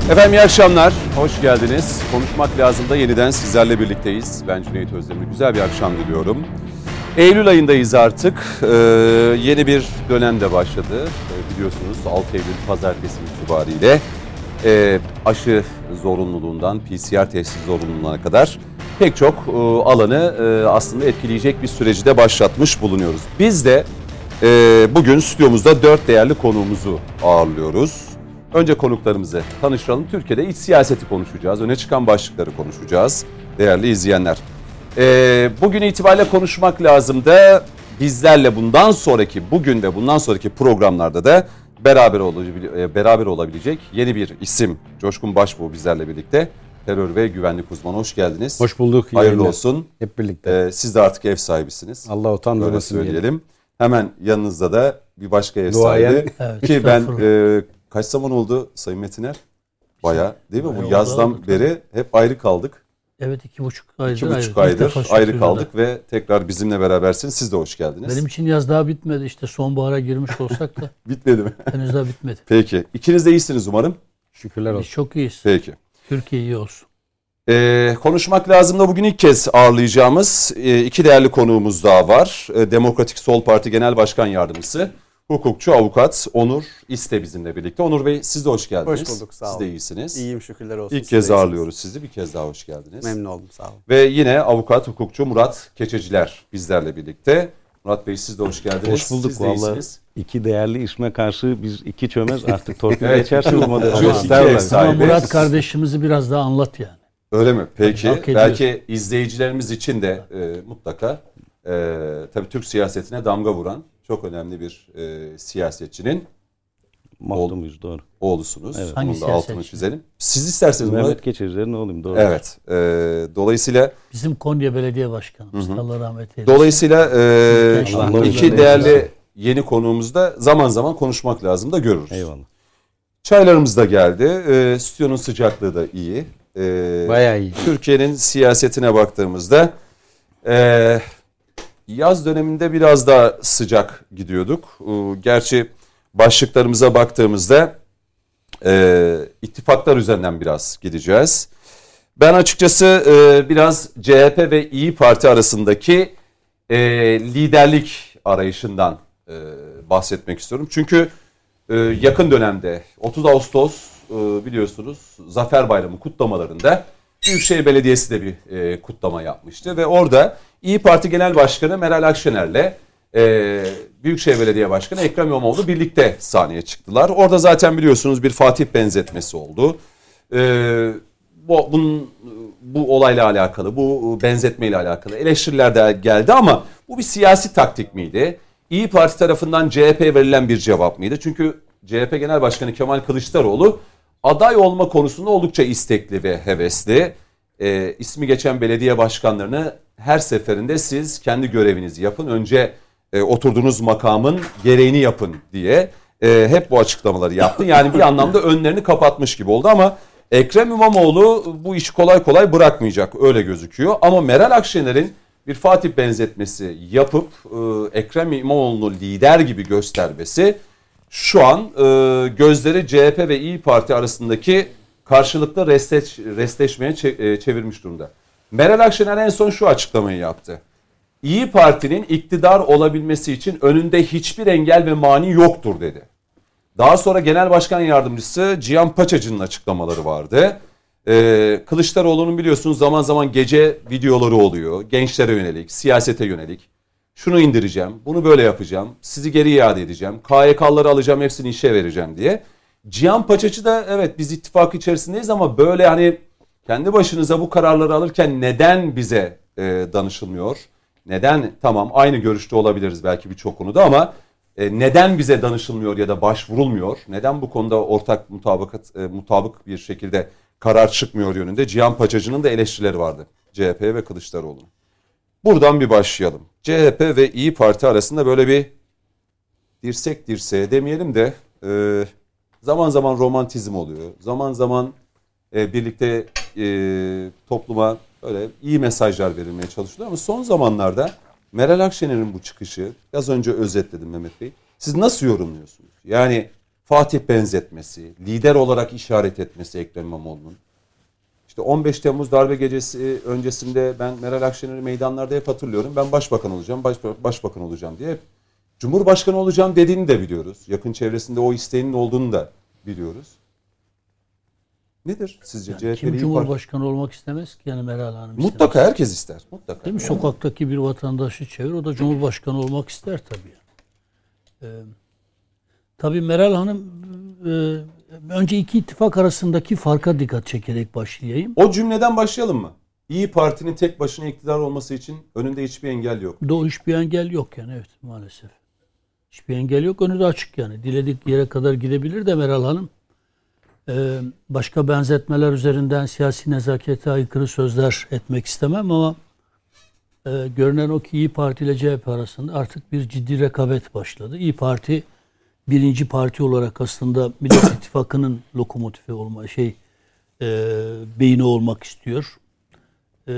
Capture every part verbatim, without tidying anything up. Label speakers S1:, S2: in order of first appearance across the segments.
S1: Efendim iyi akşamlar, hoş geldiniz. Konuşmak lazım da yeniden sizlerle birlikteyiz. Ben Cüneyt Özdemir, güzel bir akşam diliyorum. Eylül ayındayız artık, ee, yeni bir dönem de başladı. Ee, biliyorsunuz altı Eylül pazartesi itibariyle e, aşı zorunluluğundan P C R testi zorunluluğuna kadar pek çok e, alanı e, aslında etkileyecek bir süreci de başlatmış bulunuyoruz. Biz de e, bugün stüdyomuzda dört değerli konuğumuzu ağırlıyoruz. Önce konuklarımızı tanıştıralım. Türkiye'de iç siyaseti konuşacağız. Öne çıkan başlıkları konuşacağız. Değerli izleyenler. Ee, bugün itibariyle konuşmak lazım da bizlerle bundan sonraki, bugün ve bundan sonraki programlarda da beraber, olabilecek, beraber olabilecek yeni bir isim. Coşkun Başbuğ bizlerle birlikte. Terör ve güvenlik uzmanı. Hoş geldiniz.
S2: Hoş bulduk.
S1: Hayırlı yayınlar olsun.
S2: Hep birlikte.
S1: Ee, siz de artık ev sahibisiniz.
S2: Allah utandırmasın
S1: söyleyelim. Diyelim. Hemen yanınızda da bir başka ev
S2: Duayen.
S1: sahibi. Evet, ki ben... E, kaç zaman oldu Sayın Metiner? Bayağı değil mi? Bu yazdan beri hep ayrı kaldık.
S3: Evet, iki buçuk aydır,
S1: iki buçuk aydır ayrı kaldık ve tekrar bizimle berabersiniz. Siz de hoş geldiniz.
S3: Benim için yaz daha bitmedi. İşte sonbahara girmiş olsak da.
S1: Bitmedi mi?
S3: Henüz daha bitmedi.
S1: Peki. İkiniz de iyisiniz umarım.
S2: Şükürler olsun.
S3: Biz çok iyiyiz.
S1: Peki.
S3: Türkiye iyi olsun.
S1: Ee, konuşmak lazım da bugün ilk kez ağırlayacağımız e, iki değerli konuğumuz daha var. E, Demokratik Sol Parti Genel Başkan Yardımcısı, hukukçu, avukat Onur İste bizimle birlikte. Onur Bey, siz de hoş geldiniz.
S4: Hoş bulduk, sağ olun.
S1: Siz de iyisiniz.
S4: İyiyim, şükürler olsun.
S1: İlk kez ağırlıyoruz sizi. Bir kez daha hoş geldiniz.
S4: Memnun oldum, sağ olun.
S1: Ve yine avukat, hukukçu Murat Keçeciler bizlerle birlikte. Murat Bey, siz de hoş geldiniz.
S2: Hoş bulduk
S1: siz de
S2: vallahi.
S1: iyisiniz.
S2: İki değerli isme karşı biz iki çömez artık torpil
S1: evet,
S2: geçersin ama
S3: Ama Murat kardeşimizi biraz daha anlat yani.
S1: Öyle mi? Peki.
S3: Hak
S1: belki izleyicilerimiz için de e, mutlaka e, tabii Türk siyasetine damga vuran çok önemli bir e, siyasetçinin
S2: Mahdumuyuz, doğru.
S1: oğlusunuz.
S2: Evet.
S1: Bunun da altını çizelim. Siz isterseniz
S2: Mehmet Keçeciler'in oğluyum, doğru.
S1: Evet. E, dolayısıyla
S3: bizim Konya Belediye Başkanımız. Allah rahmet eylesin.
S1: Dolayısıyla e,
S3: Allah
S1: iki
S3: Allah
S1: değerli
S3: eylesin.
S1: yeni konuğumuzda zaman zaman konuşmak lazım da görürüz.
S2: Eyvallah.
S1: Çaylarımız da geldi. E, stüdyonun sıcaklığı da iyi. E,
S2: Bayağı iyi.
S1: Türkiye'nin siyasetine baktığımızda e, yaz döneminde biraz daha sıcak gidiyorduk. E, gerçi başlıklarımıza baktığımızda e, ittifaklar üzerinden biraz gideceğiz. Ben açıkçası e, biraz C H P ve İYİ Parti arasındaki e, liderlik arayışından e, bahsetmek istiyorum. Çünkü e, yakın dönemde otuz Ağustos e, biliyorsunuz Zafer Bayramı kutlamalarında Büyükşehir Belediyesi de bir e, kutlama yapmıştı. Ve orada İYİ Parti Genel Başkanı Meral Akşener'le e, Büyükşehir Belediye Başkanı Ekrem İmamoğlu birlikte sahneye çıktılar. Orada zaten biliyorsunuz bir Fatih benzetmesi oldu. E, bu, bunun, bu olayla alakalı, bu benzetmeyle alakalı eleştiriler de geldi ama bu bir siyasi taktik miydi? İYİ Parti tarafından C H P'ye verilen bir cevap mıydı? Çünkü C H P Genel Başkanı Kemal Kılıçdaroğlu aday olma konusunda oldukça istekli ve hevesli. E, ismi geçen belediye başkanlarını her seferinde siz kendi görevinizi yapın. Önce e, oturduğunuz makamın gereğini yapın diye e, hep bu açıklamaları yaptı. Yani bir anlamda önlerini kapatmış gibi oldu ama Ekrem İmamoğlu bu işi kolay kolay bırakmayacak, öyle gözüküyor. Ama Meral Akşener'in bir Fatih benzetmesi yapıp e, Ekrem İmamoğlu'nu lider gibi göstermesi şu an e, gözleri C H P ve İYİ Parti arasındaki karşılıklı restleş, restleşmeye çe- çevirmiş durumda. Meral Akşener en son şu açıklamayı yaptı. İYİ Parti'nin iktidar olabilmesi için önünde hiçbir engel ve mani yoktur dedi. Daha sonra Genel Başkan Yardımcısı Cihan Paçacı'nın açıklamaları vardı. Ee, Kılıçdaroğlu'nun biliyorsunuz zaman zaman gece videoları oluyor. Gençlere yönelik, siyasete yönelik. Şunu indireceğim, bunu böyle yapacağım, sizi geri iade edeceğim, K Y K'ları alacağım, hepsini işe vereceğim diye. Cihan Paçacı da evet biz ittifak içerisindeyiz ama böyle hani kendi başınıza bu kararları alırken neden bize e, danışılmıyor? Neden tamam aynı görüşte olabiliriz belki birçok konuda ama e, neden bize danışılmıyor ya da başvurulmuyor? Neden bu konuda ortak mutabakat, e, mutabık bir şekilde karar çıkmıyor yönünde? Cihan Paçacı'nın da eleştirileri vardı C H P ve Kılıçdaroğlu'nun. Buradan bir başlayalım. C H P ve İYİ Parti arasında böyle bir dirsek dirseğe demeyelim de e, zaman zaman romantizm oluyor. Zaman zaman e, birlikte e, topluma öyle iyi mesajlar verilmeye çalışılıyor. Ama son zamanlarda Meral Akşener'in bu çıkışı, az önce özetledim Mehmet Bey. Siz nasıl yorumluyorsunuz? Yani Fatih benzetmesi, lider olarak işaret etmesi Ekrem İmamoğlu'nun. İşte on beş Temmuz darbe gecesi öncesinde ben Meral Akşener'i meydanlarda hep hatırlıyorum. Ben başbakan olacağım, baş, başbakan olacağım diye hep Cumhurbaşkanı olacağım dediğini de biliyoruz. Yakın çevresinde o isteğinin olduğunu da biliyoruz. Nedir sizce?
S3: Yani
S1: C H P'li
S3: kim Cumhurbaşkanı part- olmak istemez ki yani Meral Hanım istemez.
S1: Mutlaka herkes ister. Mutlaka.
S3: Değil mi? Sokaktaki bir vatandaşı çevir, o da Cumhurbaşkanı olmak ister tabii. Ee, tabii Meral Hanım e, önce iki ittifak arasındaki farka dikkat çekerek başlayayım.
S1: O cümleden başlayalım mı? İyi Parti'nin tek başına iktidar olması için önünde hiçbir engel yok.
S3: Do hiçbir engel yok yani, evet, maalesef. Hiçbir engel yok. Önü de açık yani. Diledik yere kadar gidebilir de Meral Hanım. Ee, başka benzetmeler üzerinden siyasi nezakete aykırı sözler etmek istemem ama e, görünen o ki İyi Parti ile C H P arasında artık bir ciddi rekabet başladı. İyi Parti birinci parti olarak aslında Millet İttifakı'nın lokomotifi olma şey e, beyni olmak istiyor. E,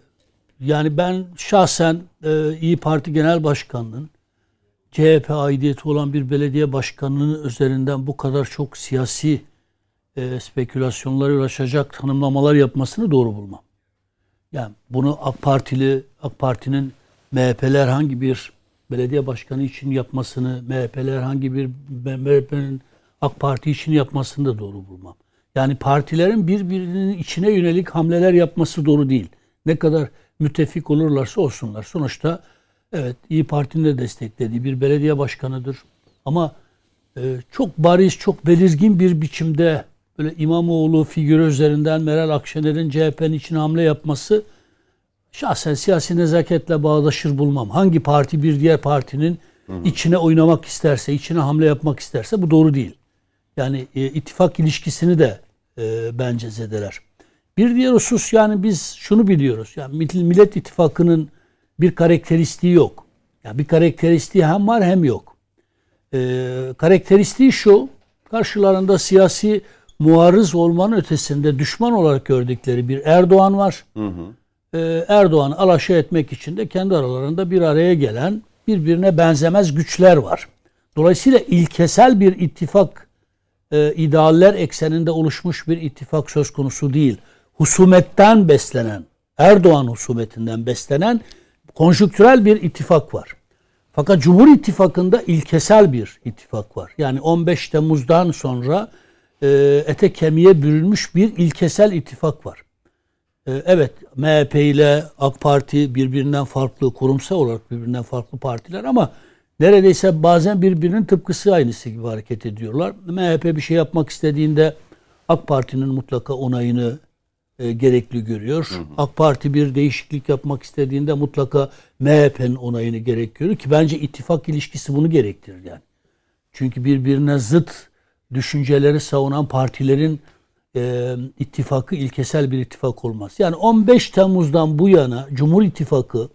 S3: yani ben şahsen e, İyi Parti Genel Başkanı'nın C H P aidiyeti olan bir belediye başkanının üzerinden bu kadar çok siyasi e, spekülasyonlara ulaşacak tanımlamalar yapmasını doğru bulmam. Yani bunu AK Partili, AK Parti'nin M H P'li herhangi bir belediye başkanı için yapmasını, M H P'li herhangi bir M H P'nin AK Parti için yapmasını da doğru bulmam. Yani partilerin birbirinin içine yönelik hamleler yapması doğru değil. Ne kadar müttefik olurlarsa olsunlar. Sonuçta evet, İyi Parti'nin de desteklediği bir belediye başkanıdır. Ama e, çok bariz, çok belirgin bir biçimde böyle İmamoğlu figürü üzerinden Meral Akşener'in C H P'nin içine hamle yapması şahsen siyasi nezaketle bağdaşır bulmam. Hangi parti bir diğer partinin hı hı. içine oynamak isterse, içine hamle yapmak isterse bu doğru değil. Yani e, ittifak ilişkisini de e, bence zedeler. Bir diğer husus, yani biz şunu biliyoruz. Yani Millet İttifakı'nın bir karakteristiği yok. Yani bir karakteristiği hem var hem yok. Ee, karakteristiği şu: karşılarında siyasi muarız olmanın ötesinde düşman olarak gördükleri bir Erdoğan var. Hı hı. Ee, Erdoğan'ı alaşağı etmek için de kendi aralarında bir araya gelen birbirine benzemez güçler var. Dolayısıyla ilkesel bir ittifak, e, idealler ekseninde oluşmuş bir ittifak söz konusu değil. Husumetten beslenen, Erdoğan husumetinden beslenen konjüktürel bir ittifak var. Fakat Cumhur İttifakı'nda ilkesel bir ittifak var. Yani on beş Temmuz'dan sonra e, ete kemiğe bürünmüş bir ilkesel ittifak var. E, evet, M H P ile AK Parti birbirinden farklı, kurumsal olarak birbirinden farklı partiler ama neredeyse bazen birbirinin tıpkısı aynısı gibi hareket ediyorlar. M H P bir şey yapmak istediğinde AK Parti'nin mutlaka onayını E, gerekli görüyor. Hı hı. AK Parti bir değişiklik yapmak istediğinde mutlaka M H P'nin onayını gerek görüyor ki bence ittifak ilişkisi bunu gerektirir yani. Çünkü birbirine zıt düşünceleri savunan partilerin e, ittifakı ilkesel bir ittifak olmaz. Yani on beş Temmuz'dan bu yana Cumhur İttifakı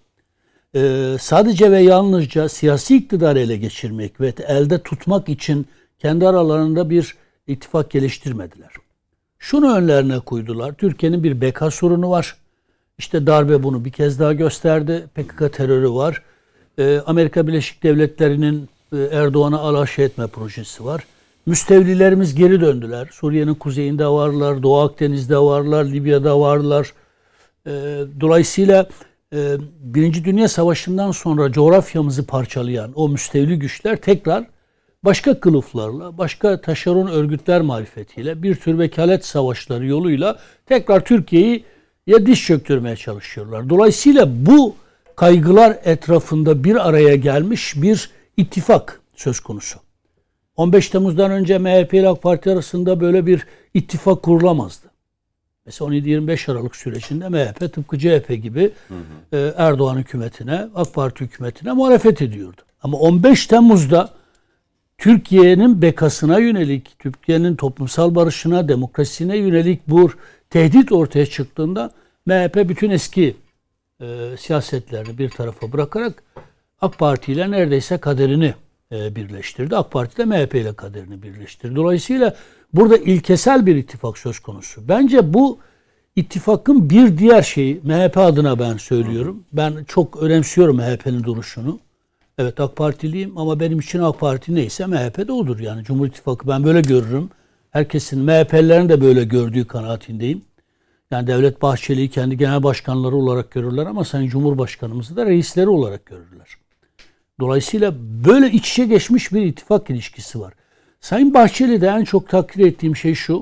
S3: e, sadece ve yalnızca siyasi iktidarı ele geçirmek ve elde tutmak için kendi aralarında bir ittifak geliştirmediler. Şunu önlerine koydular: Türkiye'nin bir beka sorunu var. İşte darbe bunu bir kez daha gösterdi. P K K terörü var. Ee, Amerika Birleşik Devletleri'nin e, Erdoğan'ı alaşağı etme projesi var. Müstevlilerimiz geri döndüler. Suriye'nin kuzeyinde varlar, Doğu Akdeniz'de varlar, Libya'da varlar. Ee, dolayısıyla e, Birinci Dünya Savaşı'ndan sonra coğrafyamızı parçalayan o müstevli güçler tekrar başka kılıflarla, başka taşeron örgütler marifetiyle, bir tür vekalet savaşları yoluyla tekrar Türkiye'yi ya diş çöktürmeye çalışıyorlar. Dolayısıyla bu kaygılar etrafında bir araya gelmiş bir ittifak söz konusu. on beş Temmuz'dan önce M H P ile AK Parti arasında böyle bir ittifak kurulamazdı. Mesela on yedi yirmi beş Aralık sürecinde M H P tıpkı C H P gibi hı hı. Erdoğan hükümetine, AK Parti hükümetine muhalefet ediyordu. Ama on beş Temmuz'da Türkiye'nin bekasına yönelik, Türkiye'nin toplumsal barışına, demokrasisine yönelik bu tehdit ortaya çıktığında M H P bütün eski e, siyasetlerini bir tarafa bırakarak AK Parti ile neredeyse kaderini e, birleştirdi. AK Parti de M H P ile kaderini birleştirdi. Dolayısıyla burada ilkesel bir ittifak söz konusu. Bence bu ittifakın bir diğer şeyi, M H P adına ben söylüyorum. Ben çok önemsiyorum M H P'nin duruşunu. Evet, AK Partiliyim ama benim için AK Parti neyse M H P de odur. Yani Cumhur İttifakı ben böyle görürüm. Herkesin, M H P'lilerin de böyle gördüğü kanaatindeyim. Yani Devlet Bahçeli'yi kendi genel başkanları olarak görürler ama Sayın Cumhurbaşkanımızı da reisleri olarak görürler. Dolayısıyla böyle iç içe geçmiş bir ittifak ilişkisi var. Sayın Bahçeli'de en çok takdir ettiğim şey şu.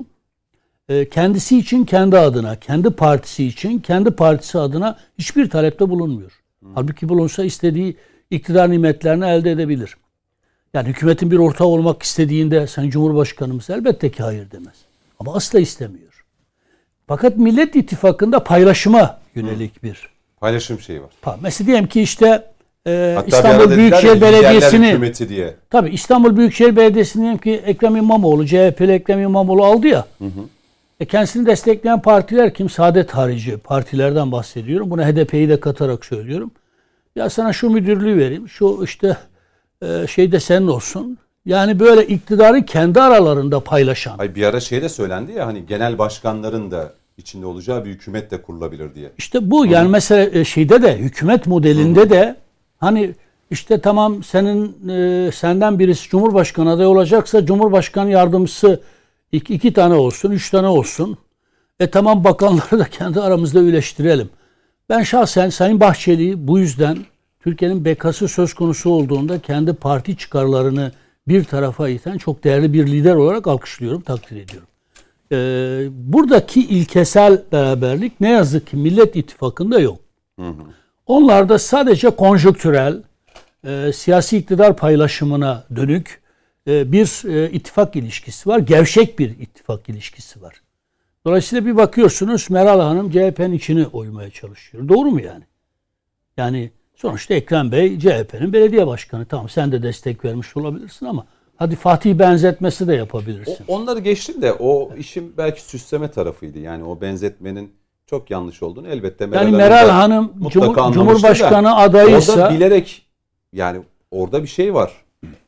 S3: Kendisi için, kendi adına, kendi partisi için, kendi partisi adına hiçbir talepte bulunmuyor. Hmm. Halbuki bulunsa istediği iktidar nimetlerini elde edebilir. Yani hükümetin bir ortağı olmak istediğinde Sayın Cumhurbaşkanımız elbette ki hayır demez. Ama asla istemiyor. Fakat Millet İttifakı'nda paylaşıma yönelik hmm. bir
S1: paylaşım şeyi var.
S3: Mesela diyelim ki işte e,
S1: Hatta
S3: İstanbul Büyükşehir Belediyesi'ni
S1: diye.
S3: Tabii İstanbul Büyükşehir Belediyesi'ni diyelim ki Ekrem İmamoğlu, C H P'li Ekrem İmamoğlu aldı ya. Hı hı. E kendisini destekleyen partiler kim? Saadet harici partilerden bahsediyorum. Buna H D P'yi de katarak söylüyorum. Ya sana şu müdürlüğü vereyim. Şu işte e, şey de senin olsun. Yani böyle iktidarı kendi aralarında paylaşan.
S1: Ay bir ara şey de söylendi ya hani genel başkanların da içinde olacağı bir hükümet de kurulabilir diye.
S3: İşte bu. Hı. Yani mesela şeyde de hükümet modelinde Hı. de hani işte tamam senin e, senden birisi Cumhurbaşkanı adayı olacaksa Cumhurbaşkanı yardımcısı İki, iki tane olsun, üç tane olsun. E tamam bakanları da kendi aramızda üyeleştirelim. Ben şahsen Sayın Bahçeli'yi bu yüzden Türkiye'nin bekası söz konusu olduğunda kendi parti çıkarlarını bir tarafa iten çok değerli bir lider olarak alkışlıyorum, takdir ediyorum. Ee, buradaki ilkesel beraberlik ne yazık ki Millet İttifakı'nda yok. Hı hı. Onlarda sadece konjonktürel, e, siyasi iktidar paylaşımına dönük bir e, ittifak ilişkisi var. Gevşek bir ittifak ilişkisi var. Dolayısıyla bir bakıyorsunuz Meral Hanım C H P'nin içini oymaya çalışıyor. Doğru mu yani? Yani sonuçta Ekrem Bey C H P'nin belediye başkanı. Tamam sen de destek vermiş olabilirsin ama hadi Fatih benzetmesi de yapabilirsin.
S1: O, onları geçtim de o işin belki süsleme tarafıydı. Yani o benzetmenin çok yanlış olduğunu elbette Meral
S3: Yani Meral Hanım Cumhur, Cumhurbaşkanı adayıysa
S1: orada bilerek yani orada bir şey var.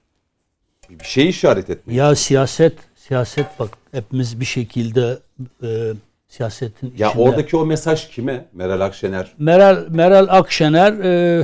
S1: Bir şey işaret etmek.
S3: Ya siyaset, siyaset bak hepimiz bir şekilde e, siyasetin içinde.
S1: Ya oradaki o mesaj kime? Meral Akşener.
S3: Meral Meral Akşener e,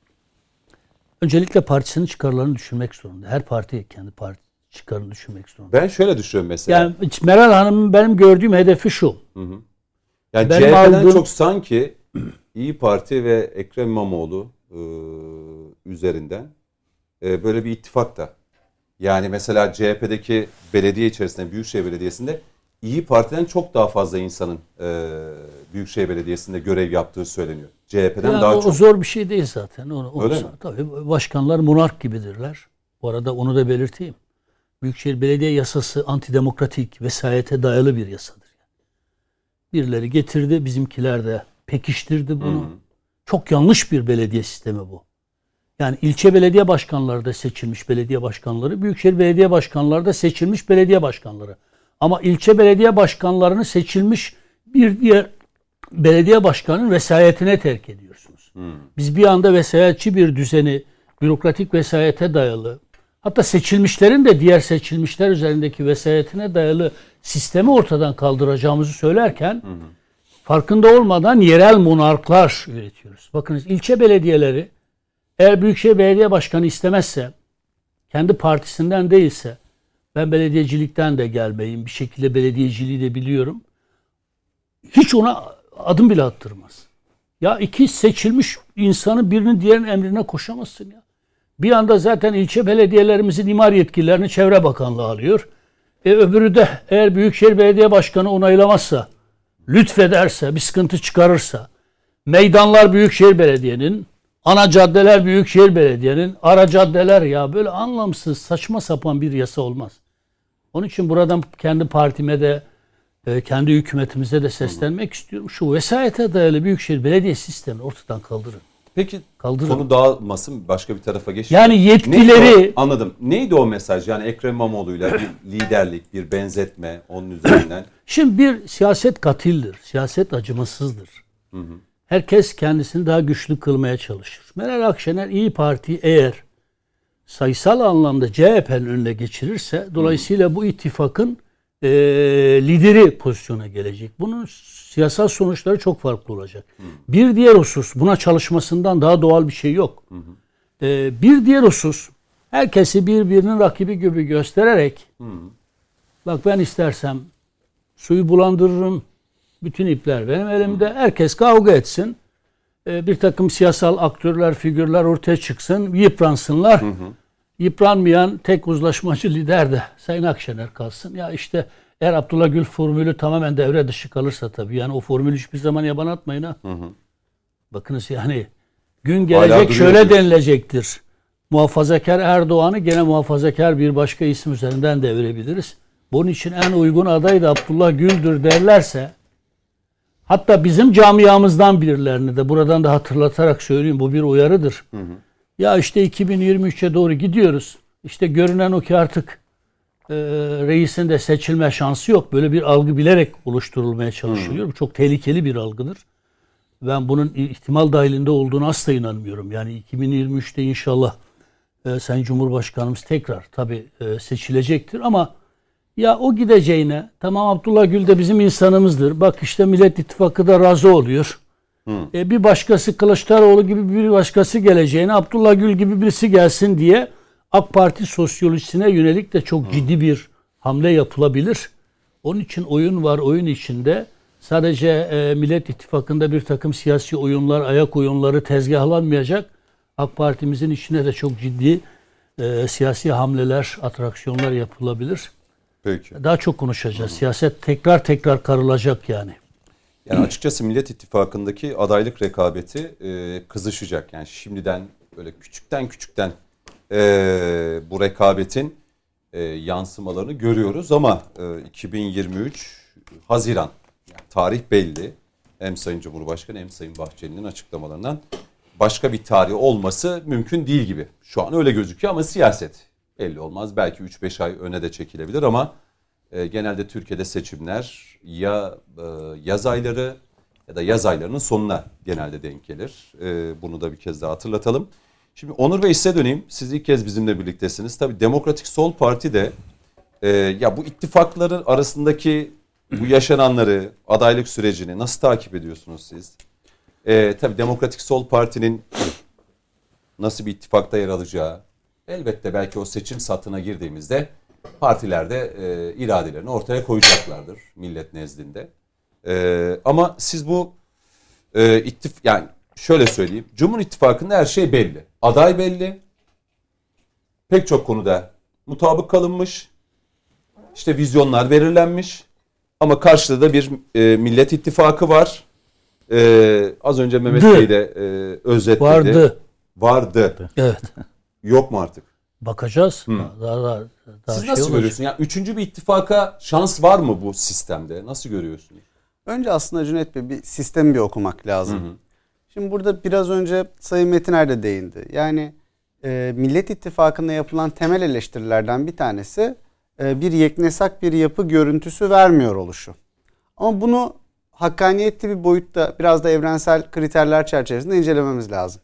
S3: öncelikle partisinin çıkarlarını düşünmek zorunda. Her parti kendi parti çıkarını düşünmek zorunda.
S1: Ben şöyle düşünüyorum mesela.
S3: Yani Meral Hanım'ın benim gördüğüm hedefi şu. Hı hı.
S1: Yani C H P'den aldığım... çok sanki İyi Parti ve Ekrem İmamoğlu e, üzerinden e, böyle bir ittifak da. Yani mesela C H P'deki belediye içerisinde, Büyükşehir Belediyesi'nde İyi Parti'den çok daha fazla insanın e, Büyükşehir Belediyesi'nde görev yaptığı söyleniyor. C H P'den
S3: yani
S1: daha
S3: o,
S1: çok.
S3: O zor bir şey değil zaten. Onu,
S1: Öyle
S3: onu,
S1: mi?
S3: Tabii başkanlar monark gibidirler. Bu arada onu da belirteyim. Büyükşehir Belediye Yasası antidemokratik, vesayete dayalı bir yasadır. Birileri getirdi, bizimkiler de pekiştirdi bunu. Hı hı. Çok yanlış bir belediye sistemi bu. Yani ilçe belediye başkanları da seçilmiş belediye başkanları, büyükşehir belediye başkanları da seçilmiş belediye başkanları. Ama ilçe belediye başkanlarını seçilmiş bir diğer belediye başkanının vesayetine terk ediyorsunuz. Hmm. Biz bir anda vesayetçi bir düzeni, bürokratik vesayete dayalı, hatta seçilmişlerin de diğer seçilmişler üzerindeki vesayetine dayalı sistemi ortadan kaldıracağımızı söylerken hmm. farkında olmadan yerel monarklar üretiyoruz. Bakınız ilçe belediyeleri eğer Büyükşehir Belediye Başkanı istemezse, kendi partisinden değilse, ben belediyecilikten de gelmeyim, bir şekilde belediyeciliği de biliyorum, hiç ona adım bile attırmaz. Ya iki seçilmiş insanın birinin diğerinin emrine koşamazsın ya. Bir anda zaten ilçe belediyelerimizin imar yetkililerini Çevre Bakanlığı alıyor. E öbürü de eğer Büyükşehir Belediye Başkanı onaylamazsa, lütfederse, bir sıkıntı çıkarırsa, meydanlar Büyükşehir Belediye'nin, ana caddeler Büyükşehir Belediye'nin, ara caddeler ya böyle anlamsız, saçma sapan bir yasa olmaz. Onun için buradan kendi partime de, kendi hükümetimize de seslenmek istiyorum. Şu vesayete dayalı Büyükşehir Belediye sistemini ortadan kaldırın.
S1: Peki
S3: kaldırın.
S1: Konu dağılmasın, başka bir tarafa geçelim.
S3: Yani yetkileri...
S1: Neydi o? Anladım. Neydi o mesaj? Yani Ekrem İmamoğlu'yla bir liderlik, bir benzetme onun üzerinden.
S3: Şimdi bir siyaset katildir. Siyaset acımasızdır. Hı hı. Herkes kendisini daha güçlü kılmaya çalışır. Meral Akşener İyi Parti eğer sayısal anlamda C H P'nin önüne geçirirse dolayısıyla hmm. bu ittifakın e, lideri pozisyona gelecek. Bunun siyasal sonuçları çok farklı olacak. Hmm. Bir diğer husus buna çalışmasından daha doğal bir şey yok. Hmm. Ee, bir diğer husus, herkesi birbirinin rakibi gibi göstererek hmm. bak ben istersem suyu bulandırırım, bütün ipler benim elimde, hmm. herkes kavga etsin, ee, bir takım siyasal aktörler, figürler ortaya çıksın, yıpransınlar. Hmm. Yıpranmayan tek uzlaşmacı lider de Sayın Akşener kalsın. Ya işte eğer Abdullah Gül formülü tamamen devre dışı kalırsa tabii, yani o formülü hiçbir zaman yaban atmayın ha. Hı hı. Bakınız yani gün gelecek şöyle denilecektir. Muhafazakar Erdoğan'ı gene muhafazakar bir başka isim üzerinden devirebiliriz. Bunun için en uygun aday da Abdullah Gül'dür derlerse, hatta bizim camiamızdan birilerini de buradan da hatırlatarak söyleyeyim, bu bir uyarıdır. Hı hı. Ya işte iki bin yirmi üçe doğru gidiyoruz. İşte görünen o ki artık e, reisin de seçilme şansı yok. Böyle bir algı bilerek oluşturulmaya çalışılıyor. Bu çok tehlikeli bir algıdır. Ben bunun ihtimal dahilinde olduğunu asla inanmıyorum. Yani iki bin yirmi üçte inşallah e, Sayın Cumhurbaşkanımız tekrar tabii e, seçilecektir ama ya o gideceğine, tamam Abdullah Gül de bizim insanımızdır. Bak işte Millet İttifakı da razı oluyor. E, bir başkası Kılıçdaroğlu gibi bir başkası geleceğine Abdullah Gül gibi birisi gelsin diye AK Parti sosyolojisine yönelik de çok ciddi bir hamle yapılabilir. Onun için oyun var, oyun içinde. Sadece e, Millet İttifakı'nda bir takım siyasi oyunlar, ayak oyunları tezgahlanmayacak. AK Parti'mizin içine de çok ciddi e, siyasi hamleler, atraksiyonlar yapılabilir.
S1: Peki.
S3: Daha çok konuşacağız. Hı. Siyaset tekrar tekrar karılacak yani.
S1: Yani açıkçası Millet İttifakı'ndaki adaylık rekabeti e, kızışacak. Yani şimdiden böyle küçükten küçükten e, bu rekabetin e, yansımalarını görüyoruz ama e, iki bin yirmi üç Haziran, yani tarih belli. Hem Sayın Cumhurbaşkanı hem Sayın Bahçeli'nin açıklamalarından başka bir tarih olması mümkün değil gibi. Şu an öyle gözüküyor ama siyaset belli olmaz. Belki üç beş ay öne de çekilebilir ama e, genelde Türkiye'de seçimler ya e, yaz ayları ya da yaz aylarının sonuna genelde denk gelir. E, bunu da bir kez daha hatırlatalım. Şimdi Onur Bey size döneyim. Siz ilk kez bizimle birliktesiniz. Tabii Demokratik Sol Parti de e, ya bu ittifakların arasındaki bu yaşananları, adaylık sürecini nasıl takip ediyorsunuz siz? E, tabii Demokratik Sol Parti'nin nasıl bir ittifakta yer alacağı, elbette belki o seçim satına girdiğimizde partiler de e, iradelerini ortaya koyacaklardır millet nezdinde. E, ama siz bu e, ittif yani şöyle söyleyeyim, Cumhur İttifakı'nda her şey belli. Aday belli. Pek çok konuda mutabık kalınmış. İşte vizyonlar belirlenmiş. Ama karşıda da bir e, Millet İttifakı var. E, az önce Mehmet Bey de e, özetledi.
S3: Vardı.
S1: Vardı.
S3: Evet.
S1: Yok mu artık?
S3: Bakacağız. Hmm. Daha, daha, daha
S1: Siz
S3: şey
S1: nasıl
S3: olacak.
S1: görüyorsunuz? Yani üçüncü bir ittifaka şans var mı bu sistemde? Nasıl görüyorsunuz?
S4: Önce aslında Cüneyt Bey bir sistemi bir okumak lazım. Hı hı. Şimdi burada biraz önce Sayın Metiner de değindi. Yani e, Millet İttifakı'nda yapılan temel eleştirilerden bir tanesi e, bir yeknesak bir yapı görüntüsü vermiyor oluşu. Ama bunu hakkaniyetli bir boyutta biraz da evrensel kriterler çerçevesinde incelememiz lazım.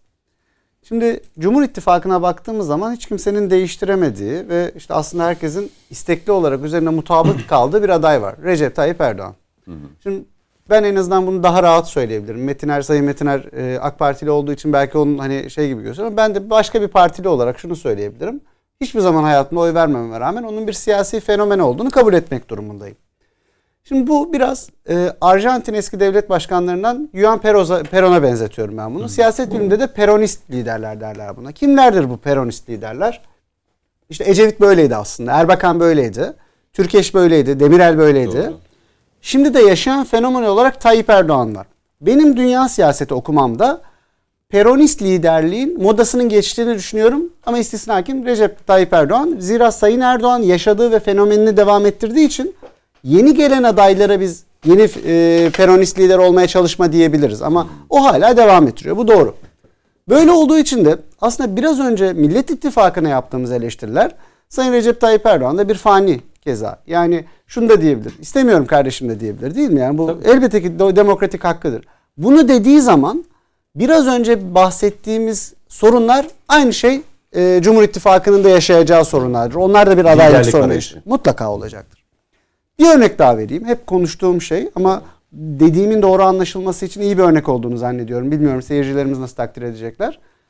S4: Şimdi Cumhur İttifakı'na baktığımız zaman hiç kimsenin değiştiremediği ve işte aslında herkesin istekli olarak üzerine mutabık kaldığı bir aday var. Recep Tayyip Erdoğan. Hı hı. Şimdi ben en azından bunu daha rahat söyleyebilirim. Metiner, Sayın Metiner e, AK Partili olduğu için belki onun hani şey gibi gösteriyor ama ben de başka bir partili olarak şunu söyleyebilirim. Hiçbir zaman hayatımda oy vermememe rağmen onun bir siyasi fenomen olduğunu kabul etmek durumundayım. Şimdi bu biraz e, Arjantin eski devlet başkanlarından Juan Perón'a benzetiyorum ben bunu. Hı. Siyaset biliminde de Peronist liderler derler buna. Kimlerdir bu Peronist liderler? İşte Ecevit böyleydi aslında. Erbakan böyleydi. Türkeş böyleydi. Demirel böyleydi. Doğru. Şimdi de yaşayan fenomen olarak Tayyip Erdoğan var. Benim dünya siyaseti okumamda Peronist liderliğin modasının geçtiğini düşünüyorum. Ama istisna kim? Recep Tayyip Erdoğan. Zira Sayın Erdoğan yaşadığı ve fenomenini devam ettirdiği için yeni gelen adaylara biz yeni e, Peronist lider olmaya çalışma diyebiliriz. Ama o hala devam ettiriyor. Bu doğru. Böyle olduğu için de aslında biraz önce Millet İttifakı'na yaptığımız eleştiriler Sayın Recep Tayyip Erdoğan da bir fani keza. Yani şunu da diyebilir. İstemiyorum kardeşim de diyebilir değil mi? Yani bu Tabii. elbette ki demokratik hakkıdır. Bunu dediği zaman biraz önce bahsettiğimiz sorunlar aynı şey e, Cumhur İttifakı'nın da yaşayacağı sorunlardır. Onlar da bir adaylık sorunu mutlaka olacaktır. Bir örnek daha vereyim. Hep konuştuğum şey ama dediğimin doğru anlaşılması için iyi bir örnek olduğunu zannediyorum. Bilmiyorum seyircilerimiz nasıl takdir edecekler.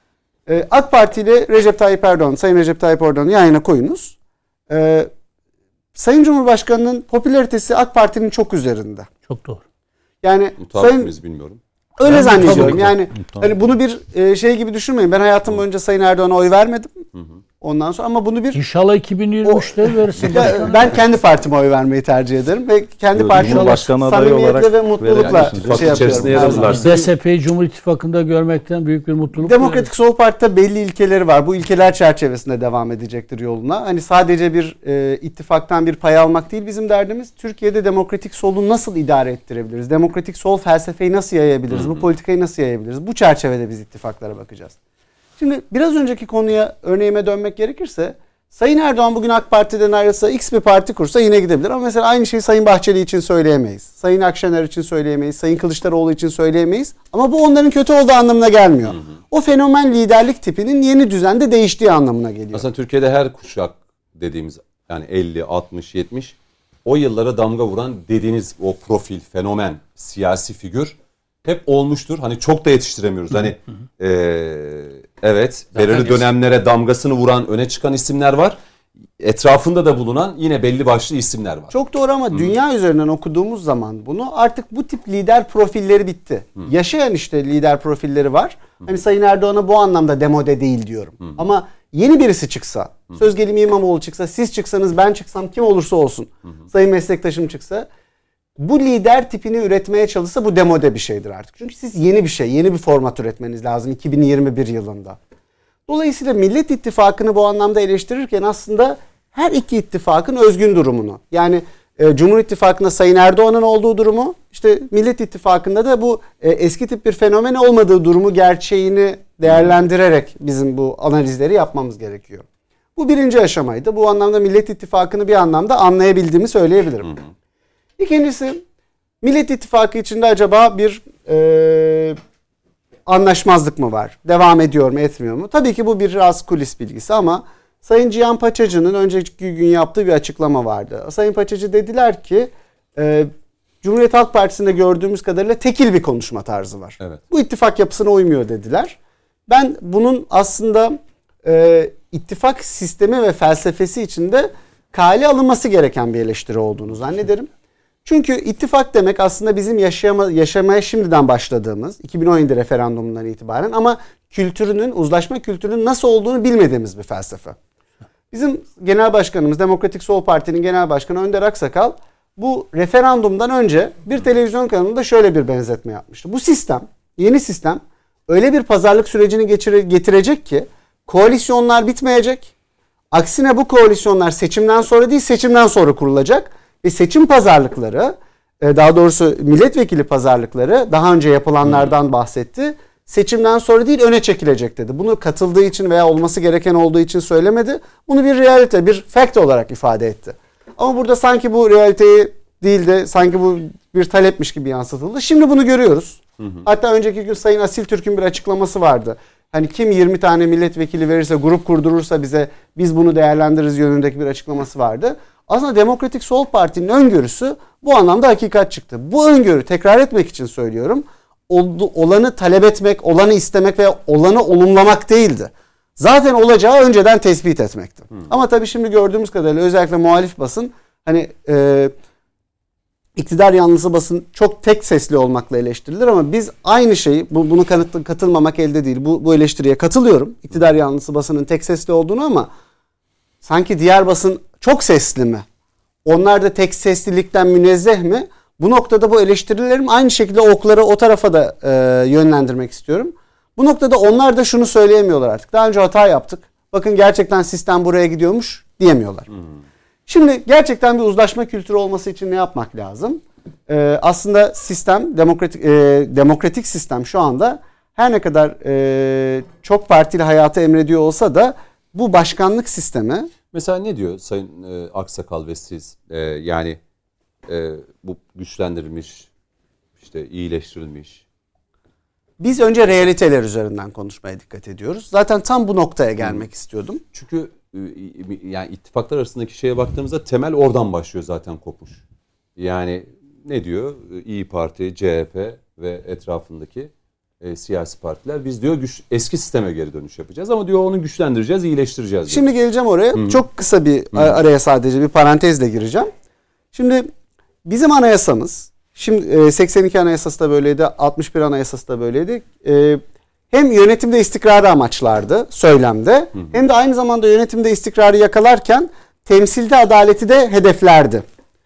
S4: Ee, AK Parti ile Recep Tayyip Erdoğan, Sayın Recep Tayyip Erdoğan'ı yan yana koyunuz. Ee, Sayın Cumhurbaşkanı'nın popülaritesi AK Parti'nin çok üzerinde.
S3: Çok doğru.
S4: Yani
S1: Mutabık
S4: Sayın
S1: mıyız bilmiyorum.
S4: öyle
S3: Ben
S4: zannediyorum.
S3: mutabık.
S4: Yani
S2: Mutabık.
S4: hani bunu bir e, şey gibi düşünmeyin. Ben hayatım boyunca Sayın Erdoğan'a oy vermedim.
S1: Hı hı.
S4: Ondan sonra ama bunu bir
S3: İnşallah iki bin yirmi üçte verirsin.
S4: Ya, ben kendi partime oy vermeyi tercih ederim ve kendi
S2: Yok,
S4: partimi
S2: Cumhurbaşkanı adayı
S4: samimiyetle
S2: olarak
S4: ve mutlulukla
S2: verebilirsiniz.
S1: İttifak
S4: şey
S1: içerisinde
S4: yapıyorum.
S1: yer alırlar.
S3: D S P'yi Cumhur İttifakı'nda görmekten büyük bir mutluluk
S4: Demokratik Sol Parti'de belli ilkeleri var. Bu ilkeler çerçevesinde devam edecektir yoluna. Hani sadece bir e, ittifaktan bir pay almak değil bizim derdimiz. Türkiye'de demokratik solu nasıl idare ettirebiliriz? Demokratik sol felsefeyi nasıl yayabiliriz? Hı hı. Bu politikayı nasıl yayabiliriz? Bu çerçevede biz ittifaklara bakacağız. Şimdi biraz önceki konuya, örneğime dönmek gerekirse Sayın Erdoğan bugün AK Parti'den ayrılsa, X bir parti kursa yine gidebilir. Ama mesela aynı şeyi Sayın Bahçeli için söyleyemeyiz. Sayın Akşener için söyleyemeyiz. Sayın Kılıçdaroğlu için söyleyemeyiz. Ama bu onların kötü olduğu anlamına gelmiyor. Hı hı. O fenomen liderlik tipinin yeni düzende değiştiği anlamına geliyor.
S1: Aslında Türkiye'de her kuşak dediğimiz yani elli, altmış, yetmiş o yıllara damga vuran dediğiniz o profil, fenomen, siyasi figür hep olmuştur. Hani çok da yetiştiremiyoruz. Hani e, evet
S3: Zaten
S1: belirli dönemlere damgasını vuran, öne çıkan isimler var. Etrafında da bulunan yine belli başlı isimler var.
S4: Çok doğru ama hmm. dünya üzerinden okuduğumuz zaman bunu artık bu tip lider profilleri bitti. Hmm. Yaşayan işte lider profilleri var. Hmm. Hani Sayın Erdoğan'a bu anlamda demode değil diyorum. Hmm. Ama yeni birisi çıksa, hmm. söz gelimi İmamoğlu çıksa, siz çıksanız, ben çıksam, kim olursa olsun, hmm. sayın meslektaşım çıksa, bu lider tipini üretmeye çalışsa bu demode bir şeydir artık. Çünkü siz yeni bir şey, yeni bir format üretmeniz lazım iki bin yirmi bir yılında. Dolayısıyla Millet İttifakı'nı bu anlamda eleştirirken aslında her iki ittifakın özgün durumunu, yani e, Cumhur İttifakı'nda Sayın Erdoğan'ın olduğu durumu, işte Millet İttifakı'nda da bu e, eski tip bir fenomen olmadığı durumu, gerçeğini değerlendirerek bizim bu analizleri yapmamız gerekiyor. Bu birinci aşamaydı. Bu anlamda Millet İttifakı'nı bir anlamda anlayabildiğimi söyleyebilirim. Hı hı. İkincisi, Millet İttifakı içinde acaba bir e, anlaşmazlık mı var? Devam ediyor mu, etmiyor mu? Tabii ki bu biraz kulis bilgisi ama Sayın Cihan Paçacı'nın önceki gün yaptığı bir açıklama vardı. Sayın Paçacı dediler ki e, Cumhuriyet Halk Partisi'nde gördüğümüz kadarıyla tekil bir konuşma tarzı var. Evet. Bu ittifak yapısına uymuyor dediler. Ben bunun aslında e, ittifak sistemi ve felsefesi içinde kale alınması gereken bir eleştiri olduğunu zannederim. Çünkü ittifak demek aslında bizim yaşama, yaşamaya şimdiden başladığımız iki bin on yedi referandumundan itibaren ama kültürünün, uzlaşma kültürünün nasıl olduğunu bilmediğimiz bir felsefe. Bizim genel başkanımız, Demokratik Sol Parti'nin genel başkanı Önder Aksakal bu referandumdan önce bir televizyon kanalında şöyle bir benzetme yapmıştı. Bu sistem, yeni sistem öyle bir pazarlık sürecini geçire, getirecek ki koalisyonlar bitmeyecek. Aksine bu koalisyonlar seçimden sonra değil, seçimden sonra kurulacak. Ve seçim pazarlıkları, daha doğrusu milletvekili pazarlıkları daha önce yapılanlardan bahsetti. Seçimden sonra değil, öne çekilecek dedi. Bunu katıldığı için veya olması gereken olduğu için söylemedi. Bunu bir realite, bir fact olarak ifade etti. Ama burada sanki bu realiteyi değil de sanki bu bir talepmiş gibi yansıtıldı. Şimdi bunu görüyoruz. Hı hı. Hatta önceki gün Sayın Asil Türk'ün bir açıklaması vardı. Hani kim yirmi tane milletvekili verirse, grup kurdurursa bize, biz bunu değerlendiririz yönündeki bir açıklaması vardı. Aslında Demokratik Sol Parti'nin öngörüsü bu anlamda hakikat çıktı. Bu öngörü, tekrar etmek için söylüyorum, olanı talep etmek, olanı istemek veya olanı olumlamak değildi. Zaten olacağı önceden tespit etmekti. Hmm. Ama tabii şimdi gördüğümüz kadarıyla özellikle muhalif basın, hani e, iktidar yanlısı basın çok tek sesli olmakla eleştirilir ama biz aynı şeyi, bu, bunu kanıt, katılmamak elde değil. Bu, bu eleştiriye katılıyorum. İktidar yanlısı basının tek sesli olduğunu ama sanki diğer basın çok sesli mi? Onlar da tek seslilikten münezzeh mi? Bu noktada bu eleştirilerim aynı şekilde okları o tarafa da e, yönlendirmek istiyorum. Bu noktada onlar da şunu söyleyemiyorlar artık. Daha önce hata yaptık. Bakın gerçekten sistem buraya gidiyormuş diyemiyorlar. Hmm. Şimdi gerçekten bir uzlaşma kültürü olması için ne yapmak lazım? Ee, aslında sistem, demokratik e, demokratik sistem şu anda her ne kadar e, çok partili hayatı emrediyor olsa da bu başkanlık sistemi...
S1: Mesela ne diyor Sayın e, Aksakal ve siz? E, yani e, bu güçlendirilmiş, işte iyileştirilmiş.
S4: Biz önce realiteler üzerinden konuşmaya dikkat ediyoruz. Zaten tam bu noktaya gelmek hmm. istiyordum.
S1: Çünkü yani ittifaklar arasındaki şeye baktığımızda temel oradan başlıyor zaten kopuş. Yani ne diyor? İyi Parti, C H P ve etrafındaki e, siyasi partiler. Biz diyor güç, eski sisteme geri dönüş yapacağız ama diyor onu güçlendireceğiz, iyileştireceğiz diyor.
S4: Şimdi geleceğim oraya. Hı-hı. Çok kısa bir Hı-hı. araya sadece bir parantezle gireceğim. Şimdi bizim anayasamız, şimdi seksen iki Anayasası da böyleydi, altmış bir Anayasası da böyleydi. E, hem yönetimde istikrarı amaçlardı söylemde, Hı-hı. hem de aynı zamanda yönetimde istikrarı yakalarken temsilde adaleti de hedeflerdi.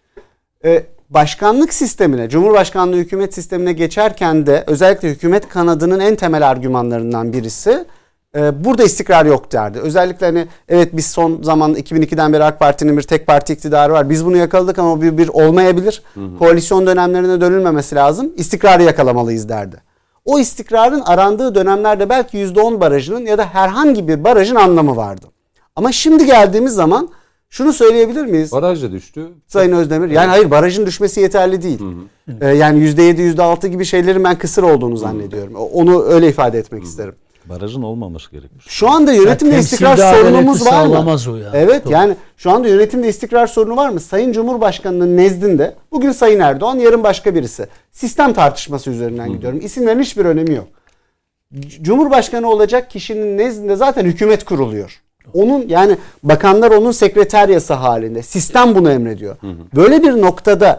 S4: E, başkanlık sistemine, Cumhurbaşkanlığı hükümet sistemine geçerken de özellikle hükümet kanadının en temel argümanlarından birisi e, burada istikrar yok derdi. Özellikle hani evet biz son zaman iki bin ikiden beri AK Parti'nin bir tek parti iktidarı var. Biz bunu yakaladık ama bir, bir olmayabilir. Hı hı. Koalisyon dönemlerine dönülmemesi lazım. İstikrarı yakalamalıyız derdi. O istikrarın arandığı dönemlerde belki yüzde on barajının ya da herhangi bir barajın anlamı vardı. Ama şimdi geldiğimiz zaman şunu söyleyebilir miyiz?
S1: Baraj da düştü.
S4: Sayın Özdemir. Yani hayır, barajın düşmesi yeterli değil. Hı hı. Ee, yani yüzde yedi, yüzde altı gibi şeylerin ben kısır olduğunu zannediyorum. Onu öyle ifade etmek hı. isterim.
S2: Barajın olmaması gerekmiş.
S4: Şu anda yönetimde yani istikrar sorunumuz var mı?
S3: O yani.
S4: Evet
S3: Doğru.
S4: Yani şu anda yönetimde istikrar sorunu var mı? Sayın Cumhurbaşkanı'nın nezdinde bugün Sayın Erdoğan, yarın başka birisi. Sistem tartışması üzerinden hı. gidiyorum. İsimlerin hiçbir önemi yok. Cumhurbaşkanı olacak kişinin nezdinde zaten hükümet kuruluyor. Onun yani bakanlar onun sekreteryası halinde. Sistem bunu emrediyor. Hı hı. Böyle bir noktada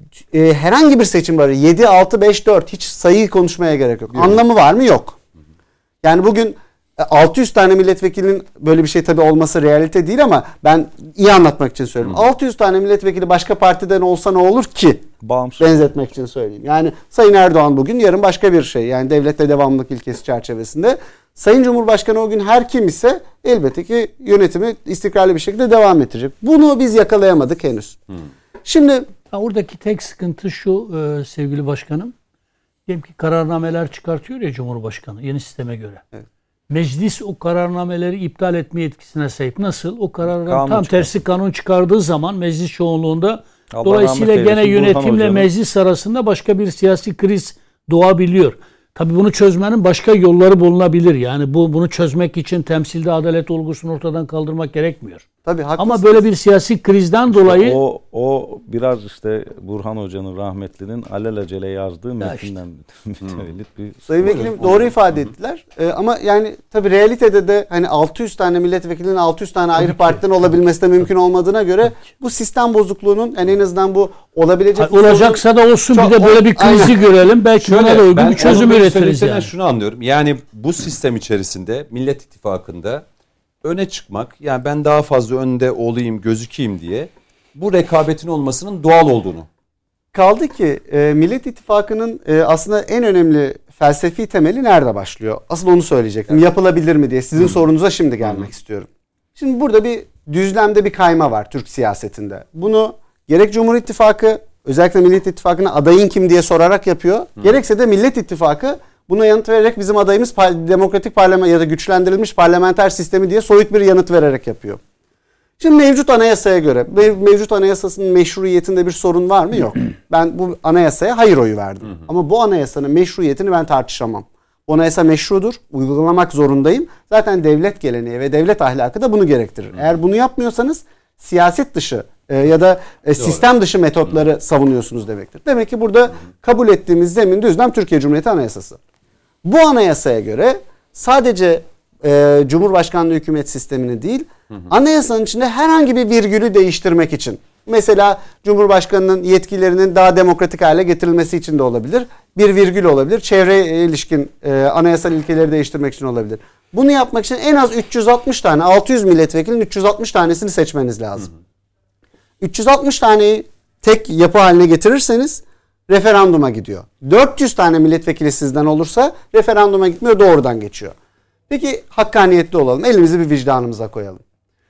S4: e, herhangi bir seçim var. yedi, altı, beş, dört hiç sayıyı konuşmaya gerek yok. Yok. Anlamı var mı? Yok. Hı hı. Yani bugün altı yüz tane milletvekilinin böyle bir şey tabii olması realite değil ama ben iyi anlatmak için söylüyorum. Hı hı. altı yüz tane milletvekili başka partiden olsa ne olur ki?
S2: Bağımsız.
S4: Benzetmek için söyleyeyim. Yani Sayın Erdoğan bugün, yarın başka bir şey. Yani devlette devamlılık ilkesi çerçevesinde. Sayın Cumhurbaşkanı o gün her kim ise elbette ki yönetimi istikrarlı bir şekilde devam ettirecek. Bunu biz yakalayamadık henüz. Hmm. Şimdi
S3: ha, oradaki tek sıkıntı şu e, sevgili başkanım. Diyelim ki kararnameler çıkartıyor ya Cumhurbaşkanı yeni sisteme göre. Evet. Meclis o kararnameleri iptal etme yetkisine sahip. Nasıl? O kararname tam çıkar. tersi kanun çıkardığı zaman meclis çoğunluğunda Allah dolayısıyla gene yönetimle meclis arasında başka bir siyasi kriz doğabiliyor. Tabii bunu çözmenin başka yolları bulunabilir. Yani bu bunu çözmek için temsilde adalet olgusunu ortadan kaldırmak gerekmiyor.
S4: Tabii haklısınız.
S3: Ama böyle bir siyasi krizden
S2: işte
S3: dolayı
S2: o o biraz işte Burhan Hoca'nın rahmetlinin alelacele yazdığı metinden mütevellit bir.
S4: Sayın Vekilim doğru ifade ettiler. Ee, ama yani tabii realitede de hani altı yüz tane milletvekilinin altı yüz tane ayrı partiden olabilmesi de mümkün olmadığına göre bu sistem bozukluğunun yani en azından bu olabilecek
S3: ha, olacaksa da olsun bir de böyle bir krizi aynen. görelim. Belki buna da uygun bir çözüm üretiriz yani.
S1: Şunu anlıyorum. Yani bu sistem içerisinde Millet İttifakı'nda öne çıkmak, yani ben daha fazla önde olayım, gözükeyim diye bu rekabetin olmasının doğal olduğunu.
S4: Kaldı ki e, Millet İttifakı'nın e, aslında en önemli felsefi temeli nerede başlıyor? Asıl onu söyleyecektim. Evet. Yapılabilir mi diye. Sizin Hı. sorunuza şimdi gelmek Hı. istiyorum. Şimdi burada bir düzlemde bir kayma var Türk siyasetinde. Bunu gerek Cumhur İttifakı, özellikle Millet İttifakı'na adayın kim diye sorarak yapıyor. Hı. Gerekse de Millet İttifakı buna yanıt vererek bizim adayımız demokratik parlament ya da güçlendirilmiş parlamenter sistemi diye soyut bir yanıt vererek yapıyor. Şimdi mevcut anayasaya göre, mevcut anayasasının meşruiyetinde bir sorun var mı? Yok. Ben bu anayasaya hayır oyu verdim. Hı hı. Ama bu anayasanın meşruiyetini ben tartışamam. Bu anayasa meşrudur, uygulamak zorundayım. Zaten devlet geleneği ve devlet ahlakı da bunu gerektirir. Hı. Eğer bunu yapmıyorsanız siyaset dışı e, ya da e, sistem dışı metotları Hı. savunuyorsunuz demektir. Demek ki burada Hı. kabul ettiğimiz zemin düzlem Türkiye Cumhuriyeti Anayasası. Bu anayasaya göre sadece e, Cumhurbaşkanlığı hükümet sistemini değil, hı hı. anayasanın içinde herhangi bir virgülü değiştirmek için. Mesela Cumhurbaşkanının yetkilerinin daha demokratik hale getirilmesi için de olabilir. Bir virgül olabilir. Çevreye ilişkin e, anayasal ilkeleri değiştirmek için olabilir. Bunu yapmak için en az üç yüz altmış tane, altı yüz milletvekilinin üç yüz altmış tanesini seçmeniz lazım. Hı hı. üç yüz altmış taneyi tek yapı haline getirirseniz referanduma gidiyor. dört yüz tane milletvekili sizden olursa referanduma gitmiyor, doğrudan geçiyor. Peki hakkaniyetli olalım. Elimizi bir vicdanımıza koyalım.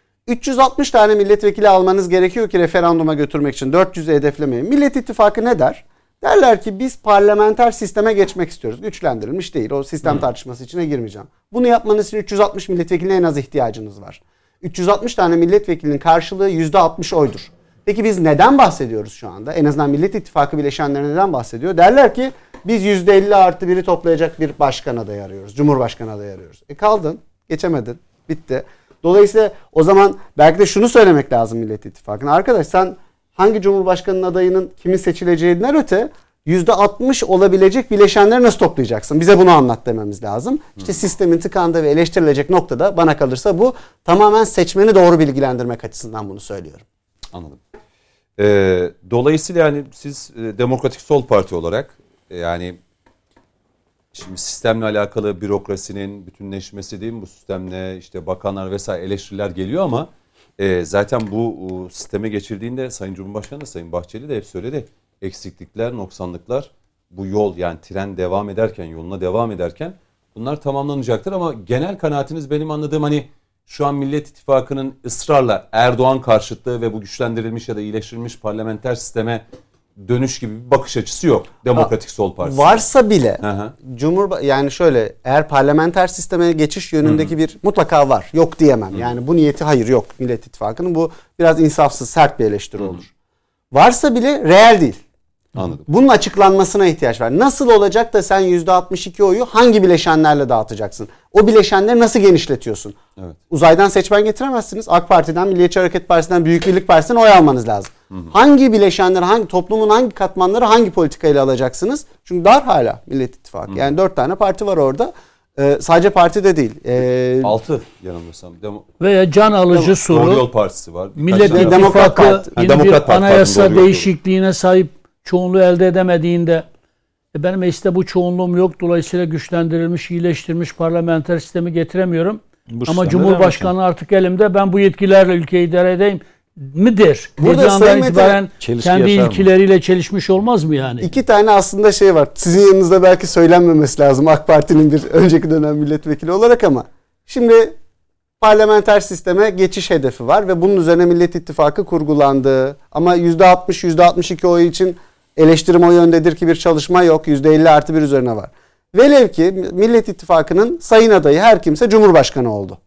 S4: üç yüz altmış tane milletvekili almanız gerekiyor ki referanduma götürmek için. dört yüzü hedeflemeyin. Millet İttifakı ne der? Derler ki biz parlamenter sisteme geçmek istiyoruz. Güçlendirilmiş değil. O sistem hmm. tartışması içine girmeyeceğim. Bunu yapmanız için üç yüz altmış milletvekiline en az ihtiyacınız var. üç yüz altmış tane milletvekilinin karşılığı yüzde altmış oydur. Peki biz neden bahsediyoruz şu anda? En azından Millet İttifakı bileşenleri neden bahsediyor? Derler ki biz yüzde elli artı biri toplayacak bir başkan adayı arıyoruz. Cumhurbaşkanı adayı arıyoruz. E kaldın, geçemedin, bitti. Dolayısıyla o zaman belki de şunu söylemek lazım Millet İttifakı'na. Arkadaş sen hangi Cumhurbaşkanı'nın adayının kimin seçileceğinden öte yüzde altmış olabilecek bileşenleri nasıl toplayacaksın? Bize bunu anlat dememiz lazım. İşte sistemin tıkandığı ve eleştirilecek noktada bana kalırsa bu tamamen seçmeni doğru bilgilendirmek açısından bunu söylüyorum.
S1: Anladım. Ee, dolayısıyla yani siz e, Demokratik Sol Parti olarak e, yani şimdi sistemle alakalı bürokrasinin bütünleşmesi değil mi bu sistemle işte bakanlar vesaire eleştiriler geliyor ama e, zaten bu o, sisteme geçirdiğinde Sayın Cumhurbaşkanı da Sayın Bahçeli de hep söyledi. Eksiklikler, noksanlıklar bu yol yani tren devam ederken yoluna devam ederken bunlar tamamlanacaktır ama genel kanaatiniz benim anladığım hani şu an Millet İttifakı'nın ısrarla Erdoğan karşıtlığı ve bu güçlendirilmiş ya da iyileştirilmiş parlamenter sisteme dönüş gibi bir bakış açısı yok. Demokratik Sol Partisi.
S4: Varsa bile
S1: Hı-hı.
S4: Cumhurba yani şöyle eğer parlamenter sisteme geçiş yönündeki Hı-hı. bir mutlaka var. Yok diyemem. Hı-hı. Yani bu niyeti hayır yok Millet İttifakı'nın. Bu biraz insafsız, sert bir eleştiri Hı-hı. olur. Varsa bile reel değil.
S1: Anladım.
S4: Bunun açıklanmasına ihtiyaç var. Nasıl olacak da sen yüzde altmış iki oyu hangi bileşenlerle dağıtacaksın? O bileşenleri nasıl genişletiyorsun?
S1: Evet.
S4: Uzaydan seçmen getiremezsiniz. AK Parti'den, Milliyetçi Hareket Partisi'nden, Büyük Birlik Partisi'nden oy almanız lazım. Hı hı. Hangi bileşenleri, hangi toplumun hangi katmanları hangi politikayla alacaksınız? Çünkü dar hala Millet İttifakı. Hı. Yani dört tane parti var orada. Ee, sadece parti de değil. Ee,
S1: Altı yanılmıyorsam. Demo-
S3: Veya can alıcı soru.
S1: Doğru Yol Partisi var.
S3: Millet
S1: Kaç
S3: İttifakı yeni
S1: ha,
S3: bir
S1: Parti,
S3: anayasa
S1: pardon, doğru
S3: değişikliğine sahip çoğunluğu elde edemediğinde e benim mecliste bu çoğunluğum yok. Dolayısıyla güçlendirilmiş, iyileştirilmiş parlamenter sistemi getiremiyorum. Bu Ama Cumhurbaşkanı artık elimde ben bu yetkilerle ülkeyi idare edeyim midir? Burada andan itibaren kendi ilkeleriyle mı? Çelişmiş olmaz mı yani?
S4: İki tane aslında şey var. Sizin yanınızda belki söylenmemesi lazım AK Parti'nin bir önceki dönem milletvekili olarak ama şimdi parlamenter sisteme geçiş hedefi var ve bunun üzerine Millet İttifakı kurgulandı. Ama yüzde altmış yüzde altmış iki oyu için eleştirim o yöndedir ki bir çalışma yok. yüzde elli artı bir üzerine var. Velev ki Millet İttifakı'nın sayın adayı her kimse Cumhurbaşkanı oldu.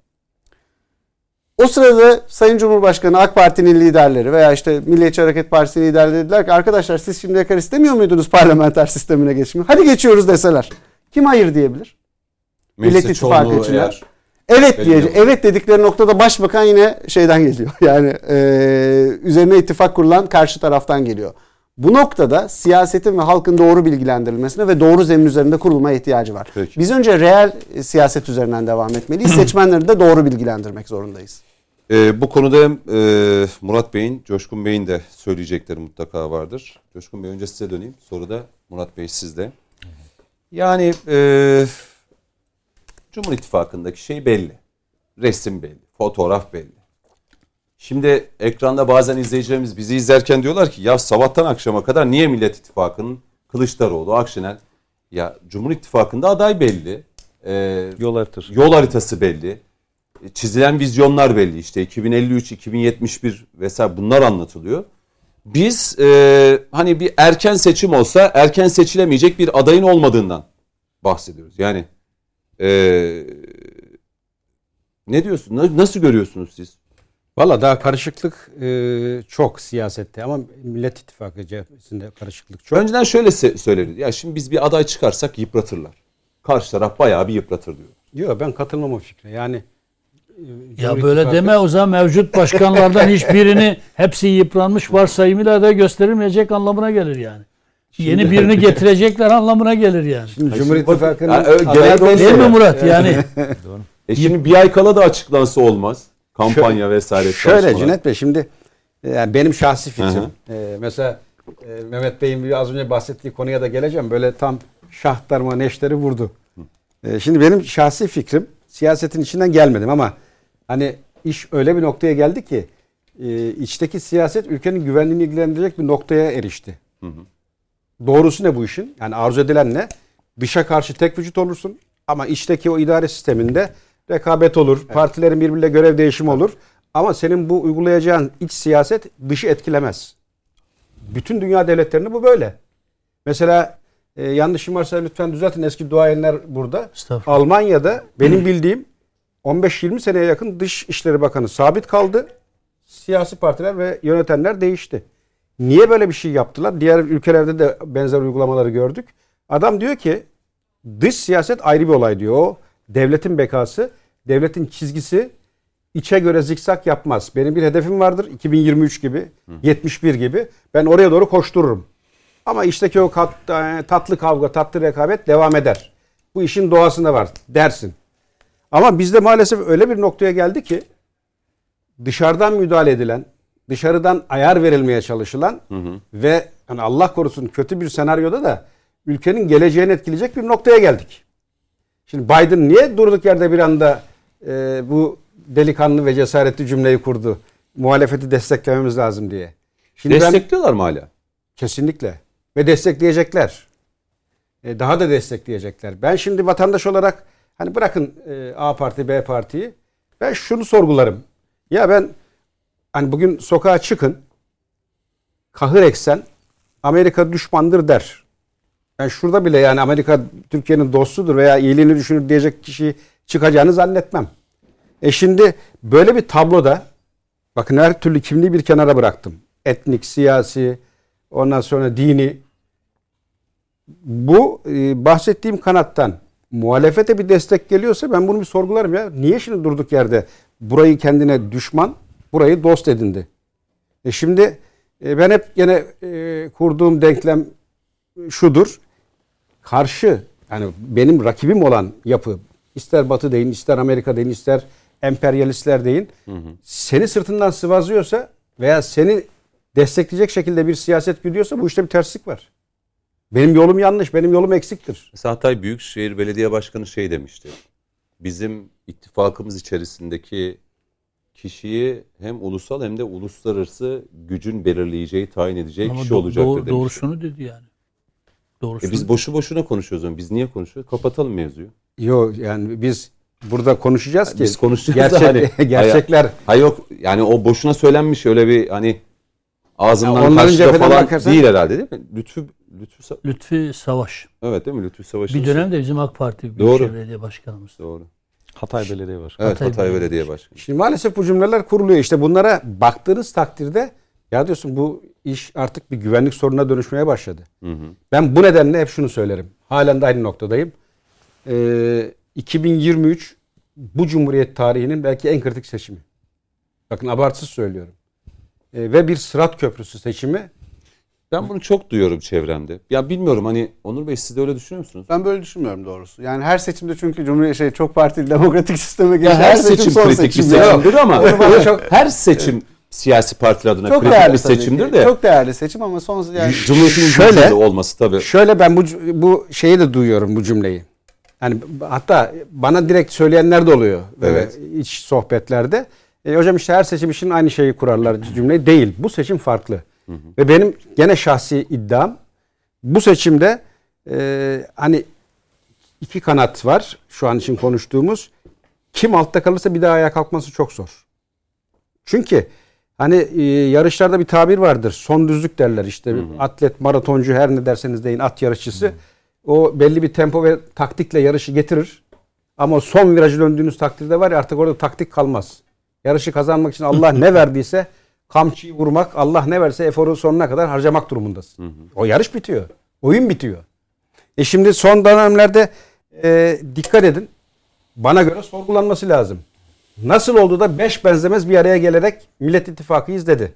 S4: O sırada Sayın Cumhurbaşkanı AK Parti'nin liderleri veya işte Milliyetçi Hareket Partisi liderleri dediler ki arkadaşlar siz şimdiye kadar istemiyor muydunuz parlamenter sistemine geçmeyi? Hadi geçiyoruz deseler. Kim hayır diyebilir? Millet İttifakı içinler. Evet diyecek. Evet dedikleri noktada başbakan yine şeyden geliyor. Yani e, üzerine ittifak kurulan karşı taraftan geliyor. Bu noktada siyasetin ve halkın doğru bilgilendirilmesine ve doğru zemin üzerinde kurulmaya ihtiyacı var. Peki. Biz önce reel siyaset üzerinden devam etmeliyiz. Seçmenleri de doğru bilgilendirmek zorundayız.
S1: Ee, bu konuda e, Murat Bey'in, Coşkun Bey'in de söyleyecekleri mutlaka vardır. Coşkun Bey önce size döneyim. Sonra da Murat Bey sizde. Yani e, Cumhur İttifakı'ndaki şey belli. Resim belli. Fotoğraf belli. Şimdi ekranda bazen izleyicilerimiz bizi izlerken diyorlar ki ya sabahtan akşama kadar niye Millet İttifakı'nın Kılıçdaroğlu, Akşener ya Cumhur İttifakı'nda aday belli. Ee,
S2: yol haritası.
S1: Yol haritası belli. Çizilen vizyonlar belli işte iki bin elli üç, iki bin yetmiş bir vesaire bunlar anlatılıyor. Biz e, hani bir erken seçim olsa erken seçilemeyecek bir adayın olmadığından bahsediyoruz. Yani e, ne diyorsunuz? Nasıl görüyorsunuz siz?
S5: Valla daha karışıklık e, çok siyasette ama Millet İttifakı cephesinde karışıklık çok.
S1: Önceden şöyle se- söylenir. Ya şimdi biz bir aday çıkarsak yıpratırlar. Karşı taraf bayağı bir yıpratır diyor.
S5: Yok ben katılmam o fikre. Yani
S3: e, ya böyle İttifakı... deme o zaman mevcut başkanlardan hiçbirini hepsi yıpranmış varsayımıyla da gösterilmeyecek anlamına gelir yani. Şimdi, yeni birini getirecekler anlamına gelir yani.
S5: Şimdi Cumhur İttifakı'nın
S1: yani, adayı
S3: değil mi Murat yani?
S1: e şimdi bir ay kala da açıklansa olmaz. Kampanya
S5: şöyle,
S1: vesaire.
S5: Şöyle Cüneyt Bey şimdi yani benim şahsi fikrim. E, mesela e, Mehmet Bey'in bir az önce bahsettiği konuya da geleceğim. Böyle tam şahtarma neşteri vurdu. E, şimdi benim şahsi fikrim siyasetin içinden gelmedim ama hani iş öyle bir noktaya geldi ki e, içteki siyaset ülkenin güvenliğini ilgilendirecek bir noktaya erişti. Hı hı. Doğrusu ne bu işin? Yani arzu edilen ne? Dışa karşı tek vücut olursun ama içteki o idare sisteminde rekabet olur. Evet. Partilerin birbiriyle görev değişimi olur. Ama senin bu uygulayacağın iç siyaset dışı etkilemez. Bütün dünya devletlerinde bu böyle. Mesela e, yanlışım varsa lütfen düzeltin. Eski duayenler burada. Almanya'da benim bildiğim on beş yirmi seneye yakın Dış İşleri Bakanı sabit kaldı. Siyasi partiler ve yönetenler değişti. Niye böyle bir şey yaptılar? Diğer ülkelerde de benzer uygulamaları gördük. Adam diyor ki dış siyaset ayrı bir olay diyor. O devletin bekası, devletin çizgisi içe göre zikzak yapmaz. Benim bir hedefim vardır iki bin yirmi üç gibi, Hı. yetmiş bir gibi. Ben oraya doğru koştururum. Ama işteki o kat, tatlı kavga, tatlı rekabet devam eder. Bu işin doğasında var dersin. Ama bizde maalesef öyle bir noktaya geldi ki dışarıdan müdahale edilen, dışarıdan ayar verilmeye çalışılan hı hı. ve hani Allah korusun kötü bir senaryoda da ülkenin geleceğini etkileyecek bir noktaya geldik. Şimdi Biden niye durduk yerde bir anda e, bu delikanlı ve cesaretli cümleyi kurdu? Muhalefeti desteklememiz lazım diye.
S1: Şimdi destekliyorlar ben, mı hala?
S5: Kesinlikle. Ve destekleyecekler. E, daha da destekleyecekler. Ben şimdi vatandaş olarak hani bırakın e, A parti, B partiyi. Ben şunu sorgularım. Ya ben hani bugün sokağa çıkın. Kahır eksen Amerika düşmandır der. Ben şurada bile yani Amerika Türkiye'nin dostudur veya iyiliğini düşünür diyecek kişi çıkacağını zannetmem. E şimdi böyle bir tabloda bakın her türlü kimliği bir kenara bıraktım. Etnik, siyasi, ondan sonra dini. Bu e, bahsettiğim kanattan muhalefete bir destek geliyorsa ben bunu bir sorgularım ya. Niye şimdi durduk yerde burayı kendine düşman, burayı dost edindi? E şimdi e, ben hep gene e, kurduğum denklem şudur. Karşı yani benim rakibim olan yapı ister Batı deyin, ister Amerika deyin, ister emperyalistler deyin. Hı hı. Seni sırtından sıvazlıyorsa veya seni destekleyecek şekilde bir siyaset güdüyorsa bu işte bir terslik var. Benim yolum yanlış, benim yolum eksiktir.
S1: Mesela Hatay Büyükşehir Belediye Başkanı şey demişti. Bizim ittifakımız içerisindeki kişiyi hem ulusal hem de uluslararası gücün belirleyeceği, tayin edeceği
S3: ama
S1: kişi
S3: do-
S1: olacaktır
S3: doğru,
S1: demişti.
S3: Doğrusunu dedi yani. Doğrusunu.
S1: E biz boşu boşuna konuşuyoruz ama biz niye konuşuyoruz? Kapatalım mevzuyu.
S5: Yok yani biz burada konuşacağız ki.
S1: Biz konuşacağız
S5: gerçek,
S1: hani,
S5: gerçekler.
S1: Hayır yok yani o boşuna söylenmiş öyle bir hani ağzından
S5: yani
S1: karşıda falan
S5: bakarsan,
S1: değil herhalde değil mi? Lütfü Lütfü,
S3: Lütfü Savaş.
S1: Evet değil mi? Lütfü Savaş.
S3: Bir dönem de bizim AK Parti Büyükşehir Belediye Başkanımız.
S1: Doğru.
S2: Hatay Belediye Başkanı.
S1: Evet Hatay, Hatay Belediye Başkanı.
S5: Şimdi maalesef bu cümleler kuruluyor. İşte bunlara baktığınız takdirde ya diyorsun bu iş artık bir güvenlik sorununa dönüşmeye başladı. Hı hı. Ben bu nedenle hep şunu söylerim. Halen de aynı noktadayım. Ee, iki bin yirmi üç bu Cumhuriyet tarihinin belki en kritik seçimi. Bakın abartısız söylüyorum. Ee, ve bir Sırat Köprüsü seçimi.
S1: Ben bunu çok duyuyorum çevremde. Ya bilmiyorum hani Onur Bey siz de öyle düşünüyor musunuz?
S4: Ben böyle düşünmüyorum doğrusu. Yani her seçimde çünkü Cumhuriyet şey çok partili demokratik sisteme geçiyor.
S1: Her, her seçim, seçim kritik seçim bir seçimdir ama çok, her seçim siyasi partiler adına
S4: çok
S1: kritik bir seçimdir de.
S4: Çok değerli seçim ama son yani
S1: Cumhuriyet'in şöyle olması tabii.
S5: Şöyle ben bu bu şeyi de duyuyorum bu cümleyi. Yani hatta bana direkt söyleyenler de oluyor. Evet. İç sohbetlerde. E, hocam işte her seçim için aynı şeyi kurarlar cümleyi. Değil. Bu seçim farklı. Hı hı. Ve benim gene şahsi iddiam bu seçimde e, hani iki kanat var şu an için konuştuğumuz. Kim altta kalırsa bir daha ayağa kalkması çok zor. Çünkü hani e, yarışlarda bir tabir vardır. Son düzlük derler işte. Hı hı. Atlet, maratoncu her ne derseniz deyin at yarışçısı. Hı hı. O belli bir tempo ve taktikle yarışı getirir. Ama son virajı döndüğünüz takdirde var ya artık orada taktik kalmaz. Yarışı kazanmak için Allah ne verdiyse kamçıyı vurmak, Allah ne verse eforu sonuna kadar harcamak durumundasın. Hı hı. O yarış bitiyor. Oyun bitiyor. E şimdi son dönemlerde e, dikkat edin. Bana göre sorgulanması lazım. Nasıl oldu da beş benzemez bir araya gelerek Millet İttifakı izledi?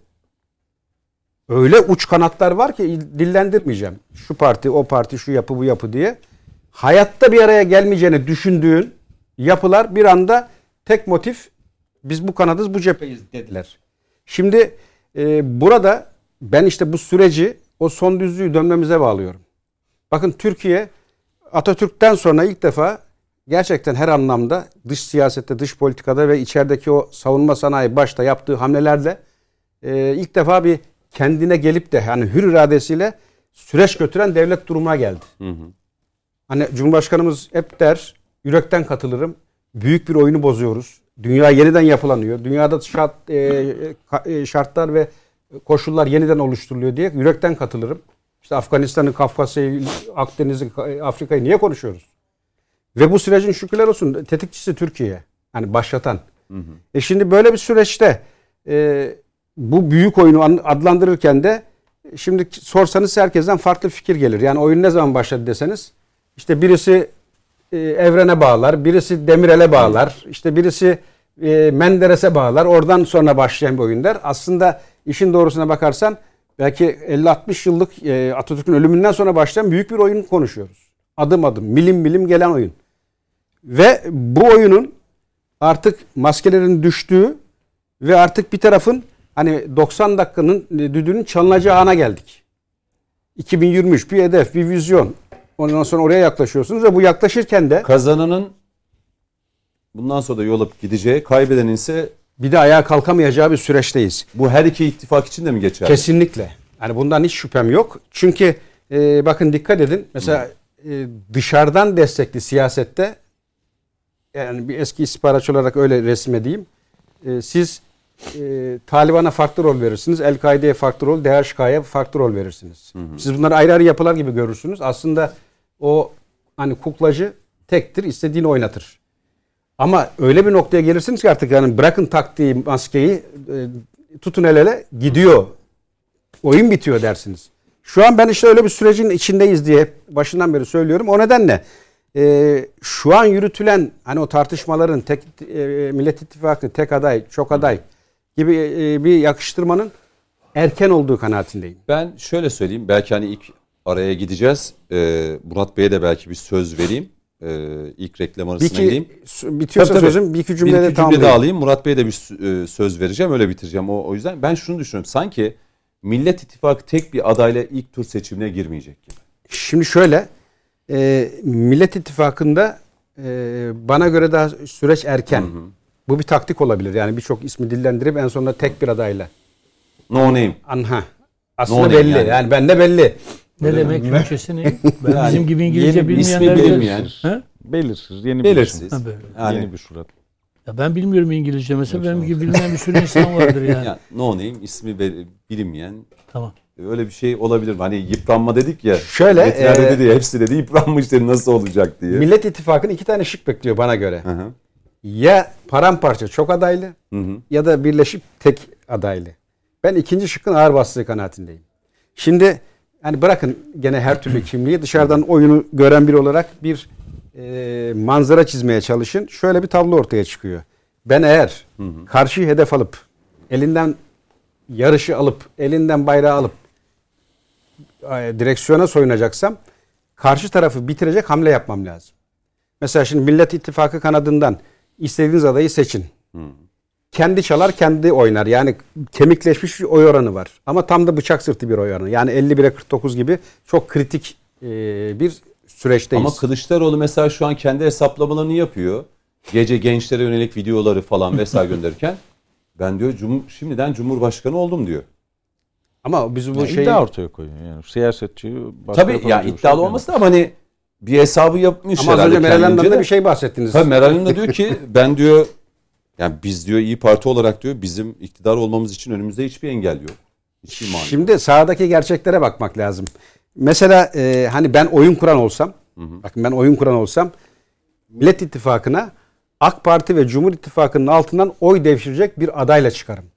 S5: Öyle uç kanatlar var ki dillendirmeyeceğim. Şu parti, o parti, şu yapı, bu yapı diye. Hayatta bir araya gelmeyeceğini düşündüğün yapılar bir anda tek motif biz bu kanadız, bu cepheyiz dediler. Şimdi e, burada ben işte bu süreci o son düzlüğü dönmemize bağlıyorum. Bakın Türkiye Atatürk'ten sonra ilk defa gerçekten her anlamda dış siyasette, dış politikada ve içerideki o savunma sanayi başta yaptığı hamlelerle e, ilk defa bir kendine gelip de hani hür iradesiyle süreç götüren devlet durumuna geldi. Hı hı. Hani Cumhurbaşkanımız hep der, yürekten katılırım. Büyük bir oyunu bozuyoruz. Dünya yeniden yapılanıyor. Dünyada şart, e, şartlar ve koşullar yeniden oluşturuluyor diye yürekten katılırım. İşte Afganistan'ı, Kafkasya'yı, Akdeniz'i, Afrika'yı niye konuşuyoruz? Ve bu sürecin şükürler olsun tetikçisi Türkiye. Hani başlatan. Hı hı. E şimdi böyle bir süreçte e, bu büyük oyunu adlandırırken de şimdi sorsanız herkesten farklı fikir gelir. Yani oyun ne zaman başladı deseniz işte birisi e, Evren'e bağlar, birisi Demirel'e bağlar, işte birisi e, Menderes'e bağlar. Oradan sonra başlayan bir oyun der. Aslında işin doğrusuna bakarsan belki elli altmış yıllık e, Atatürk'ün ölümünden sonra başlayan büyük bir oyun konuşuyoruz. Adım adım, milim milim gelen oyun. Ve bu oyunun artık maskelerin düştüğü ve artık bir tarafın hani doksan dakikanın düdüğünün çalınacağı ana geldik. iki bin yirmi üç bir hedef, bir vizyon. Ondan sonra oraya yaklaşıyorsunuz ve bu yaklaşırken de
S1: kazananın bundan sonra da yol alıp gideceği, kaybedenin ise
S5: bir de ayağa kalkamayacağı bir süreçteyiz.
S1: bu her iki ittifak için de mi geçerli?
S5: Kesinlikle. Yani bundan hiç şüphem yok. Çünkü e, bakın dikkat edin. Mesela e, dışarıdan destekli siyasette, yani bir eski istihbaratçı olarak öyle resmedeyim. E, siz e, Taliban'a farklı rol verirsiniz. El-Kaide'ye farklı rol, D H K'ya farklı rol verirsiniz. Hı hı. Siz bunları ayrı ayrı yapılar gibi görürsünüz. Aslında o hani kuklacı tektir, istediğini oynatır. Ama öyle bir noktaya gelirsiniz ki artık yani bırakın taktiği, maskeyi, e, tutun el ele, gidiyor. Oyun bitiyor dersiniz. Şu an ben işte öyle bir sürecin içindeyiz diye başından beri söylüyorum. O nedenle e, şu an yürütülen hani o tartışmaların tek e, Millet İttifakı, tek aday, çok aday gibi e, bir yakıştırmanın erken olduğu kanaatindeyim.
S1: Ben şöyle söyleyeyim. Belki hani ilk araya gideceğiz. Ee, Murat Bey'e de belki bir söz vereyim. Ee, ilk reklam arasına
S5: Bir
S1: gireyim.
S5: iki, bitiyorsa
S1: Tabii, tabii.
S5: sözüm bir iki cümlede
S1: bir iki
S5: tamamlayayım.
S1: cümle daha alayım. Murat Bey'e de bir e, söz vereceğim. Öyle bitireceğim. O, o yüzden ben şunu düşünüyorum. Sanki Millet İttifakı tek bir adayla ilk tur seçimine girmeyecek gibi.
S5: Şimdi şöyle, e, Millet İttifakı'nda e, bana göre daha süreç erken. Hı hı. Bu bir taktik olabilir. Yani birçok ismi dillendirip en sonunda tek bir adayla.
S1: No name.
S5: Anha. Aslında
S1: No
S5: belli.
S1: yani.
S5: Yani bende belli.
S3: Ne
S1: Öyle
S3: demek
S1: mi?
S3: Türkçesi ne? Ben
S2: Yani
S3: bizim gibi İngilizce
S2: yeni bir
S3: bilmeyenler
S1: ismi
S3: bilir.
S1: bilinmeyen.
S3: Ha?
S2: Belirsiz. Yeni
S1: Belirsiz.
S2: bir isim.
S3: Ha, böyle.
S1: Yani,
S2: Yeni bir surat.
S3: Ya ben bilmiyorum İngilizce mesela. Benim gibi bilmeyen bir sürü insan vardır yani.
S1: yani no name, ismi be- bilinmeyen
S3: Tamam.
S1: öyle bir şey olabilir mi? Hani yıpranma dedik ya.
S5: Şöyle,
S1: Metinler
S5: e,
S1: dedi ya, hepsi dedi yıpranmış dedi, nasıl olacak diye.
S5: Millet İttifakı'nın iki tane şık bekliyor bana göre.
S1: Hı hı.
S5: Ya paramparça çok adaylı
S1: Hı hı.
S5: ya da birleşip tek adaylı. Ben ikinci şıkkın ağır bastığı kanaatindeyim. Şimdi hani bırakın gene her türlü kimliği, dışarıdan oyunu gören biri olarak bir e, manzara çizmeye çalışın. Şöyle bir tablo ortaya çıkıyor. Ben eğer hı hı. karşıyı hedef alıp elinden yarışı alıp elinden bayrağı alıp e, direksiyona soyunacaksam karşı tarafı bitirecek hamle yapmam lazım. Mesela şimdi Millet İttifakı kanadından istediğiniz adayı seçin. Hı. Kendi çalar, kendi oynar. Yani kemikleşmiş bir oy oranı var. Ama tam da bıçak sırtı bir oy oranı. Yani elli bire kırk dokuz gibi çok kritik e, bir süreçteyiz.
S1: Ama Kılıçdaroğlu mesela şu an kendi hesaplamalarını yapıyor. Gece gençlere yönelik videoları falan vesaire gönderirken ben diyor cum şimdiden Cumhurbaşkanı oldum diyor.
S5: Ama biz bu
S2: yani
S5: şeyi
S2: iddia ortaya koyuyor. Yani siyasetçi
S1: tabii ya iddialı olması da ama hani bir hesabı yapmış
S5: ama
S1: herhalde.
S5: Ama az önce Meral Hanım'dan da bir şey bahsettiniz.
S1: Tabii Meral Hanım da diyor ki ben diyor yani biz diyor İYİ Parti olarak diyor bizim iktidar olmamız için önümüzde hiçbir engel yok. Hiçbir mani.
S5: Şimdi sahadaki gerçeklere bakmak lazım. Mesela e, hani ben oyun kuran olsam, hı hı. bakın ben oyun kuran olsam Millet İttifakı'na AK Parti ve Cumhur İttifakı'nın altından oy devşirecek bir adayla çıkarım.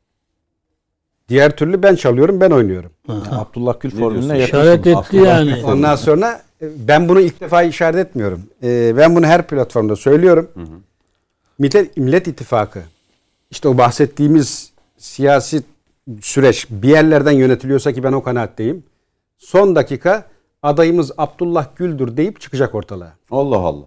S5: Diğer türlü ben çalıyorum, ben oynuyorum.
S2: Yani Abdullah Gül formülüne
S3: işaret etti yani.
S5: Ondan sonra ben bunu ilk defa işaret etmiyorum. E, ben bunu her platformda söylüyorum. Hı hı. Millet, Millet İttifakı işte o bahsettiğimiz siyasi süreç bir yerlerden yönetiliyorsa ki ben o kanaatteyim. Son dakika adayımız Abdullah Gül'dür deyip çıkacak ortalığa.
S1: Allah Allah.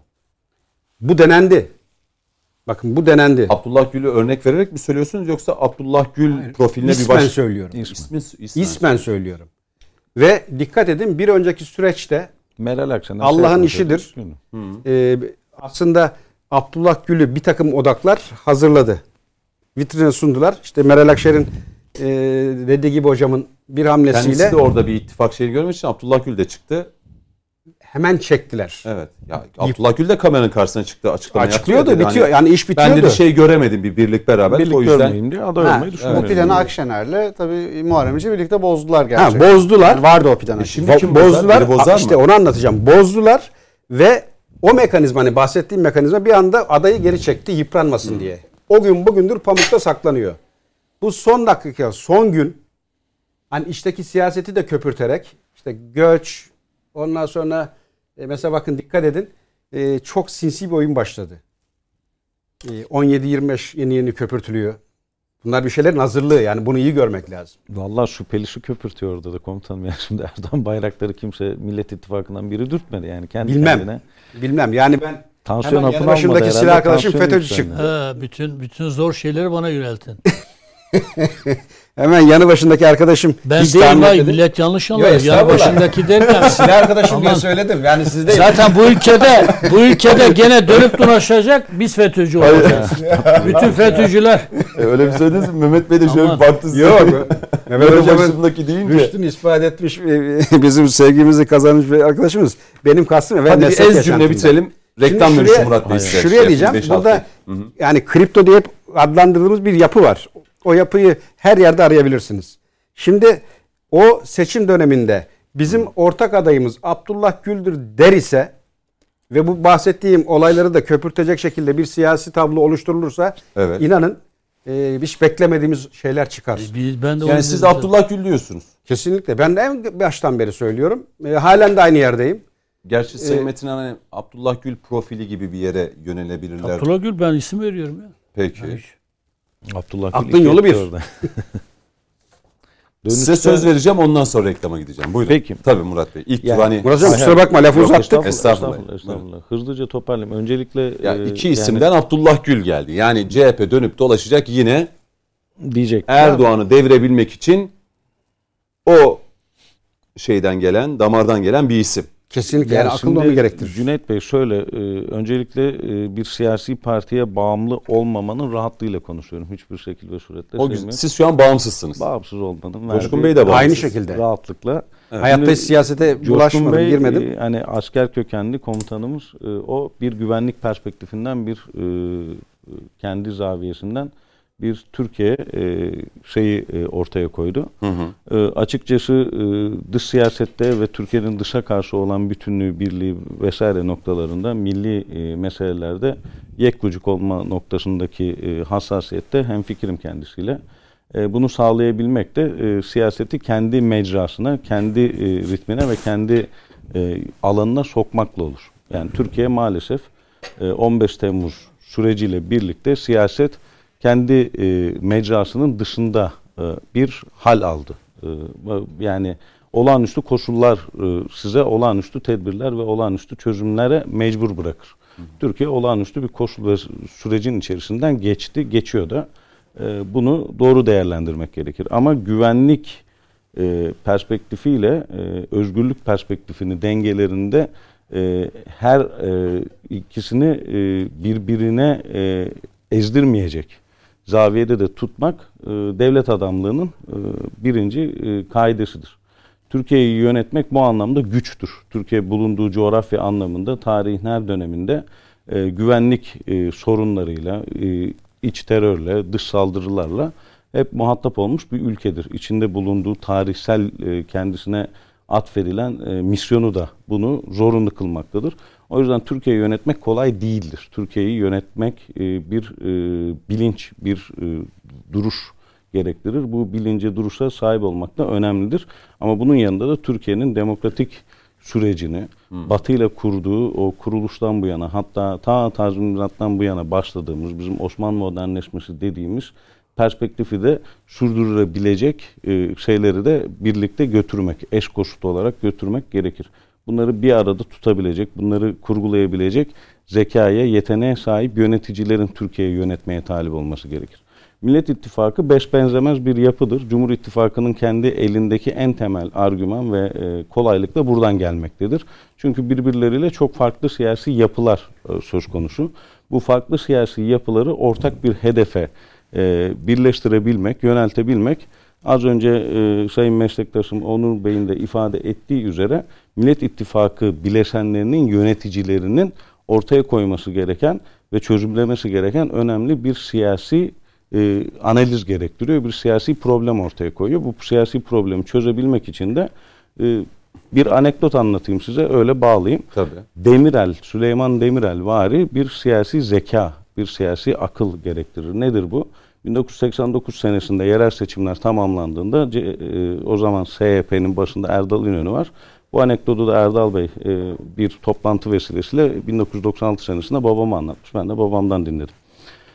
S5: Bu denendi. Bakın bu denendi.
S1: Abdullah Gül'ü örnek vererek mi söylüyorsunuz yoksa Abdullah Gül Hayır. profiline
S5: İsmen
S1: bir baş...
S5: söylüyorum.
S1: İsmen. İsmen, ismen.
S5: İsmen söylüyorum. Ve dikkat edin bir önceki süreçte
S2: Meral Akşener
S5: Allah'ın işidir. Ee, aslında Abdullah Gül'ü bir takım odaklar hazırladı. Vitrine sundular. İşte Meral Akşener'in e, dediği gibi hocamın bir hamlesiyle.
S1: Kendisi de orada bir ittifak şeyini görmek için Abdullah Gül de çıktı.
S5: Hemen çektiler.
S1: Evet. Ya Abdullah Gül de kameranın karşısına çıktı, açıklama
S5: açıklıyordu,
S1: yaptı.
S5: bitiyor.
S1: Hani,
S5: yani iş bitiyordu.
S1: ben de bir şey göremedim, bir birlik beraber.
S2: Birlik
S1: o yüzden
S2: görmeyeyim diye aday olmayı düşünüyorum.
S4: O planı Akşener'le tabii Muharrem İnce birlikte bozdular gerçekten.
S5: Ha, bozdular.
S4: Yani vardı o plan.
S1: E şimdi
S5: Bo-
S1: kim bozar?
S5: bozdular.
S1: Biri bozar
S5: işte
S1: mı?
S5: onu anlatacağım. Bozdular ve o mekanizma hani bahsettiğim mekanizma bir anda adayı geri çekti yıpranmasın hmm. diye. O gün bugündür pamukta saklanıyor. Bu son dakika, son gün hani içteki siyaseti de köpürterek işte göç, ondan sonra e, mesela bakın dikkat edin e, çok sinsi bir oyun başladı. E, on yedi yirmi beş yeni yeni köpürtülüyor. Bunlar bir şeylerin hazırlığı. Yani bunu iyi görmek lazım.
S2: Vallahi şüphelisi köpürtüyor orada da komutanım. Yani şimdi Erdoğan bayrakları kimse Millet İttifakı'ndan biri dürtmedi. Yani kendi
S5: Bilmem.
S2: kendine.
S5: Bilmem. Yani ben
S2: Tansiyon
S5: hemen
S2: hapını
S5: yanı başımdaki
S2: almadı
S5: silah
S2: herhalde,
S5: arkadaşım
S2: tansiyonu
S5: FETÖ'cü
S2: yükseldi.
S5: çıktı.
S3: Ha, bütün bütün zor şeyleri bana yöneltin.
S5: Hemen yanı başındaki arkadaşım
S3: Ben
S5: hiç
S3: değil
S5: tahmin
S3: vay
S5: etmedi.
S3: millet yanlış
S5: Yok,
S3: anlıyor. Yanı
S5: estağfurullah.
S3: başındaki derken
S5: Silah arkadaşım diye
S3: Aman.
S5: söyledim. Yani siz değil.
S3: zaten bu ülkede bu ülkede gene dönüp dolaşacak biz FETÖ'cü olacağız. Bütün FETÖ'cüler.
S1: E, öyle bir söylediniz mi? Mehmet Bey de şöyle
S3: Aman.
S1: bir baktı size.
S5: Yok. Mehmet
S1: Böyle
S5: Hocam'ın
S1: başındaki deyince.
S5: rüştünü ispat etmiş bizim sevgimizi kazanmış bir arkadaşımız. Benim kastım efendim.
S1: Hadi bir
S5: meslek
S1: ez
S5: yaşantımda.
S1: cümle bitirelim. Reklam
S5: Şimdi
S1: dönüşü
S5: şuraya-
S1: Murat Bey size.
S5: Şuraya
S1: Şey
S5: diyeceğim.
S1: yapayım, beş
S5: Burada
S1: altı. Hı hı.
S5: yani kripto diye hep adlandırdığımız bir yapı var. O yapıyı her yerde arayabilirsiniz. Şimdi o seçim döneminde bizim ortak adayımız Abdullah Gül'dür der ise ve bu bahsettiğim olayları da köpürtecek şekilde bir siyasi tablo oluşturulursa
S1: Evet.
S5: inanın e, hiç beklemediğimiz şeyler çıkar.
S3: Biz, ben de
S1: Yani
S3: onu
S1: siz
S3: dedim.
S1: Abdullah Gül diyorsunuz.
S5: Kesinlikle. Ben de en baştan beri söylüyorum. E, halen de aynı yerdeyim.
S1: Gerçi Sayın
S5: Ee,
S1: Metin hani Abdullah Gül profili gibi bir yere yönelebilirler.
S3: Abdullah Gül ben isim veriyorum ya.
S1: Peki.
S2: Abdullah Gül
S5: Aklın
S2: iki
S5: yolu bir.
S2: etti orada.
S1: Size
S2: Dönüşte-
S1: söz vereceğim ondan sonra reklama gideceğim. Buyurun.
S2: Peki.
S1: Tabii Murat Bey. İlk
S2: Yani-
S1: hani
S5: Murat Hocam
S2: Hayır,
S5: kusura bakma lafı
S2: Yok,
S5: uzattık.
S2: Estağfurullah,
S1: Estağfurullah.
S2: estağfurullah, estağfurullah. Hızlıca toparlayayım. Öncelikle
S1: ya
S2: e,
S1: iki
S2: yani
S1: isimden Abdullah Gül geldi. Yani C H P dönüp dolaşacak yine
S2: diyecek.
S1: Erdoğan'ı devirebilmek için o şeyden gelen, damardan gelen bir isim.
S5: Kesinlikle. Yani,
S2: Yani
S5: akıllı
S2: şimdi
S5: onu gerektirir.
S2: Cüneyt Bey şöyle, e, öncelikle e, bir siyasi partiye bağımlı olmamanın rahatlığıyla konuşuyorum. Hiçbir şekilde ve suretle
S1: O güzel.
S2: sevmiyorum.
S1: Siz şu an bağımsızsınız.
S2: Bağımsız olmanın
S1: Coşkun
S2: verdiği
S1: Bey de bağımsız.
S5: Aynı şekilde.
S2: rahatlıkla.
S5: Hayatta
S2: Şimdi
S5: hiç siyasete
S2: Coşkun
S5: bulaşmadım,
S2: Bey,
S5: girmedim.
S2: e, hani asker kökenli komutanımız, e, o bir güvenlik perspektifinden bir e, kendi zaviyesinden bir Türkiye e, şeyi e, ortaya koydu.
S1: Hı hı.
S2: E, açıkçası e, dış siyasette ve Türkiye'nin dışa karşı olan bütünlüğü, birliği vesaire noktalarında milli e, meselelerde yekkucuk olma noktasındaki e, hassasiyette hemfikirim kendisiyle. E, bunu sağlayabilmek de e, siyaseti kendi mecrasına, kendi e, ritmine ve kendi e, alanına sokmakla olur. Yani Türkiye maalesef e, on beş Temmuz süreciyle birlikte siyaset kendi e, mecrasının dışında e, bir hal aldı. E, yani olağanüstü koşullar e, size olağanüstü tedbirler ve olağanüstü çözümlere mecbur bırakır. Hı hı. Türkiye olağanüstü bir koşul ve sürecin içerisinden geçti, geçiyor da. E, bunu doğru değerlendirmek gerekir. Ama güvenlik e, perspektifiyle e, özgürlük perspektifini dengelerinde e, her e, ikisini e, birbirine e, ezdirmeyecek zaviyede de tutmak e, devlet adamlığının e, birinci e, kaidesidir. Türkiye'yi yönetmek bu anlamda güçtür. Türkiye bulunduğu coğrafya anlamında tarihin her döneminde e, güvenlik e, sorunlarıyla, e, iç terörle, dış saldırılarla hep muhatap olmuş bir ülkedir. İçinde bulunduğu tarihsel e, kendisine atfedilen e, misyonu da bunu zorunlu kılmaktadır. O yüzden Türkiye'yi yönetmek kolay değildir. Türkiye'yi yönetmek e, bir e, bilinç, bir e, duruş gerektirir. Bu bilince, duruşa sahip olmak da önemlidir. Ama bunun yanında da Türkiye'nin demokratik sürecini, hmm. Batı ile kurduğu o kuruluştan bu yana, hatta ta Tazminat'tan bu yana başladığımız, bizim Osmanlı modernleşmesi dediğimiz perspektifi de sürdürülebilecek e, şeyleri de birlikte götürmek, eş koşut olarak götürmek gerekir. Bunları bir arada tutabilecek, bunları kurgulayabilecek zekaya, yeteneğe sahip yöneticilerin Türkiye'yi yönetmeye talip olması gerekir. Millet İttifakı beş benzemez bir yapıdır. Cumhur İttifakı'nın kendi elindeki en temel argüman ve e, kolaylık da buradan gelmektedir. Çünkü birbirleriyle çok farklı siyasi yapılar e, söz konusu. Bu farklı siyasi yapıları ortak bir hedefe e, birleştirebilmek, yöneltebilmek, az önce e, Sayın Meslektaşım Onur Bey'in de ifade ettiği üzere Millet İttifakı bileşenlerinin yöneticilerinin ortaya koyması gereken ve çözümlemesi gereken önemli bir siyasi e, analiz gerektiriyor. Bir siyasi problem ortaya koyuyor. Bu siyasi problemi çözebilmek için de e, bir anekdot anlatayım size, öyle bağlayayım.
S1: Tabii.
S2: Demirel, Süleyman Demirel vari bir siyasi zeka, bir siyasi akıl gerektirir. Nedir bu? bin dokuz yüz seksen dokuz senesinde yerel seçimler tamamlandığında e, o zaman S H P'nin başında Erdal İnönü var. Bu anekdotu da Erdal Bey e, bir toplantı vesilesiyle bin dokuz yüz doksan altı senesinde babama anlatmış. Ben de babamdan dinledim.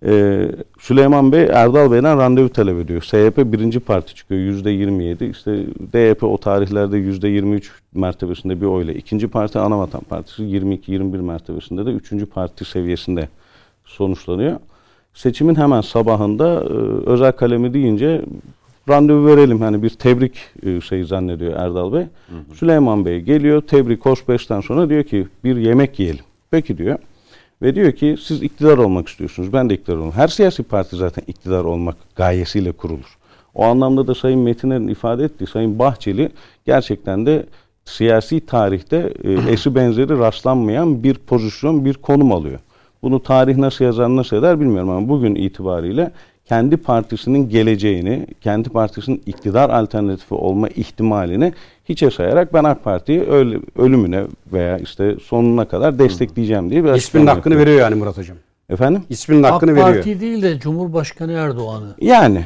S2: Ee, Süleyman Bey Erdal Bey'den randevu talep ediyor. S H P birinci parti çıkıyor yüzde yirmi yedi. İşte D H P o tarihlerde yüzde yirmi üç mertebesinde bir oyla. İkinci parti Anavatan Partisi yirmi iki yirmi bir mertebesinde de üçüncü parti seviyesinde sonuçlanıyor. Seçimin hemen sabahında e, özel kalemi deyince randevu verelim. Hani bir tebrik e, şeyi zannediyor Erdal Bey. Hı hı. Süleyman Bey geliyor. Tebrik hoş beşten sonra diyor ki bir yemek yiyelim. Peki diyor. Ve diyor ki siz iktidar olmak istiyorsunuz. Ben de iktidar olmak. Her siyasi parti zaten iktidar olmak gayesiyle kurulur. O anlamda da Sayın Metiner'in ifade ettiği Sayın Bahçeli gerçekten de siyasi tarihte e, eşi benzeri rastlanmayan bir pozisyon, bir konum alıyor. Bunu tarih nasıl yazar, nasıl eder bilmiyorum ama bugün itibariyle kendi partisinin geleceğini, kendi partisinin iktidar alternatifi olma ihtimalini hiçe sayarak ben AK Parti'yi ölümüne veya işte sonuna kadar destekleyeceğim diye bir açıklama
S5: İsminin hakkını veriyor yani Murat Hocam.
S2: Efendim?
S5: İsminin hakkını
S3: AK
S5: veriyor.
S3: Parti değil de Cumhurbaşkanı Erdoğan'ı.
S2: Yani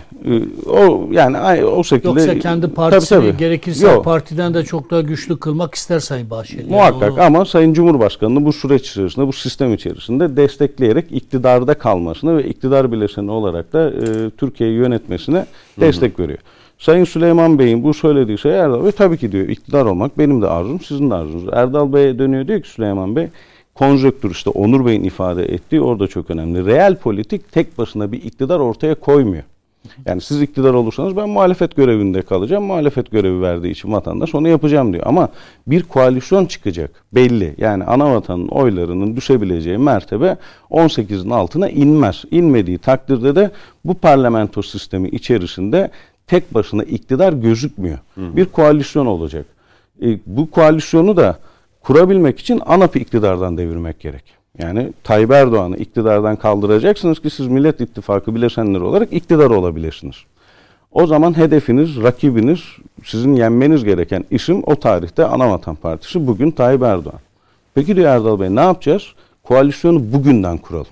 S2: o yani o şekilde.
S3: Yoksa kendi partisini
S2: tabii, tabii.
S3: gerekirse
S2: Yok.
S3: partiden de çok daha güçlü kılmak ister Sayın Bahçeli.
S2: Muhakkak
S3: yani onu...
S2: ama Sayın Cumhurbaşkanı'nı bu süreç içerisinde, bu sistem içerisinde destekleyerek iktidarda kalmasını ve iktidar bileşeni olarak da e, Türkiye'yi yönetmesine destek hı hı. veriyor. Sayın Süleyman Bey'in bu söylediği şey Erdal Bey tabii ki diyor iktidar olmak benim de arzum, sizin de arzunuz. Erdal Bey'e dönüyor diyor ki Süleyman Bey konjonktür işte Onur Bey'in ifade ettiği orada çok önemli. Real politik tek başına bir iktidar ortaya koymuyor. Yani siz iktidar olursanız ben muhalefet görevinde kalacağım. Muhalefet görevi verdiği için vatandaş onu yapacağım diyor. Ama bir koalisyon çıkacak belli. Yani anavatanın oylarının düşebileceği mertebe on sekizin altına inmez. İnmediği takdirde de bu parlamento sistemi içerisinde tek başına iktidar gözükmüyor. Hı. Bir koalisyon olacak. E, bu koalisyonu da kurabilmek için ANAP'ı iktidardan devirmek gerek. Yani Tayyip Erdoğan'ı iktidardan kaldıracaksınız ki siz Millet İttifakı bileşenleri olarak iktidar olabilirsiniz. O zaman hedefiniz, rakibiniz, sizin yenmeniz gereken isim o tarihte Anavatan Partisi, bugün Tayyip Erdoğan. Peki diyor Erdal Bey ne yapacağız? Koalisyonu bugünden kuralım.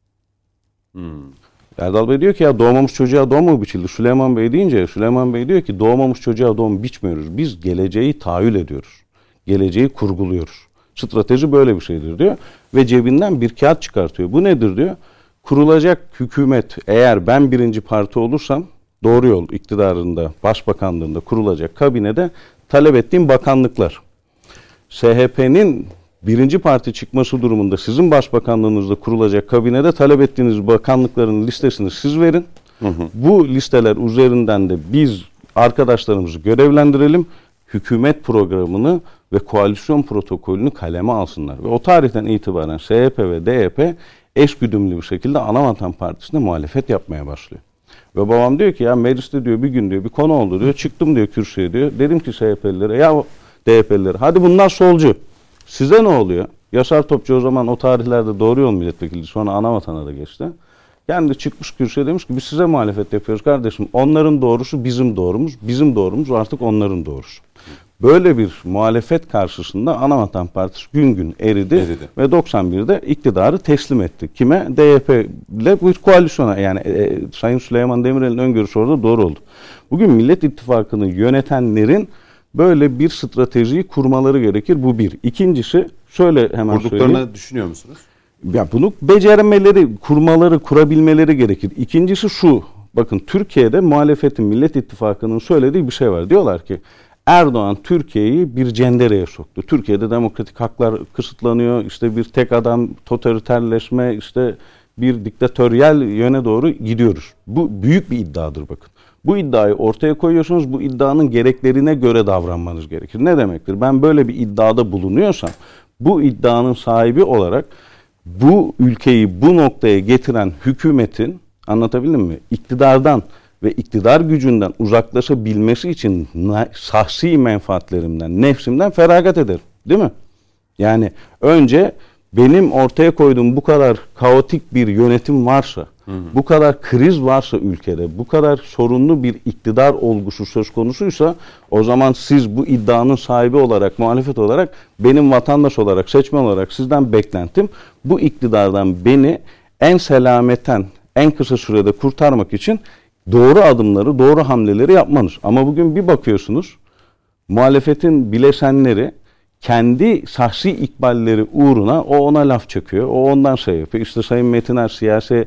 S2: Hmm. Erdal Bey diyor ki ya doğmamış çocuğa doğum mu biçildi? Süleyman Bey deyince Süleyman Bey diyor ki doğmamış çocuğa doğum biçmiyoruz. Biz geleceği tahayyül ediyoruz. Geleceği kurguluyoruz. Strateji böyle bir şeydir diyor. Ve cebinden bir kağıt çıkartıyor. Bu nedir diyor. Kurulacak hükümet eğer ben birinci parti olursam Doğru Yol iktidarında, başbakanlığında kurulacak kabinede talep ettiğim bakanlıklar. S H P'nin birinci parti çıkması durumunda sizin başbakanlığınızda kurulacak kabinede talep ettiğiniz bakanlıkların listesini siz verin. Hı hı. Bu listeler üzerinden de biz arkadaşlarımızı görevlendirelim. Hükümet programını ve koalisyon protokolünü kaleme alsınlar. Ve o tarihten itibaren S H P ve D H P eşgüdümlü bir şekilde Anavatan Partisi'ne muhalefet yapmaya başlıyor. Ve babam diyor ki ya mecliste diyor bir gün diyor bir konu oldu diyor. Çıktım diyor kürsüye diyor. Dedim ki S H P'lilere ya D H P'lilere hadi bunlar solcu. Size ne oluyor? Yaşar Topçu o zaman o tarihlerde Doğru Yol milletvekili, sonra Anavatan'a da geçti. Kendi çıkmış kürsüye demiş ki biz size muhalefet yapıyoruz kardeşim. Onların doğrusu bizim doğrumuz. Bizim doğrumuz artık onların doğrusu. Böyle bir muhalefet karşısında Anavatan Partisi gün gün eridi, eridi. Ve doksan birde iktidarı teslim etti. Kime? D H P ile bir koalisyona. Yani e, Sayın Süleyman Demirel'in öngörüsü orada doğru oldu. Bugün Millet İttifakı'nı yönetenlerin böyle bir stratejiyi kurmaları gerekir. Bu bir. İkincisi şöyle hemen
S1: Kurduklarını
S2: söyleyeyim.
S1: düşünüyor musunuz?
S2: Ya bunu becermeleri, kurmaları, kurabilmeleri gerekir. İkincisi şu. Bakın Türkiye'de muhalefetin, Millet İttifakı'nın söylediği bir şey var. Diyorlar ki Erdoğan Türkiye'yi bir cendereye soktu. Türkiye'de demokratik haklar kısıtlanıyor. İşte bir tek adam totaliterleşme, işte bir diktatöryel yöne doğru gidiyoruz. Bu büyük bir iddiadır bakın. Bu iddiayı ortaya koyuyorsunuz. Bu iddianın gereklerine göre davranmanız gerekir. Ne demektir? Ben böyle bir iddiada bulunuyorsam bu iddianın sahibi olarak bu ülkeyi bu noktaya getiren hükümetin, anlatabildim mi? İktidardan ve iktidar gücünden uzaklaşabilmesi için şahsi menfaatlerimden, nefsimden feragat ederim. Değil mi? Yani önce benim ortaya koyduğum bu kadar kaotik bir yönetim varsa, hı hı. bu kadar kriz varsa ülkede, bu kadar sorunlu bir iktidar olgusu söz konusuysa o zaman siz bu iddianın sahibi olarak, muhalefet olarak, benim vatandaş olarak, seçmen olarak sizden beklentim bu iktidardan beni en selameten, en kısa sürede kurtarmak için doğru adımları, doğru hamleleri yapmanız. Ama bugün bir bakıyorsunuz, muhalefetin bileşenleri kendi şahsi ikballeri uğruna o ona laf çakıyor, o ondan şey yapıyor. İşte Sayın Metiner siyasi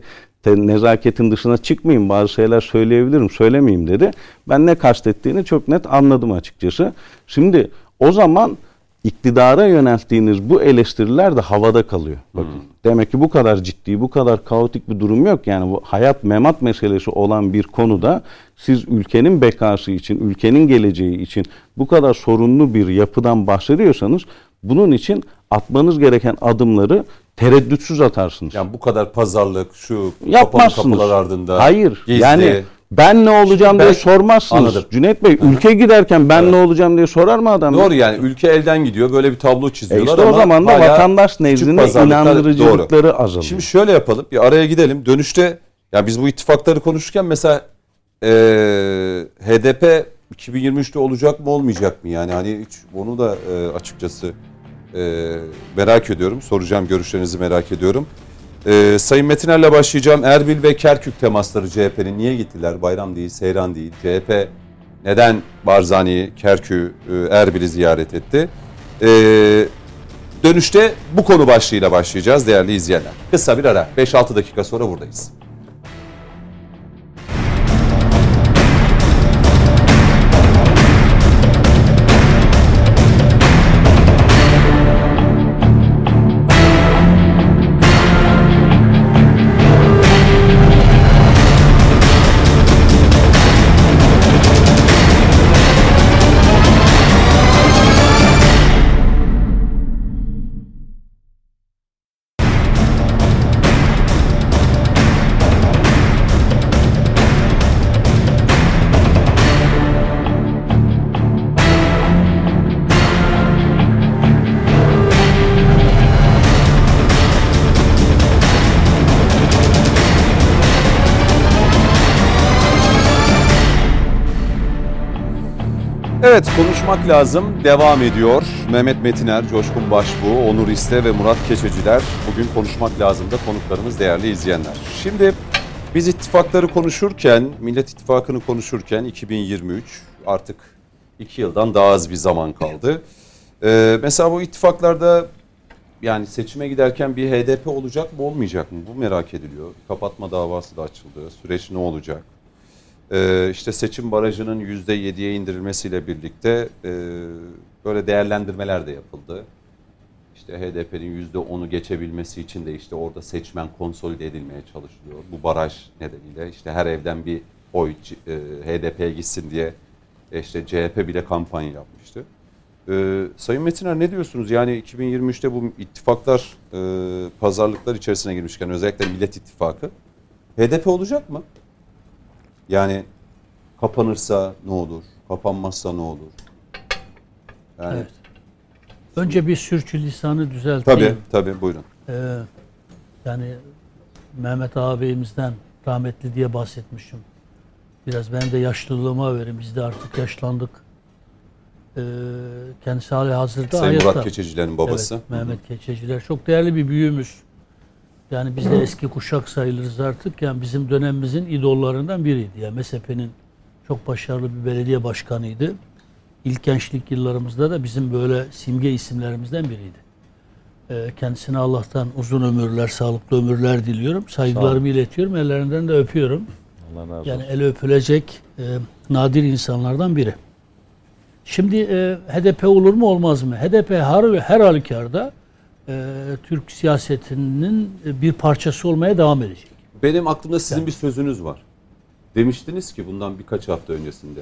S2: nezaketin dışına çıkmayayım, bazı şeyler söyleyebilirim, söylemeyeyim dedi. Ben ne kastettiğini çok net anladım açıkçası. Şimdi o zaman iktidara yönelttiğiniz bu eleştiriler de havada kalıyor. Bakın. Hmm. Demek ki bu kadar ciddi, bu kadar kaotik bir durum yok. Yani bu hayat memat meselesi olan bir konuda siz ülkenin bekası için, ülkenin geleceği için bu kadar sorunlu bir yapıdan bahsediyorsanız bunun için atmanız gereken adımları tereddütsüz atarsınız.
S1: Yani bu kadar pazarlık, şu
S2: yapmazsınız.
S1: Kapalı kapılar ardında.
S2: Hayır.
S1: Gizli.
S2: Yani ben ne olacağım ben, diye sormazsınız. Anladım. Cüneyt Bey, Hı-hı. ülke giderken ben evet. ne olacağım diye sorar mı adam?
S1: Doğru yani ülke elden gidiyor. Böyle bir tablo çiziyorlar
S2: e işte
S1: ama
S2: o zaman da vatandaş nezdinde inandırıcılıkları azalıyor.
S1: Şimdi şöyle yapalım. Bir araya gidelim. Dönüşte yani biz bu ittifakları konuşurken mesela e, H D P iki bin yirmi üçte olacak mı olmayacak mı? Yani hani hiç onu da e, açıkçası e, merak ediyorum. Soracağım, görüşlerinizi merak ediyorum. Ee, Sayın Metiner'le başlayacağım. Erbil ve Kerkük temasları C H P'nin niye gittiler? Bayram değil, seyran değil. C H P neden Barzani'yi, Kerkük'ü, Erbil'i ziyaret etti? Ee, dönüşte bu konu başlığıyla başlayacağız değerli izleyenler. Kısa bir ara. beş altı dakika sonra buradayız. Evet, konuşmak lazım devam ediyor. Mehmet Metiner, Coşkun Başbuğ, Onur İste ve Murat Keçeciler. Bugün konuşmak lazım da konuklarımız değerli izleyenler. Şimdi biz ittifakları konuşurken, Millet İttifakı'nı konuşurken iki bin yirmi üç artık iki yıldan daha az bir zaman kaldı. Ee, mesela bu ittifaklarda yani seçime giderken bir H D P olacak mı olmayacak mı? Bu merak ediliyor. Kapatma davası da açıldı. Süreç ne olacak? Ee, işte seçim barajının yüzde yediye indirilmesiyle birlikte e, böyle değerlendirmeler de yapıldı. İşte H D P'nin yüzde onu geçebilmesi için de işte orada seçmen konsolide edilmeye çalışılıyor. Bu baraj nedeniyle işte her evden bir oy e, H D P'ye gitsin diye e, işte C H P bile kampanya yapmıştı. Ee, Sayın Metiner ne diyorsunuz? Yani iki bin yirmi üçte bu ittifaklar e, pazarlıklar içerisine girmişken özellikle Millet İttifakı H D P olacak mı? Yani kapanırsa ne olur? Kapanmazsa ne olur? Yani...
S3: Evet. Önce bir sürçülisanı düzelteyim.
S1: Tabii, tabii buyurun.
S3: Ee, yani Mehmet ağabeyimizden rahmetli diye bahsetmişim. Biraz ben de yaşlılığıma verin. Biz de artık yaşlandık. Ee, kendisi hali hazırda
S1: Sayın
S3: hayatta.
S1: Murat Keçeciler'in babası.
S3: Evet, Mehmet Keçeciler. Çok değerli bir büyüğümüz. Yani biz de eski kuşak sayılırız artık. Yani bizim dönemimizin idollarından biriydi. Yani M S H P'nin çok başarılı bir belediye başkanıydı. İlk gençlik yıllarımızda da bizim böyle simge isimlerimizden biriydi. Ee, kendisine Allah'tan uzun ömürler, sağlıklı ömürler diliyorum. Saygılarımı iletiyorum. Ellerinden de öpüyorum.
S2: Allah razı olsun.
S3: Yani el öpülecek e, nadir insanlardan biri. Şimdi e, H D P olur mu olmaz mı? H D P her, her halükarda e, Türk siyasetinin bir parçası olmaya devam edecek.
S1: Benim aklımda sizin
S3: yani.
S1: bir sözünüz var. Demiştiniz ki bundan birkaç hafta öncesinde.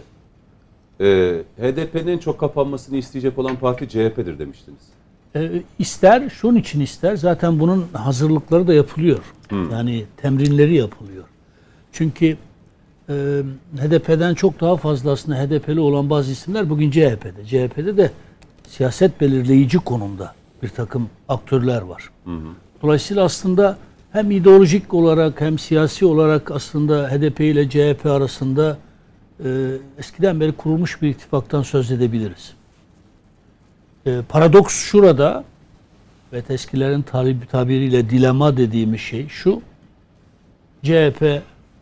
S1: Ee, H D P'nin en çok kapanmasını isteyecek olan parti C H P'dir demiştiniz.
S3: E, ister, şunun için ister. Zaten bunun hazırlıkları da yapılıyor. Hmm. Yani temrinleri yapılıyor. Çünkü e, H D P'den çok daha fazla aslında H D P'li olan bazı isimler bugün C H P'de. C H P'de de siyaset belirleyici konumda bir takım aktörler var. Hı hı. Dolayısıyla aslında hem ideolojik olarak hem siyasi olarak aslında H D P ile C H P arasında e, eskiden beri kurulmuş bir ittifaktan söz edebiliriz. E, paradoks şurada ve eskilerin tabiri, tabiriyle dilema dediğimiz şey şu: C H P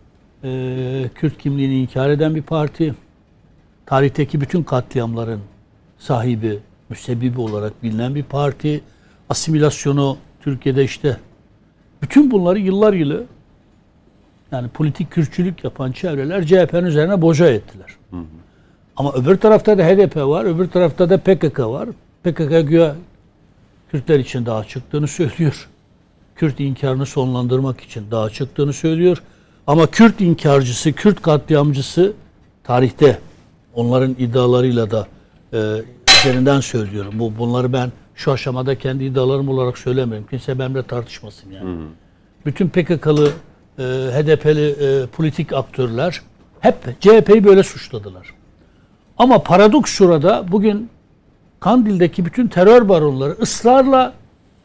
S3: e, Kürt kimliğini inkar eden bir parti, tarihteki bütün katliamların sahibi, müsebbibi olarak bilinen bir parti, asimilasyonu Türkiye'de işte bütün bunları yıllar yılı Yani politik kürtçülük yapan çevreler C H P'nin üzerine boca ettiler. Hı hı. Ama öbür tarafta da H D P var, öbür tarafta da P K K var. P K K güya Kürtler için daha çıktığını söylüyor. Kürt inkarını sonlandırmak için daha çıktığını söylüyor. Ama Kürt inkarcısı, Kürt katliamcısı tarihte onların iddialarıyla da e, üzerinden söylüyorum. Bu bunları ben şu aşamada kendi iddialarım olarak söylemiyorum. Kimse benimle tartışmasın yani. Hı hı. Bütün P K K'lı, e, H D P'li e, politik aktörler hep C H P'yi böyle suçladılar. Ama paradoks şurada, bugün Kandil'deki bütün terör baronları ısrarla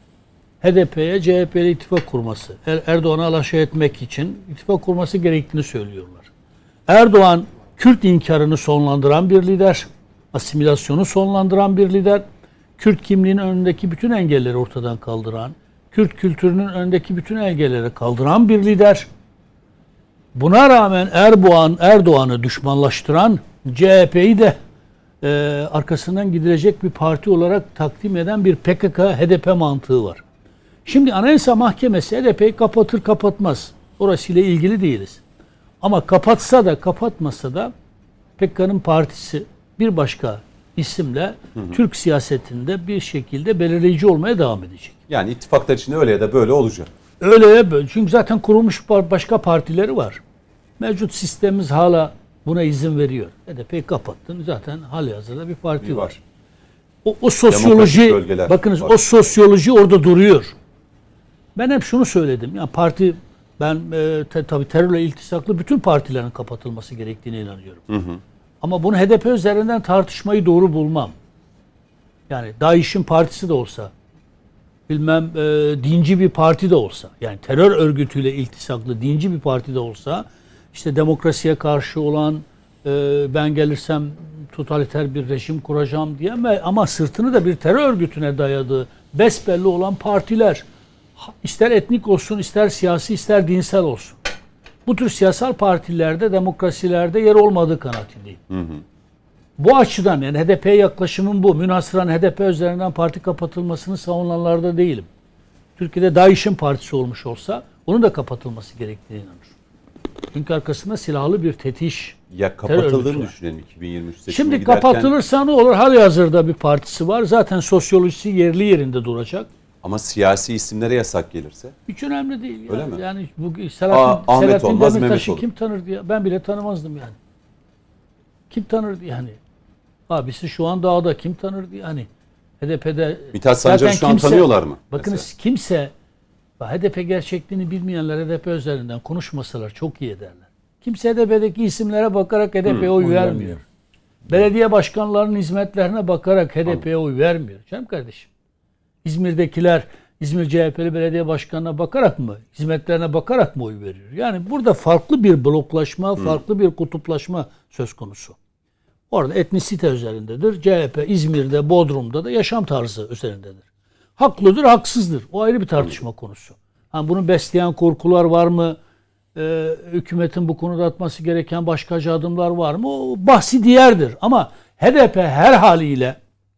S3: H D P'ye C H P'yle ittifak kurması, er- Erdoğan'ı alaşağı etmek için ittifak kurması gerektiğini söylüyorlar. Erdoğan, Kürt inkarını sonlandıran bir lider, asimilasyonu sonlandıran bir lider, Kürt kimliğinin önündeki bütün engelleri ortadan kaldıran, Kürt kültürünün önündeki bütün engelleri kaldıran bir lider. Buna rağmen Erdoğan, Erdoğan'ı düşmanlaştıran, C H P'yi de e, arkasından gidilecek bir parti olarak takdim eden bir P K K H D P mantığı var. Şimdi Anayasa Mahkemesi H D P'yi kapatır kapatmaz. Orasıyla ilgili değiliz. Ama kapatsa da kapatmasa da P K K'nın partisi bir başka isimle hı hı. Türk siyasetinde bir şekilde belirleyici olmaya devam edecek.
S1: Yani ittifaklar içinde öyle ya da böyle olacak.
S3: Öyle ya böyle. Çünkü zaten kurulmuş başka partileri var. Mevcut sistemimiz hala buna izin veriyor. H D P'yi kapattın. Zaten halihazırda bir parti var. var. O, o sosyoloji, bakınız var. O sosyoloji orada duruyor. Ben hep şunu söyledim. Yani parti, ben e, te, tabii terörle iltisaklı bütün partilerin kapatılması gerektiğine inanıyorum. Hı hı. Ama bunu H D P üzerinden tartışmayı doğru bulmam. Yani DAEŞ'in partisi de olsa, bilmem e, dinci bir parti de olsa, yani terör örgütüyle iltisaklı dinci bir parti de olsa, işte demokrasiye karşı olan, e, ben gelirsem totaliter bir rejim kuracağım diye, ama sırtını da bir terör örgütüne dayadığı besbelli olan partiler, ister etnik olsun, ister siyasi, ister dinsel olsun. Bu tür siyasal partilerde, demokrasilerde yer olmadığı kanaatindeyim. Hı hı. Bu açıdan yani H D P'ye yaklaşımım bu. Münhasıran H D P üzerinden parti kapatılmasını savunanlarda değilim. Türkiye'de DAEŞ'in partisi olmuş olsa onun da kapatılması gerektiğine inanıyorum. Çünkü arkasında silahlı bir tetiş,
S1: ya kapatıldığını düşünelim iki bin yirmi üç seçimine
S3: Şimdi
S1: giderken.
S3: kapatılırsa ne olur? Halihazırda bir partisi var. Zaten sosyolojisi yerli yerinde duracak.
S1: Ama siyasi isimlere yasak gelirse?
S3: Hiç önemli değil.
S1: Öyle
S3: yani.
S1: mi?
S3: Yani bu Selahattin,
S1: Aa,
S3: Selahattin Demirtaş'ı kim tanırdı ya? Ben bile tanımazdım yani. Kim tanırdı yani? Abisi şu an dağda, kim tanırdı yani? H D P'de
S1: Mithat Sancar'ı şu an kimse, tanıyorlar mı?
S3: Bakınız mesela? Kimse H D P gerçekliğini bilmeyenler H D P üzerinden konuşmasalar çok iyi ederler. Kimse H D P'deki isimlere bakarak H D P'ye oy, oy vermiyor. vermiyor. Belediye başkanlarının hizmetlerine bakarak H D P'ye oy vermiyor. Canım kardeşim. İzmir'dekiler İzmir C H P'li belediye başkanına bakarak mı, hizmetlerine bakarak mı oy veriyor? Yani burada farklı bir bloklaşma, farklı hmm. bir kutuplaşma söz konusu. Orada etnisite üzerindedir. C H P İzmir'de, Bodrum'da da yaşam tarzı üzerindedir. Haklıdır, haksızdır. O ayrı bir tartışma konusu. Yani bunu besleyen korkular var mı? Ee, hükümetin bu konuda atması gereken başkaca adımlar var mı? O bahsi diğerdir. Ama H D P her haliyle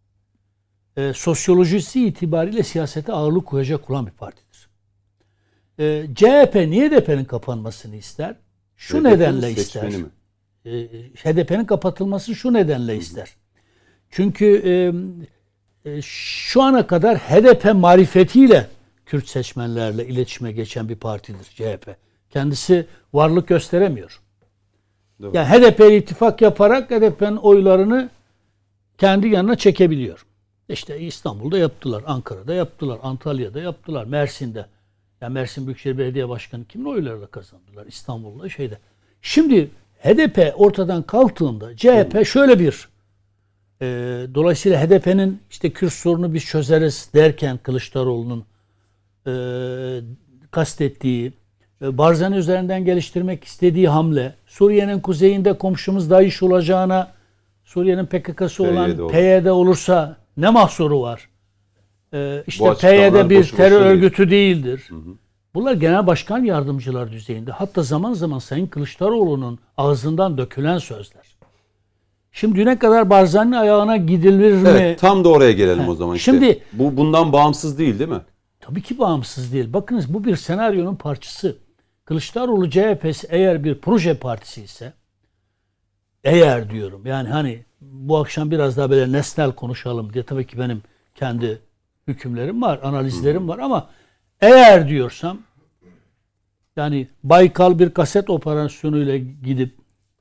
S3: e, sosyolojisi itibariyle siyasete ağırlık koyacak olan bir partidir. E, C H P niye H D P'nin kapanmasını ister? Şu H D P'nin nedenle ister. Mi? E, H D P'nin kapatılmasını şu nedenle ister. Çünkü e, e, şu ana kadar H D P marifetiyle Kürt seçmenlerle iletişime geçen bir partidir C H P. Kendisi varlık gösteremiyor. Doğru. Yani H D P ile ittifak yaparak H D P'nin oylarını kendi yanına çekebiliyor. İşte İstanbul'da yaptılar, Ankara'da yaptılar, Antalya'da yaptılar, Mersin'de. Yani Mersin Büyükşehir Belediye Başkanı kimin oylarıyla kazandılar? İstanbul'da şeyde. Şimdi H D P ortadan kalktığında C H P şöyle bir e, dolayısıyla H D P'nin işte Kürt sorunu biz çözeriz derken Kılıçdaroğlu'nun e, kastettiği, e, Barzani üzerinden geliştirmek istediği hamle, Suriye'nin kuzeyinde komşumuz DAEŞ olacağına Suriye'nin P K K'sı olan P Y D olursa ne mahsuru var? Ee, işte P Y D bir terör örgütü değildir. Hı hı. Bunlar genel başkan yardımcılar düzeyinde. Hatta zaman zaman Sayın Kılıçdaroğlu'nun ağzından dökülen sözler. Şimdi düne kadar Barzani'nin ayağına gidilir mi?
S1: Evet, tam da oraya gelelim He. o zaman. Işte.
S3: Şimdi
S1: bu bundan bağımsız değil, değil mi?
S3: Tabii ki bağımsız değil. Bakınız bu bir senaryonun parçası. Kılıçdaroğlu C H P'si eğer bir proje partisi ise, eğer diyorum yani hani bu akşam biraz daha böyle nesnel konuşalım diye, tabii ki benim kendi hükümlerim var, analizlerim var ama eğer diyorsam yani Baykal bir kaset operasyonuyla gidip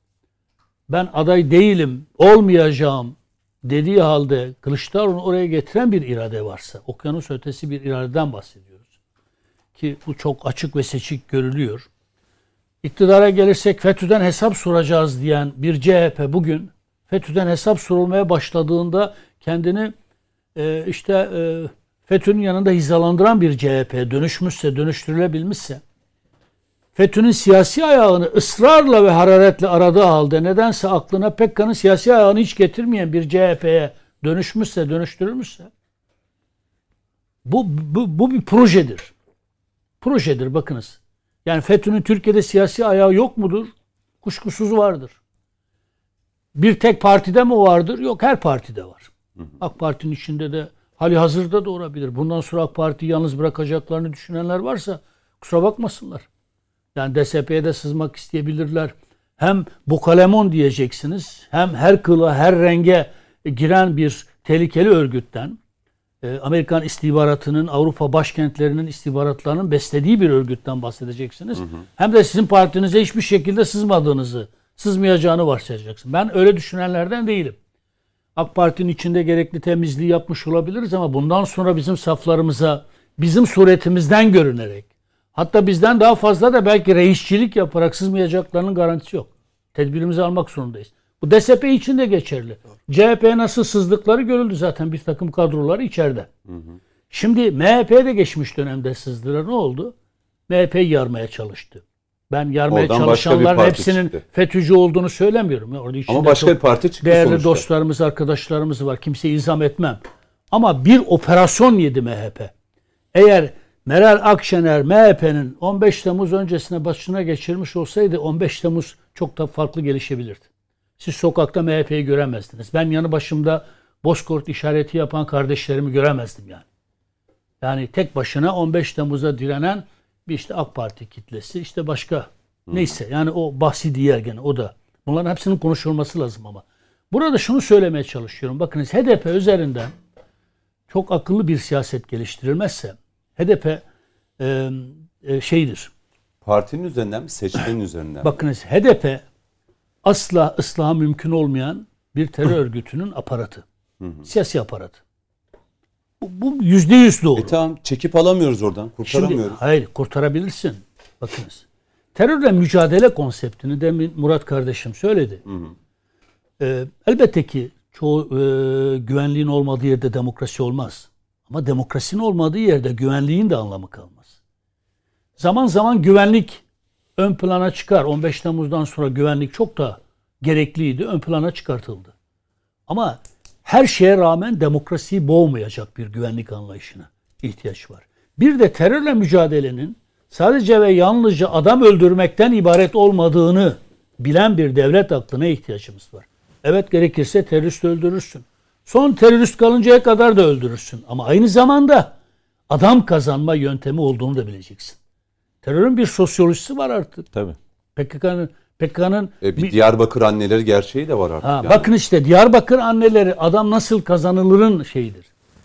S3: ben aday değilim, olmayacağım dediği halde Kılıçdaroğlu'nu oraya getiren bir irade varsa, okyanus ötesi bir iradeden bahsediyoruz. Ki bu çok açık ve seçik görülüyor. İktidara gelirsek FETÖ'den hesap soracağız diyen bir C H P bugün FETÖ'den hesap sorulmaya başladığında kendini e, işte e, FETÖ'nün yanında hizalandıran bir C H P dönüşmüşse, dönüştürülebilmişse, FETÖ'nün siyasi ayağını ısrarla ve hararetle aradığı halde nedense aklına P K K'nın siyasi ayağını hiç getirmeyen bir C H P'ye dönüşmüşse, dönüştürülmüşse bu, bu, bu bir projedir. Projedir bakınız. Yani FETÖ'nün Türkiye'de siyasi ayağı yok mudur? Kuşkusuz vardır. Bir tek partide mi vardır? Yok, her partide var. Hı hı. AK Parti'nin içinde de hali hazırda da olabilir. Bundan sonra AK Parti'yi yalnız bırakacaklarını düşünenler varsa kusura bakmasınlar. Yani D S P'ye de sızmak isteyebilirler. Hem Bokalemon diyeceksiniz, hem her kıla, her renge giren bir tehlikeli örgütten, Amerikan istihbaratının, Avrupa başkentlerinin istihbaratlarının beslediği bir örgütten bahsedeceksiniz. Hı hı. Hem de sizin partinize hiçbir şekilde sızmadığınızı, sızmayacağını varsayacaksınız. Ben öyle düşünenlerden değilim. AK Parti'nin içinde gerekli temizliği yapmış olabiliriz ama bundan sonra bizim saflarımıza, bizim suretimizden görünerek, hatta bizden daha fazla da belki reisçilik yaparak sızmayacaklarının garantisi yok. Tedbirimizi almak zorundayız. Bu D S P için de geçerli. C H P'ye nasıl sızdıkları görüldü zaten, bir takım kadroları içeride. Hı hı. Şimdi M H P'ye de geçmiş dönemde sızdılar. Ne oldu? M H P'yi yarmaya çalıştı. Ben yarmaya
S1: Oradan
S3: çalışanların hepsinin çıktı. FETÖ'cü olduğunu söylemiyorum. Orada
S1: ama başka bir parti çıktı
S3: değerli
S1: sonuçta.
S3: Dostlarımız, arkadaşlarımız var. Kimseyi ilzam etmem. Ama bir operasyon yedi M H P. Eğer Meral Akşener M H P'nin on beş Temmuz öncesine başına geçirmiş olsaydı on beş Temmuz çok da farklı gelişebilirdi. Siz sokakta M H P'yi göremezdiniz. Ben yanı başımda Bozkurt işareti yapan kardeşlerimi göremezdim yani. Yani tek başına on beş Temmuz'a direnen bir işte AK Parti kitlesi, işte başka hmm. neyse yani o bahsi diğer gene o da. Bunların hepsinin konuşulması lazım ama. Burada şunu söylemeye çalışıyorum. Bakınız H D P üzerinden çok akıllı bir siyaset geliştirilmezse H D P e, e, şeydir.
S1: Partinin üzerinden mi, seçmenin üzerinden mi?
S3: Bakınız H D P asla ıslahı mümkün olmayan bir terör örgütünün aparatı. Hı hı. Siyasi aparatı. Bu, bu yüzde yüz doğru.
S1: E tamam, çekip alamıyoruz oradan. Kurtaramıyoruz.
S3: Şimdi, hayır, kurtarabilirsin. Bakınız. Terörle mücadele konseptini demin Murat kardeşim söyledi. Hı hı. Ee, elbette ki çoğu e, güvenliğin olmadığı yerde demokrasi olmaz. Ama demokrasinin olmadığı yerde güvenliğin de anlamı kalmaz. Zaman zaman güvenlik ön plana çıkar. on beş Temmuz'dan sonra güvenlik çok da gerekliydi. Ön plana çıkartıldı. Ama her şeye rağmen demokrasiyi boğmayacak bir güvenlik anlayışına ihtiyaç var. Bir de terörle mücadelenin sadece ve yalnızca adam öldürmekten ibaret olmadığını bilen bir devlet aklına ihtiyacımız var. Evet, gerekirse terörist öldürürsün. Son terörist kalıncaya kadar da öldürürsün. Ama aynı zamanda adam kazanma yöntemi olduğunu da bileceksin. Terörün bir sosyolojisi var artık.
S2: Tabii.
S3: P K K'nın P K K'nın
S1: e bir Diyarbakır anneleri gerçeği de var artık.
S3: Ha,
S1: yani.
S3: Bakın işte Diyarbakır anneleri adam nasıl kazanılırın şeyidir.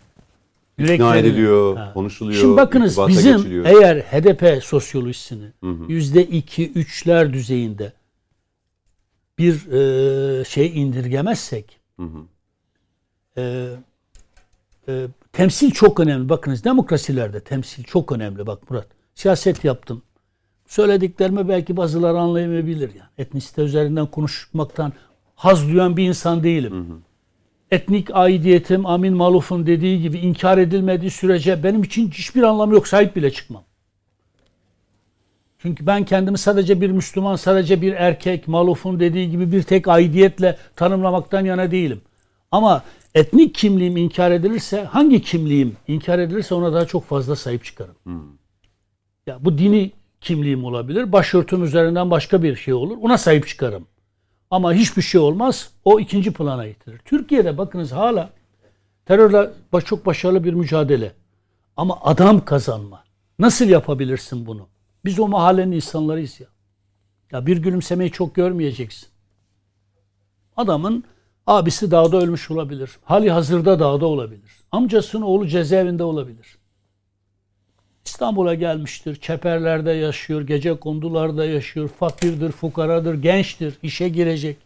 S1: İkna ediliyor, ha. konuşuluyor.
S3: Şimdi bakınız bizim
S1: geçiliyor.
S3: Eğer H D P sosyolojisini yüzde iki, üçler düzeyinde bir e, şey indirgemezsek hı hı. E, e, temsil çok önemli. Bakınız demokrasilerde temsil çok önemli. Bak Murat, siyaset yaptım. Söylediklerimi belki bazıları anlayamayabilir. Yani. Etnisite üzerinden konuşmaktan haz duyan bir insan değilim. Hı hı. Etnik aidiyetim Amin Maluf'un dediği gibi inkar edilmediği sürece benim için hiçbir anlamı yok. Sahip bile çıkmam. Çünkü ben kendimi sadece bir Müslüman, sadece bir erkek, Maluf'un dediği gibi bir tek aidiyetle tanımlamaktan yana değilim. Ama etnik kimliğim inkar edilirse, hangi kimliğim inkar edilirse ona daha çok fazla sahip çıkarım. Hmm. Ya bu dini kimliğim olabilir, başörtüm üzerinden başka bir şey olur, ona sahip çıkarım. Ama hiçbir şey olmaz, o ikinci plana getirir. Türkiye'de bakınız hala terörle çok başarılı bir mücadele. Ama adam kazanma. Nasıl yapabilirsin bunu? Biz o mahallenin insanlarıyız ya. Ya bir gülümsemeyi çok görmeyeceksin. Adamın abisi dağda ölmüş olabilir. Hali hazırda dağda olabilir. Amcasının oğlu cezaevinde olabilir. İstanbul'a gelmiştir. Çeperlerde yaşıyor. Gecekondularda yaşıyor. Fakirdir, fukaradır, gençtir. İşe girecek.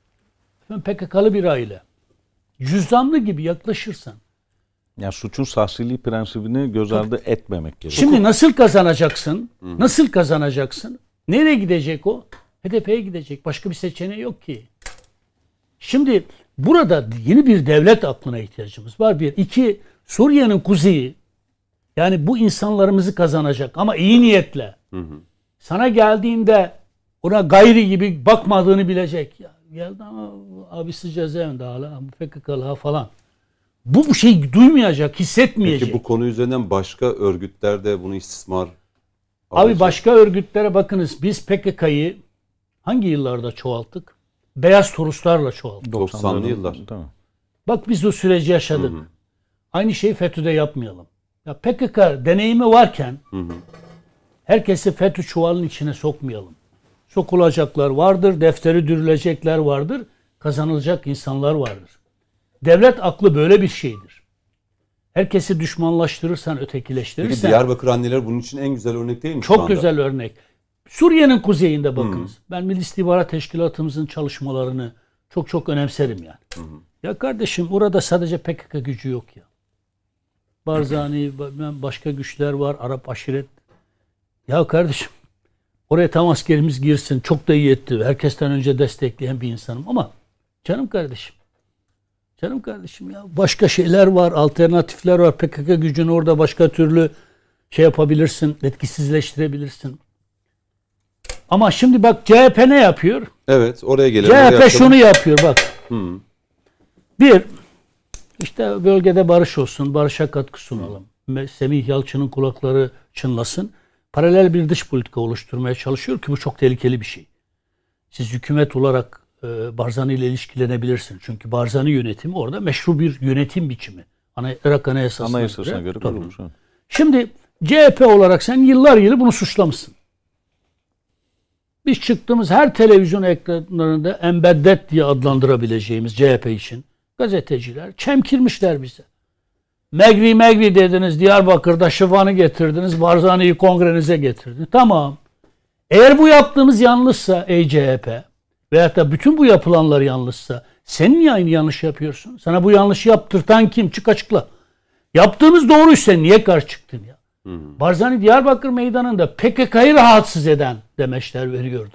S3: P K K'lı bir aile. Cüzdanlı gibi yaklaşırsan.
S2: Yani suçun sahsiliği prensibini göz ardı Tabii. etmemek gerekiyor.
S3: Şimdi nasıl kazanacaksın? Hı. Nasıl kazanacaksın? Nereye gidecek o? H D P'ye gidecek. Başka bir seçeneği yok ki. Şimdi burada yeni bir devlet aklına ihtiyacımız var. Bir. İki, Suriye'nin kuzeyi, yani bu insanlarımızı kazanacak ama iyi niyetle. Hı hı. Sana geldiğinde ona gayri gibi bakmadığını bilecek. Ya geldi ama abisi cezaevinde hala, P K K'lı falan. Bu bu şey duymayacak, hissetmeyecek.
S1: Peki bu konu üzerinden başka örgütler de bunu istismar
S3: Abi alacak. Başka örgütlere bakınız. Biz P K K'yı hangi yıllarda çoğalttık? Beyaz turistlerle çoğalttık.
S1: doksanlı yıllar.
S2: Tamam.
S3: Bak biz o süreci yaşadık. Hı hı. Aynı şeyi FETÖ'de yapmayalım. Ya P K K deneyimi varken hı hı. herkesi FETÖ çuvalının içine sokmayalım. Sokulacaklar vardır, defteri dürülecekler vardır, kazanılacak insanlar vardır. Devlet aklı böyle bir şeydir. Herkesi düşmanlaştırırsan, ötekileştirirsen...
S1: Peki Diyarbakır anneleri bunun için en güzel örnek değil mi
S3: Çok güzel örnek. Suriye'nin kuzeyinde bakınız. Hmm. Ben Milli İstihbarat Teşkilatımızın çalışmalarını çok çok önemserim yani. Hmm. Ya kardeşim orada sadece P K K gücü yok ya. Barzani, başka güçler var, Arap aşiret. Ya kardeşim oraya tam askerimiz girsin. Çok da iyi etti. Herkesten önce destekleyen bir insanım ama canım kardeşim. Canım kardeşim ya başka şeyler var, alternatifler var. P K K gücünü orada başka türlü şey yapabilirsin, etkisizleştirebilirsin. Ama şimdi bak C H P ne yapıyor?
S1: Evet, oraya gelelim.
S3: C H P şunu yapıyor bak. Hmm. Bir, işte bölgede barış olsun, barışa katkı sunalım. Hmm. Semih Yalçın'ın kulakları çınlasın. Paralel bir dış politika oluşturmaya çalışıyor ki bu çok tehlikeli bir şey. Siz hükümet olarak e, Barzani ile ilişkilenebilirsin. Çünkü Barzani yönetimi orada meşru bir yönetim biçimi. Ana, Irak Anayasası'na,
S2: Anayasasına göre, göre kurulmuş.
S3: Şimdi C H P olarak sen yıllar yılı bunu suçlamışsın. Biz çıktığımız her televizyon ekranlarında embeddet diye adlandırabileceğimiz C H P için gazeteciler çemkirmişler bize. Megri Megri dediniz, Diyarbakır'da şıfanı getirdiniz, Barzani'yi kongrenize getirdiniz. Tamam. Eğer bu yaptığımız yanlışsa ey C H P veyahut da bütün bu yapılanlar yanlışsa sen niye aynı yanlış yapıyorsun? Sana bu yanlışı yaptırtan kim? Çık açıkla. Yaptığımız doğruysa niye karşı çıktın ya? Hmm. Barzani Diyarbakır meydanında P K K'yı rahatsız eden demeçler veriyordu.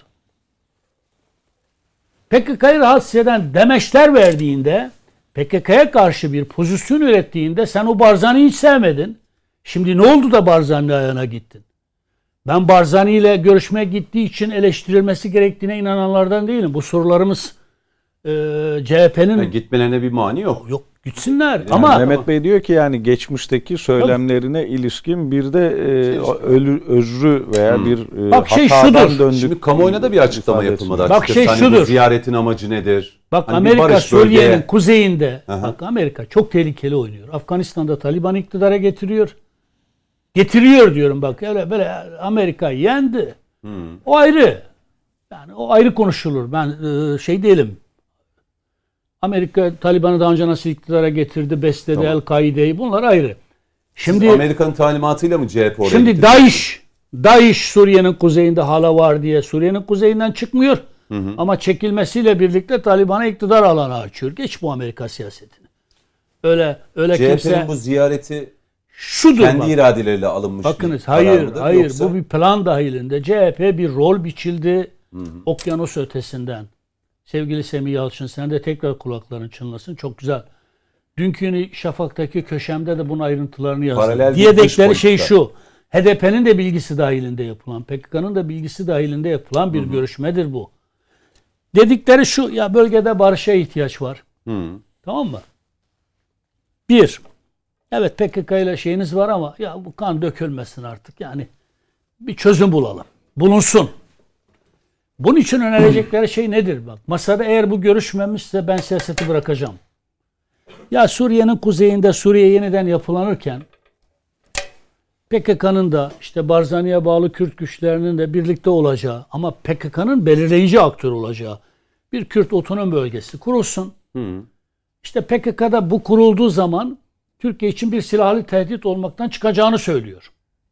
S3: P K K'yı rahatsız eden demeçler verdiğinde, P K K'ya karşı bir pozisyon ürettiğinde sen o Barzani'yi hiç sevmedin. Şimdi ne oldu da Barzani ayağına gittin? Ben Barzani ile görüşmeye gittiği için eleştirilmesi gerektiğine inananlardan değilim. Bu sorularımız e, C H P'nin...
S1: Yani gitmelerine bir mani yok.
S3: Yok. Gitsinler.
S2: Yani
S3: ama
S2: Mehmet Bey diyor ki yani geçmişteki söylemlerine Tabii. ilişkin bir de e, ölü, özrü veya hmm. bir e,
S3: Bak şey
S2: hatadan
S3: şudur.
S2: döndük.
S1: Şimdi kamuoyuna da bir açıklama yapılmadı.
S3: Bak şey
S1: hani
S3: şudur.
S1: Bu ziyaretin amacı nedir?
S3: Bak
S1: hani
S3: Amerika Suriye'nin bölgeye... kuzeyinde.
S1: Aha.
S3: Bak Amerika çok tehlikeli oynuyor. Afganistan'da Taliban iktidara getiriyor. Getiriyor diyorum bak. Öyle böyle Amerika yendi. Hmm. O ayrı. Yani o ayrı konuşulur. Ben e, şey değilim. Amerika Taliban'ı daha önce nasıl iktidara getirdi, besledi, tamam. El-Kaide'yi, bunlar ayrı. Şimdi
S1: Siz Amerika'nın talimatıyla mı C H P oraya
S3: Şimdi
S1: gitti?
S3: DAEŞ, DAEŞ Suriye'nin kuzeyinde hala var diye Suriye'nin kuzeyinden çıkmıyor. Hı hı. Ama çekilmesiyle birlikte Taliban'a iktidar alanı açıyor. Geç bu Amerika siyasetini. Öyle öyle
S1: C H P'nin
S3: kimse
S1: bu ziyareti
S3: şudur
S1: kendi
S3: bak.
S1: iradeleriyle alınmış.
S3: Bakınız hayır hayır
S1: Yoksa...
S3: bu bir plan dahilinde C H P bir rol biçildi hı hı. okyanus ötesinden. Sevgili Semih Yalçın sen de tekrar kulakların çınlasın. Çok güzel. Dünkü Şafak'taki köşemde de bunun ayrıntılarını yazdım. Diyedikleri şey şu. H D P'nin de bilgisi dahilinde yapılan, P K K'nın da bilgisi dahilinde yapılan bir Hı-hı. görüşmedir bu. Dedikleri şu, ya bölgede barışa ihtiyaç var. Hı-hı. Tamam mı? Bir, evet P K K ile şeyiniz var ama ya bu kan dökülmesin artık. Yani bir çözüm bulalım. Bulunsun. Bunun için önerecekleri şey nedir? Bak, masada eğer bu görüşmemişse ben siyaseti bırakacağım. Ya Suriye'nin kuzeyinde Suriye yeniden yapılanırken P K K'nın da işte Barzani'ye bağlı Kürt güçlerinin de birlikte olacağı ama P K K'nın belirleyici aktör olacağı bir Kürt otonom bölgesi kurulsun. Hı. İşte P K K'da bu kurulduğu zaman Türkiye için bir silahlı tehdit olmaktan çıkacağını söylüyor.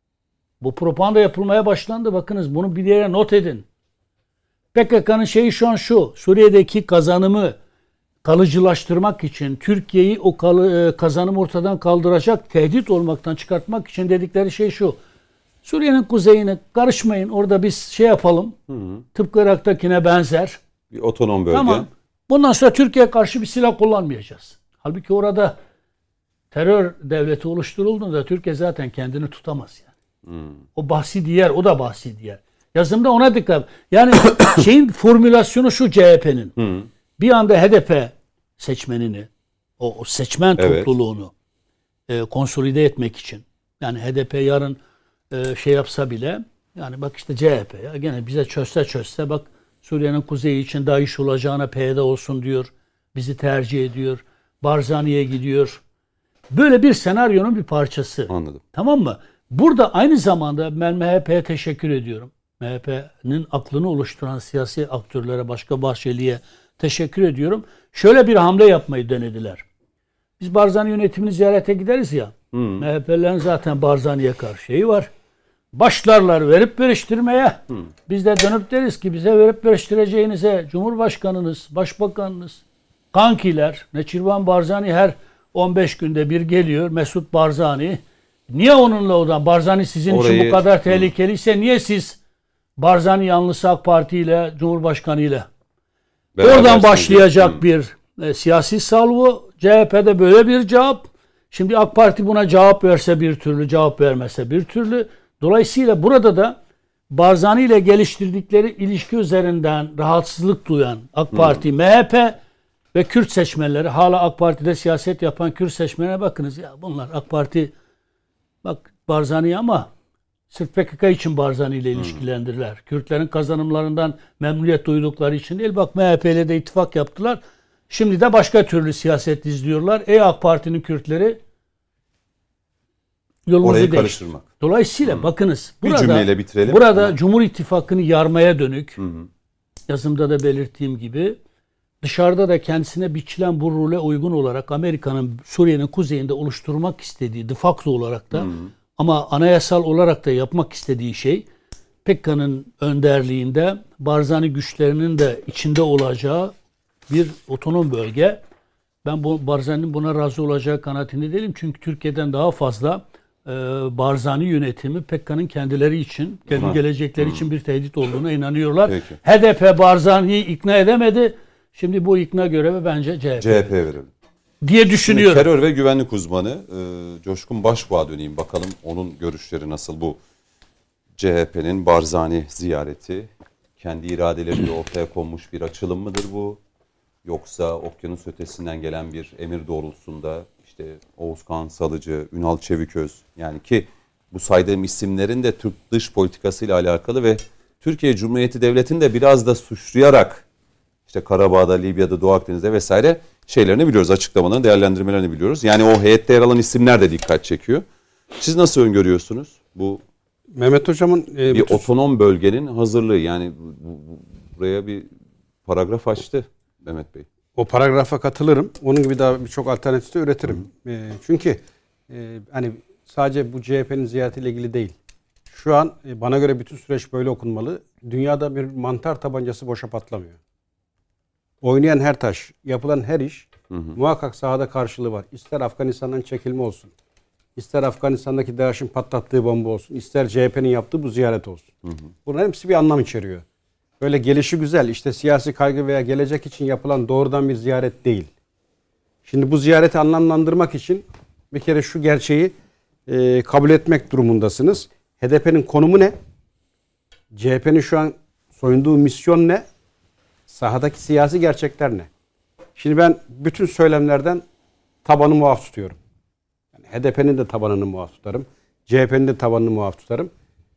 S3: Bu propaganda yapılmaya başlandı. Bakınız bunu bir yere not edin. P K K'nın şeyi şu an şu. Suriye'deki kazanımı kalıcılaştırmak için, Türkiye'yi o kazanımı ortadan kaldıracak, tehdit olmaktan çıkartmak için dedikleri şey şu. Suriye'nin kuzeyine karışmayın. Orada biz şey yapalım. Hı hı. Tıpkı Irak'takine benzer.
S1: Bir otonom bölge.
S3: Tamam. Bundan sonra Türkiye'ye karşı bir silah kullanmayacağız. Halbuki orada terör devleti oluşturulduğunda Türkiye zaten kendini tutamaz yani. Hmm. O bahsi diğer, o da bahsi diğer. Yazımda ona dikkat. Yani şeyin formülasyonu şu C H P'nin. Hmm. Bir anda H D P seçmenini, o, o seçmen evet. topluluğunu e, konsolide etmek için. Yani H D P yarın e, şey yapsa bile, yani bak işte C H P ya gene bize çözse çözse bak Suriye'nin kuzeyi için DAEŞ olacağına P Y D olsun diyor. Bizi tercih ediyor. Barzani'ye gidiyor. Böyle bir senaryonun bir parçası.
S1: Anladım.
S3: Tamam mı? Burada aynı zamanda ben M H P'ye teşekkür ediyorum. M H P'nin aklını oluşturan siyasi aktörlere, başka Bahçeli'ye teşekkür ediyorum. Şöyle bir hamle yapmayı denediler. Biz Barzani yönetimini ziyarete gideriz ya. Hmm. M H P'lerin zaten Barzani'ye karşı şeyi var. Başlarlar verip veriştirmeye. Hmm. Biz de dönüp deriz ki bize verip veriştireceğinize Cumhurbaşkanınız, Başbakanınız, kankiler, Neçirvan Barzani her on beş günde bir geliyor. Mesut Barzani. Niye onunla odan? Barzani sizin Orayı, için bu kadar tehlikeliyse niye siz Barzani yanlısı AK Parti ile Cumhurbaşkanı ile oradan başlayacak hmm. bir e, siyasi salvo. C H P'de böyle bir cevap. Şimdi AK Parti buna cevap verse bir türlü, cevap vermese bir türlü. Dolayısıyla burada da Barzani ile geliştirdikleri ilişki üzerinden rahatsızlık duyan AK Parti, hmm. M H P ve Kürt seçmenleri, hala AK Parti'de siyaset yapan Kürt seçmenlere bakınız. Ya bunlar AK Parti bak Barzani ama sırf P K K için Barzani ile ilişkilendirdiler. Hmm. Kürtlerin kazanımlarından memnuniyet duydukları için değil. Bak M H P ile de ittifak yaptılar. Şimdi de başka türlü siyaset izliyorlar. Ey AK Parti'nin Kürtleri yolunuzu değiştir. Karıştırmak. Dolayısıyla hmm. bakınız burada, bir cümleyle bitirelim. Burada hmm. Cumhur İttifakı'nı yarmaya dönük hmm. yazımda da belirttiğim gibi dışarıda da kendisine biçilen bu role uygun olarak Amerika'nın Suriye'nin kuzeyinde oluşturmak istediği de facto olarak da hmm. ama anayasal olarak da yapmak istediği şey P K K'nın önderliğinde Barzani güçlerinin de içinde olacağı bir otonom bölge. Ben bu Barzani'nin buna razı olacağı kanaatinde değilim. Çünkü Türkiye'den daha fazla e, Barzani yönetimi P K K'nın kendileri için, kendi ha. gelecekleri hmm. için bir tehdit olduğuna inanıyorlar. Peki. H D P Barzani'yi ikna edemedi. Şimdi bu ikna görevi bence C H P.
S1: C H P'ye verelim
S3: diye düşünüyorum.
S1: Şimdi terör ve güvenlik uzmanı e, Coşkun Başbuğ'a döneyim. Bakalım onun görüşleri nasıl bu C H P'nin Barzani ziyareti? Kendi iradeleriyle ortaya konmuş bir açılım mıdır bu? Yoksa okyanus ötesinden gelen bir emir doğrultusunda işte Oğuzkan Salıcı, Ünal Çeviköz, yani ki bu saydığım isimlerin de Türk dış politikasıyla alakalı ve Türkiye Cumhuriyeti Devleti'ni de biraz da suçlayarak işte Karabağ'da, Libya'da, Doğu Akdeniz'de vesaire şeylerini biliyoruz, açıklamalarını, değerlendirmelerini biliyoruz. Yani o heyette yer alan isimler de dikkat çekiyor. Siz nasıl öngörüyorsunuz bu
S5: Mehmet Hocam'ın
S1: e, bir bütün... otonom bölgenin hazırlığı? Yani buraya bir paragraf açtı Mehmet Bey.
S5: O paragrafa katılırım. Onun gibi daha birçok alternatif de üretirim. E, çünkü e, hani sadece bu C H P'nin ziyaretiyle ilgili değil. Şu an e, bana göre bütün süreç böyle okunmalı. Dünyada bir mantar tabancası boşa patlamıyor. Oynayan her taş, yapılan her iş hı hı. muhakkak sahada karşılığı var. İster Afganistan'dan çekilme olsun, ister Afganistan'daki DAEŞ'in patlattığı bomba olsun, ister C H P'nin yaptığı bu ziyaret olsun. Hı hı. Bunların hepsi bir anlam içeriyor. Böyle gelişi güzel, işte siyasi kaygı veya gelecek için yapılan doğrudan bir ziyaret değil. Şimdi bu ziyareti anlamlandırmak için bir kere şu gerçeği e, kabul etmek durumundasınız. H D P'nin konumu ne? C H P'nin şu an soyunduğu misyon ne? Sahadaki siyasi gerçekler ne? Şimdi ben bütün söylemlerden tabanı muaf tutuyorum. Yani H D P'nin de tabanını muaf tutarım. C H P'nin de tabanını muaf tutarım.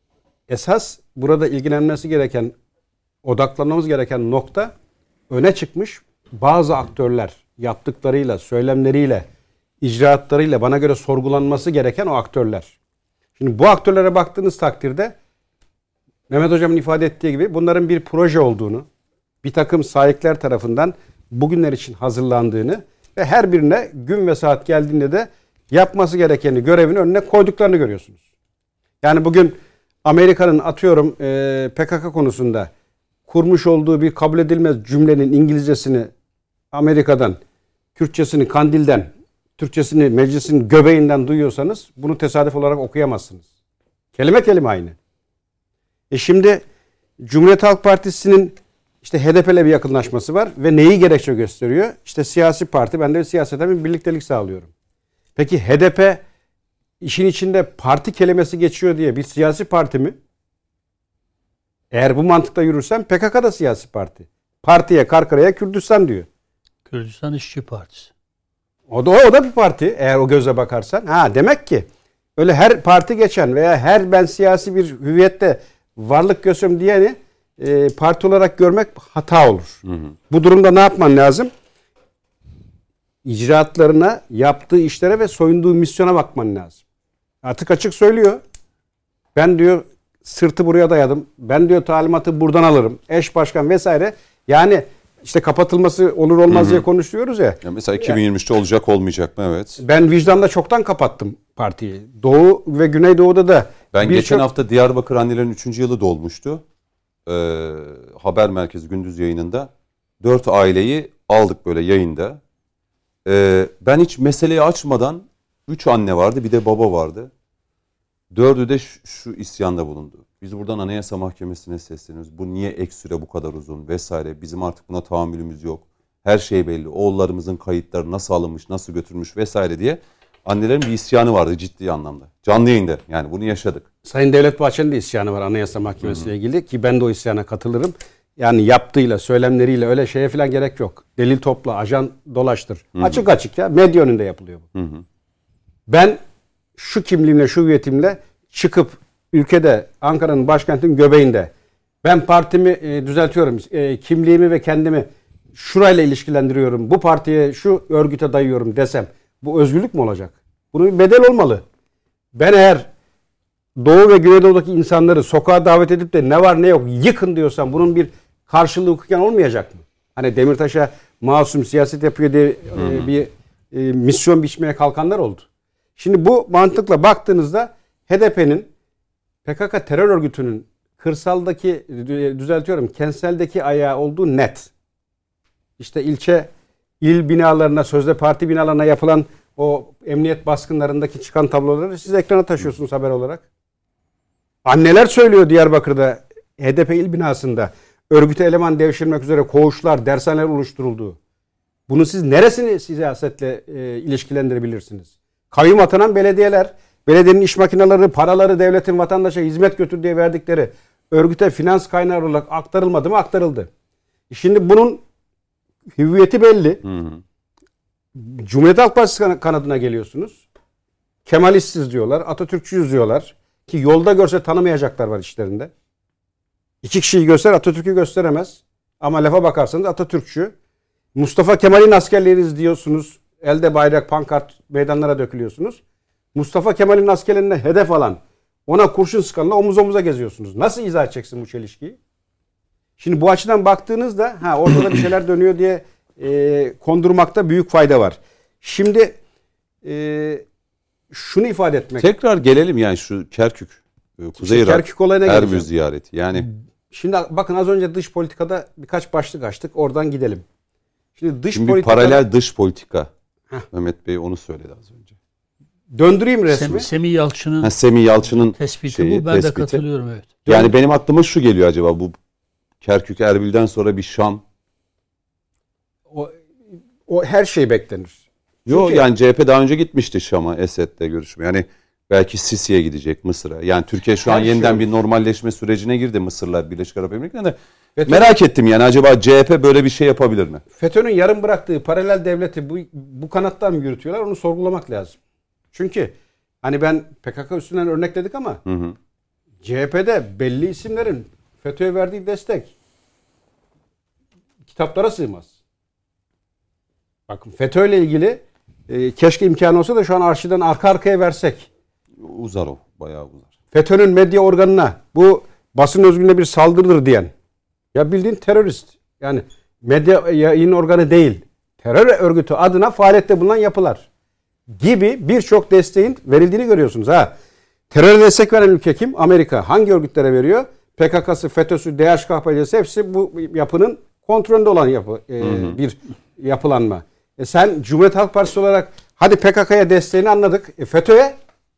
S5: Esas burada ilgilenmesi gereken, odaklanmamız gereken nokta öne çıkmış bazı aktörler yaptıklarıyla, söylemleriyle, icraatlarıyla bana göre sorgulanması gereken o aktörler. Şimdi bu aktörlere baktığınız takdirde Mehmet Hocam'ın ifade ettiği gibi bunların bir proje olduğunu, bir takım sahipler tarafından bugünler için hazırlandığını ve her birine gün ve saat geldiğinde de yapması gerekeni, görevini önüne koyduklarını görüyorsunuz. Yani bugün Amerika'nın atıyorum e, P K K konusunda kurmuş olduğu bir kabul edilmez cümlenin İngilizcesini Amerika'dan, Kürtçesini Kandil'den, Türkçesini meclisin göbeğinden duyuyorsanız bunu tesadüf olarak okuyamazsınız. Kelime kelime aynı. E şimdi Cumhuriyet Halk Partisi'nin işte H D P'le bir yakınlaşması var ve neyi gerekçe gösteriyor? İşte siyasi parti, ben de siyaseten bir birliktelik sağlıyorum. Peki H D P işin içinde parti kelimesi geçiyor diye bir siyasi parti mi? Eğer bu mantıkla yürürsen P K K da siyasi parti. Partiye, Karkara'ya Kürdistan diyor.
S3: Kürdistan İşçi Partisi.
S5: O da o da bir parti eğer o gözle bakarsan. Ha demek ki öyle her parti geçen veya her ben siyasi bir hüviyette varlık gösteriyorum diyeni e, parti olarak görmek hata olur. Hı hı. Bu durumda ne yapman lazım? İcraatlarına, yaptığı işlere ve soyunduğu misyona bakman lazım. Artık açık söylüyor. Ben diyor sırtı buraya dayadım. Ben diyor talimatı buradan alırım. Eş başkan vesaire. Yani işte kapatılması olur olmaz hı hı. diye konuşuyoruz ya.
S1: ya mesela iki bin yirmi üçte yani, olacak olmayacak mı? Evet.
S5: Ben vicdanla çoktan kapattım partiyi. Doğu ve Güneydoğu'da da.
S1: Ben geçen çok... hafta Diyarbakır Annelerin üçüncü yılı dolmuştu. Ee, haber merkezi gündüz yayınında. Dört aileyi aldık böyle yayında. Ee, ben hiç meseleyi açmadan üç anne vardı bir de baba vardı. Dördü de şu, şu isyanda bulundu. Biz buradan Anayasa Mahkemesi'ne sesleniyoruz. Bu niye ek süre bu kadar uzun vesaire. Bizim artık buna tahammülümüz yok. Her şey belli. Oğullarımızın kayıtları nasıl alınmış, nasıl götürmüş vesaire diye. Annelerin bir isyanı vardı ciddi anlamda. Canlı yayında yani bunu yaşadık.
S5: Sayın Devlet Bahçeli'nin de isyanı var Anayasa Mahkemesi ile ilgili ki ben de o isyana katılırım. Yani yaptığıyla, söylemleriyle öyle şeye falan gerek yok. Delil topla, ajan dolaştır. Hı hı. Açık açık ya. Medya önünde yapılıyor bu. Hı hı. Ben şu kimliğimle, şu hüviyetimle çıkıp ülkede, Ankara'nın başkentinin göbeğinde ben partimi e, düzeltiyorum. E, kimliğimi ve kendimi şurayla ilişkilendiriyorum. Bu partiye, şu örgüte dayıyorum desem bu özgürlük mü olacak? Bunun bir bedel olmalı. Ben eğer Doğu ve Güneydoğu'daki insanları sokağa davet edip de ne var ne yok yıkın diyorsam bunun bir karşılığı hukuken olmayacak mı? Hani Demirtaş'a masum siyaset yapıyor diye e, bir e, misyon biçmeye kalkanlar oldu. Şimdi bu mantıkla baktığınızda H D P'nin P K K terör örgütünün kırsaldaki düzeltiyorum kentseldeki ayağı olduğu net. İşte ilçe il binalarına sözde parti binalarına yapılan o emniyet baskınlarındaki çıkan tabloları siz ekrana taşıyorsunuz haber olarak. Anneler söylüyor Diyarbakır'da H D P il binasında örgüte eleman devşirmek üzere koğuşlar, dershaneler oluşturuldu. Bunu siz neresini siyasetle e, ilişkilendirebilirsiniz? Kayyum atanan belediyeler, belediyenin iş makineleri, paraları devletin vatandaşa hizmet götür diye verdikleri örgüte finans kaynağı olarak aktarılmadı mı? Aktarıldı. Şimdi bunun hüviyeti belli. Hı hı. Cumhuriyet Halk Partisi kanadına geliyorsunuz. Kemalistiz diyorlar, Atatürkçüyüz diyorlar. Ki yolda görse tanımayacaklar var içlerinde. İki kişiyi göster, Atatürk'ü gösteremez. Ama lafa bakarsanız Atatürkçü. Mustafa Kemal'in askerleriyiz diyorsunuz. Elde bayrak, pankart meydanlara dökülüyorsunuz. Mustafa Kemal'in askerlerine hedef alan, ona kurşun sıkanla omuz omuza geziyorsunuz. Nasıl izah edeceksin bu çelişkiyi? Şimdi bu açıdan baktığınızda ha ortada bir şeyler dönüyor diye e, kondurmakta büyük fayda var. Şimdi e, şunu ifade etmek.
S1: Tekrar gelelim yani şu Kerkük, Kuzey Irak,
S5: Kerkük olayına
S1: Erbil ziyareti. Yani
S5: şimdi bakın az önce dış politikada birkaç başlık açtık. Oradan gidelim. Şimdi dış
S1: Şimdi
S5: politika,
S1: paralel dış politika. Heh. Mehmet Bey onu söyledi az önce.
S5: Döndüreyim resmi.
S3: Sem, Semih Yalçın'ın
S1: ha, Semih Yalçın'ın
S3: tespiti
S1: şeyi,
S3: bu. Ben tespiti. de katılıyorum evet.
S1: Yani
S3: Dön-
S1: benim aklıma şu geliyor acaba bu Kerkük Erbil'den sonra bir Şam.
S5: O, o her şey beklenir.
S1: Yok yani C H P daha önce gitmişti Şam'a, Esed'le görüşme. Yani belki Sisi'ye gidecek, Mısır'a. Yani Türkiye şu an yeniden şey bir normalleşme sürecine girdi Mısır'la Birleşik Arap Emirlikleri'nde. Merak ettim yani acaba C H P böyle bir şey yapabilir mi?
S5: FETÖ'nün yarım bıraktığı paralel devleti bu, bu kanattan mı yürütüyorlar onu sorgulamak lazım. Çünkü hani ben P K K üstünden örnekledik ama hı hı. C H P'de belli isimlerin FETÖ'ye verdiği destek kitaplara sığmaz. Bakın FETÖ'yle ilgili e, keşke imkanı olsa da şu an arşivden arka arkaya versek.
S1: Uzar o. Bayağı uzar.
S5: FETÖ'nün medya organına bu basın özgürlüğüne bir saldırıdır diyen, ya bildiğin terörist. Yani medya yayın organı değil. Terör örgütü adına faaliyette bulunan yapılar gibi birçok desteğin verildiğini görüyorsunuz. Ha, teröre destek veren ülke kim? Amerika. Hangi örgütlere veriyor? P K K'sı, FETÖ'sü, D H K P C'si hepsi bu yapının kontrolünde olan yapı, e, hı hı. bir yapılanma. E sen Cumhuriyet Halk Partisi olarak hadi P K K'ya desteğini anladık. E FETÖ'ye?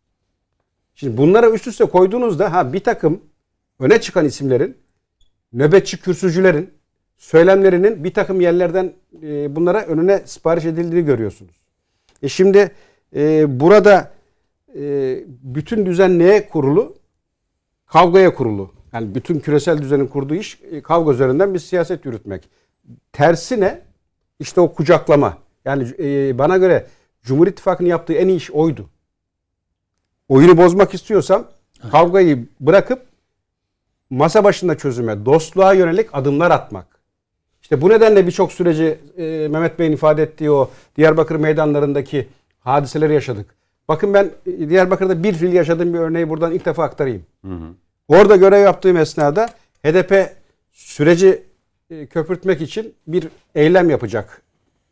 S5: Şimdi bunları üst üste koyduğunuzda ha bir takım öne çıkan isimlerin, nöbetçi kürsücülerin söylemlerinin bir takım yerlerden e, bunlara önüne sipariş edildiğini görüyorsunuz. E şimdi e, burada e, bütün düzen neye kurulu? Kavgaya kurulu. Yani bütün küresel düzenin kurduğu iş e, kavga üzerinden bir siyaset yürütmek. Tersine işte o kucaklama. Yani e, bana göre Cumhur İttifakı'nın yaptığı en iyi iş oydu. Oyunu bozmak istiyorsam kavgayı bırakıp masa başında çözüme, dostluğa yönelik adımlar atmak. İşte bu nedenle birçok süreci e, Mehmet Bey'in ifade ettiği o Diyarbakır meydanlarındaki hadiseleri yaşadık. Bakın ben Diyarbakır'da bir fil yaşadığım bir örneği buradan ilk defa aktarayım. Hı hı. Orada görev yaptığım esnada H D P süreci e, köpürtmek için bir eylem yapacak.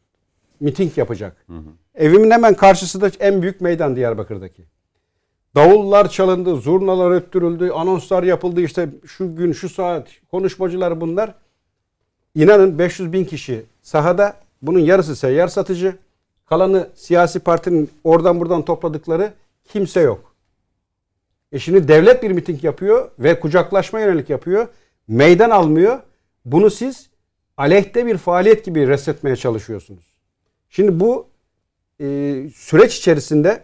S5: Miting yapacak. Hı hı. Evimin hemen karşısında en büyük meydan Diyarbakır'daki. Davullar çalındı, zurnalar öttürüldü, anonslar yapıldı. İşte şu gün, şu saat, konuşmacılar bunlar. İnanın beş yüz bin kişi sahada, bunun yarısı seyyar satıcı. Kalanı siyasi partinin oradan buradan topladıkları, kimse yok. E şimdi devlet bir miting yapıyor ve kucaklaşma yönelik yapıyor. Meydan almıyor. Bunu siz aleyhte bir faaliyet gibi resmetmeye çalışıyorsunuz. Şimdi bu e, süreç içerisinde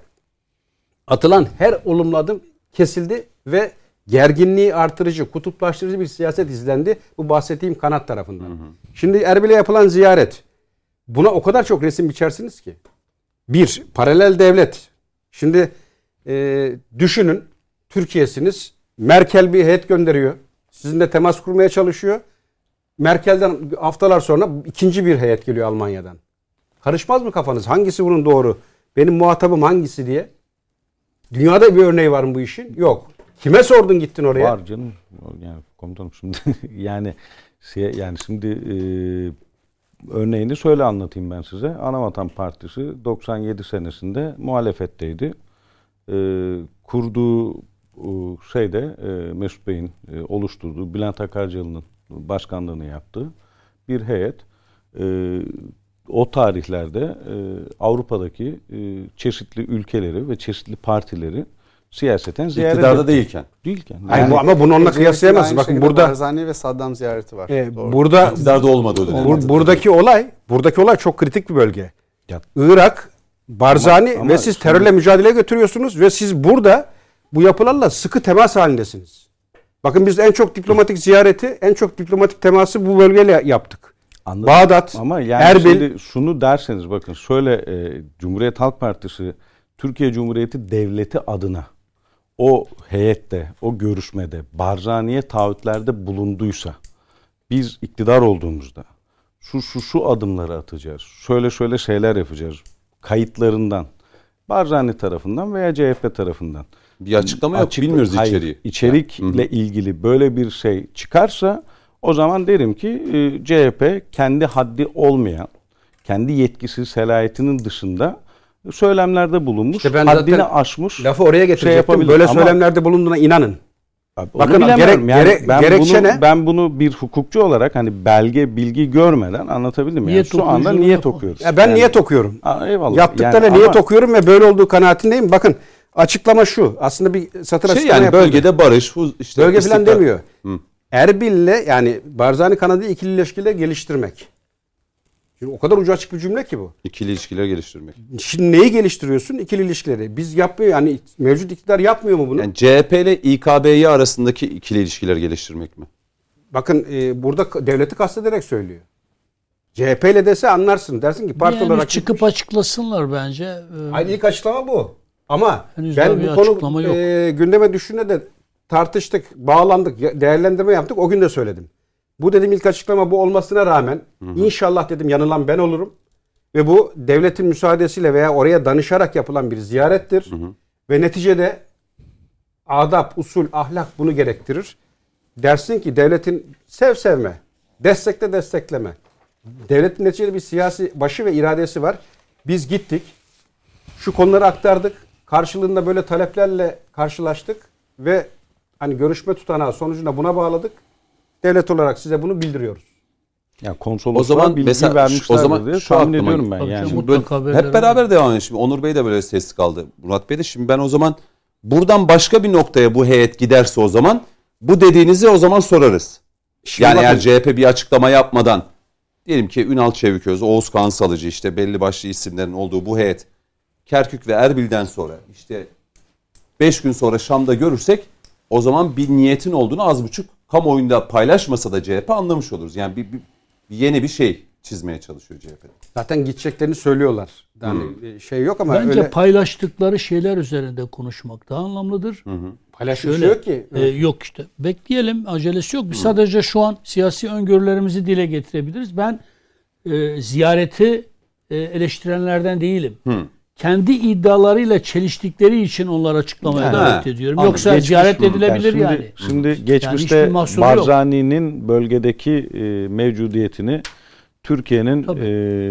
S5: atılan her olumlu adım kesildi ve gerginliği artırıcı, kutuplaştırıcı bir siyaset izlendi. Bu bahsettiğim kanat tarafından. Hı hı. Şimdi Erbil'e yapılan ziyaret. Buna o kadar çok resim biçersiniz ki. Bir, paralel devlet. Şimdi e, düşünün, Türkiye'siniz. Merkel bir heyet gönderiyor. Sizinle temas kurmaya çalışıyor. Merkel'den haftalar sonra ikinci bir heyet geliyor Almanya'dan. Karışmaz mı kafanız? Hangisi bunun doğru? Benim muhatabım hangisi diye? Dünyada bir örneği var mı bu işin? Yok. Kime sordun gittin oraya?
S2: Var canım. Yani komutanım şimdi yani yani şimdi e, örneğini şöyle anlatayım ben size. Anavatan Partisi doksan yedi senesinde muhalefetteydi. E, kurduğu e, şeyde e, Mesut Bey'in e, oluşturduğu, Bülent Akarcalı'nın başkanlığını yaptığı bir heyet. E, o tarihlerde e, Avrupa'daki e, çeşitli ülkeleri ve çeşitli partileri siyaseten ziyaret
S1: İktidarda
S2: etti.
S1: değilken.
S2: Değilken.
S5: Yani, yani, ama bunu onunla kıyaslayamazsın. Bakın burada
S4: Barzani ve Saddam ziyareti var.
S5: E, burada
S1: İktidarda olmadı o dönem.
S5: Bur, buradaki olay, buradaki olay çok kritik bir bölge. Ya. Irak, Barzani ama, ama ve siz terörle şimdi mücadeleye götürüyorsunuz ve siz burada bu yapılarla sıkı temas halindesiniz. Bakın biz en çok diplomatik ziyareti, en çok diplomatik teması bu bölgeyle yaptık.
S2: Anladım.
S5: Bağdat,
S2: ama yani
S5: Erbil.
S2: Şimdi şunu derseniz bakın şöyle e, Cumhuriyet Halk Partisi Türkiye Cumhuriyeti Devleti adına o heyette, o görüşmede Barzani'ye taahhütlerde bulunduysa biz iktidar olduğumuzda şu şu şu adımları atacağız. Şöyle şöyle şeyler yapacağız. Kayıtlarından Barzani tarafından veya C H P tarafından
S1: bir açıklama yok.
S2: Açık,
S1: Bilmiyoruz
S2: hayır,
S1: içeriği.
S2: İçerikle yani. ilgili böyle bir şey çıkarsa o zaman derim ki e, C H P kendi haddi olmayan, kendi yetkisi, selayetinin dışında söylemlerde bulunmuş,
S5: işte ben
S2: haddini aşmış.
S5: Lafı oraya getirecektim.
S2: Şey
S5: böyle
S2: ama,
S5: söylemlerde bulunduğuna inanın.
S2: Abi,
S5: bakın
S2: gerek,
S5: yani
S2: gerek, ben
S5: gerekçe
S2: bunu,
S5: ne?
S2: Ben bunu bir hukukçu olarak hani belge, bilgi görmeden anlatabildim. Yani şu anda niyet okuyoruz.
S5: Ya ben
S2: yani,
S5: niyet okuyorum.
S2: Aa, eyvallah.
S5: Yaptıklarına
S2: yani,
S5: niyet
S2: ama,
S5: okuyorum ve böyle olduğu kanaatindeyim. Bakın açıklama şu. Aslında bir satır
S1: şey
S5: açıklama
S1: yani
S5: yapıldı.
S1: bölgede barış, işte
S5: bölge falan demiyor.
S1: Hı.
S5: Erbil'le yani Barzani kanadı ikili ilişkiler geliştirmek. Şimdi o kadar ucu açık bir cümle ki bu.
S1: İkili ilişkiler geliştirmek.
S5: Şimdi neyi geliştiriyorsun? İkili ilişkileri. Biz yapmıyor yani mevcut iktidar yapmıyor mu bunu?
S1: Yani C H P ile İ K B'yi arasındaki ikili ilişkiler geliştirmek mi?
S5: Bakın e, burada devleti kastederek söylüyor. C H P ile dese anlarsın. Dersin ki parti
S3: yani
S5: olarak
S3: çıkıp
S5: gitmiş.
S3: açıklasınlar bence. Ee,
S5: Aynı ilk açıklama bu. Ama
S3: henüz
S5: ben bu konu e, gündeme düşünde de tartıştık, bağlandık, değerlendirme yaptık. O gün de söyledim. Bu dedim ilk açıklama bu olmasına rağmen hı hı. inşallah dedim yanılan ben olurum. Ve bu devletin müsaadesiyle veya oraya danışarak yapılan bir ziyarettir. Hı hı. Ve neticede adap, usul, ahlak bunu gerektirir. Dersin ki devletin sev sevme, destekle destekleme. Devletin neticede bir siyasi başı ve iradesi var. Biz gittik, şu konuları aktardık, karşılığında böyle taleplerle karşılaştık ve hani görüşme tutanağı sonucunda buna bağladık. Devlet olarak size bunu bildiriyoruz.
S2: Ya konsolosluğa bilgi
S1: mesela
S2: vermişlerdir
S1: o zaman
S2: diye
S1: şu
S2: tahmin
S1: aklıma
S2: ediyorum ben.
S3: Tabii
S2: Yani.
S3: canım.
S1: Şimdi böyle hep beraber devam edelim. Şimdi Onur Bey de böyle sessiz kaldı. Murat Bey de. Şimdi ben o zaman buradan başka bir noktaya bu heyet giderse o zaman bu dediğinizi o zaman sorarız.
S5: Şimdi
S1: yani
S5: bakın,
S1: eğer C H P bir açıklama yapmadan diyelim ki Ünal Çeviköz, Oğuz Kağan Salıcı işte belli başlı isimlerin olduğu bu heyet Kerkük ve Erbil'den sonra işte beş gün sonra Şam'da görürsek o zaman bir niyetin olduğunu az buçuk kamuoyunda paylaşmasa da C H P anlamış oluruz. Yani bir, bir, bir yeni bir şey çizmeye çalışıyor C H P.
S5: zaten gideceklerini söylüyorlar. Yani
S1: Hmm.
S5: şey yok ama
S3: Bence
S5: öyle
S3: paylaştıkları şeyler üzerinde konuşmak daha anlamlıdır.
S1: Hı hı.
S5: paylaşmış
S3: Şöyle,
S5: yok ki.
S3: e, yok işte. Bekleyelim. Acelesi yok. Biz sadece şu an siyasi öngörülerimizi dile getirebiliriz. Ben e, ziyareti e, eleştirenlerden değilim.
S1: Hı.
S3: Kendi iddialarıyla çeliştikleri için onları açıklamaya
S2: Yani,
S3: davet
S1: he,
S3: ediyorum.
S1: anladım.
S3: Yoksa
S2: Geçmiş-
S3: ziyaret
S2: Hı.
S3: edilebilir
S2: şimdi,
S3: yani.
S2: Şimdi geçmişte
S3: hiçbir mahsuru yok.
S2: Barzani'nin bölgedeki e, mevcudiyetini Türkiye'nin
S3: Tabii.
S2: e,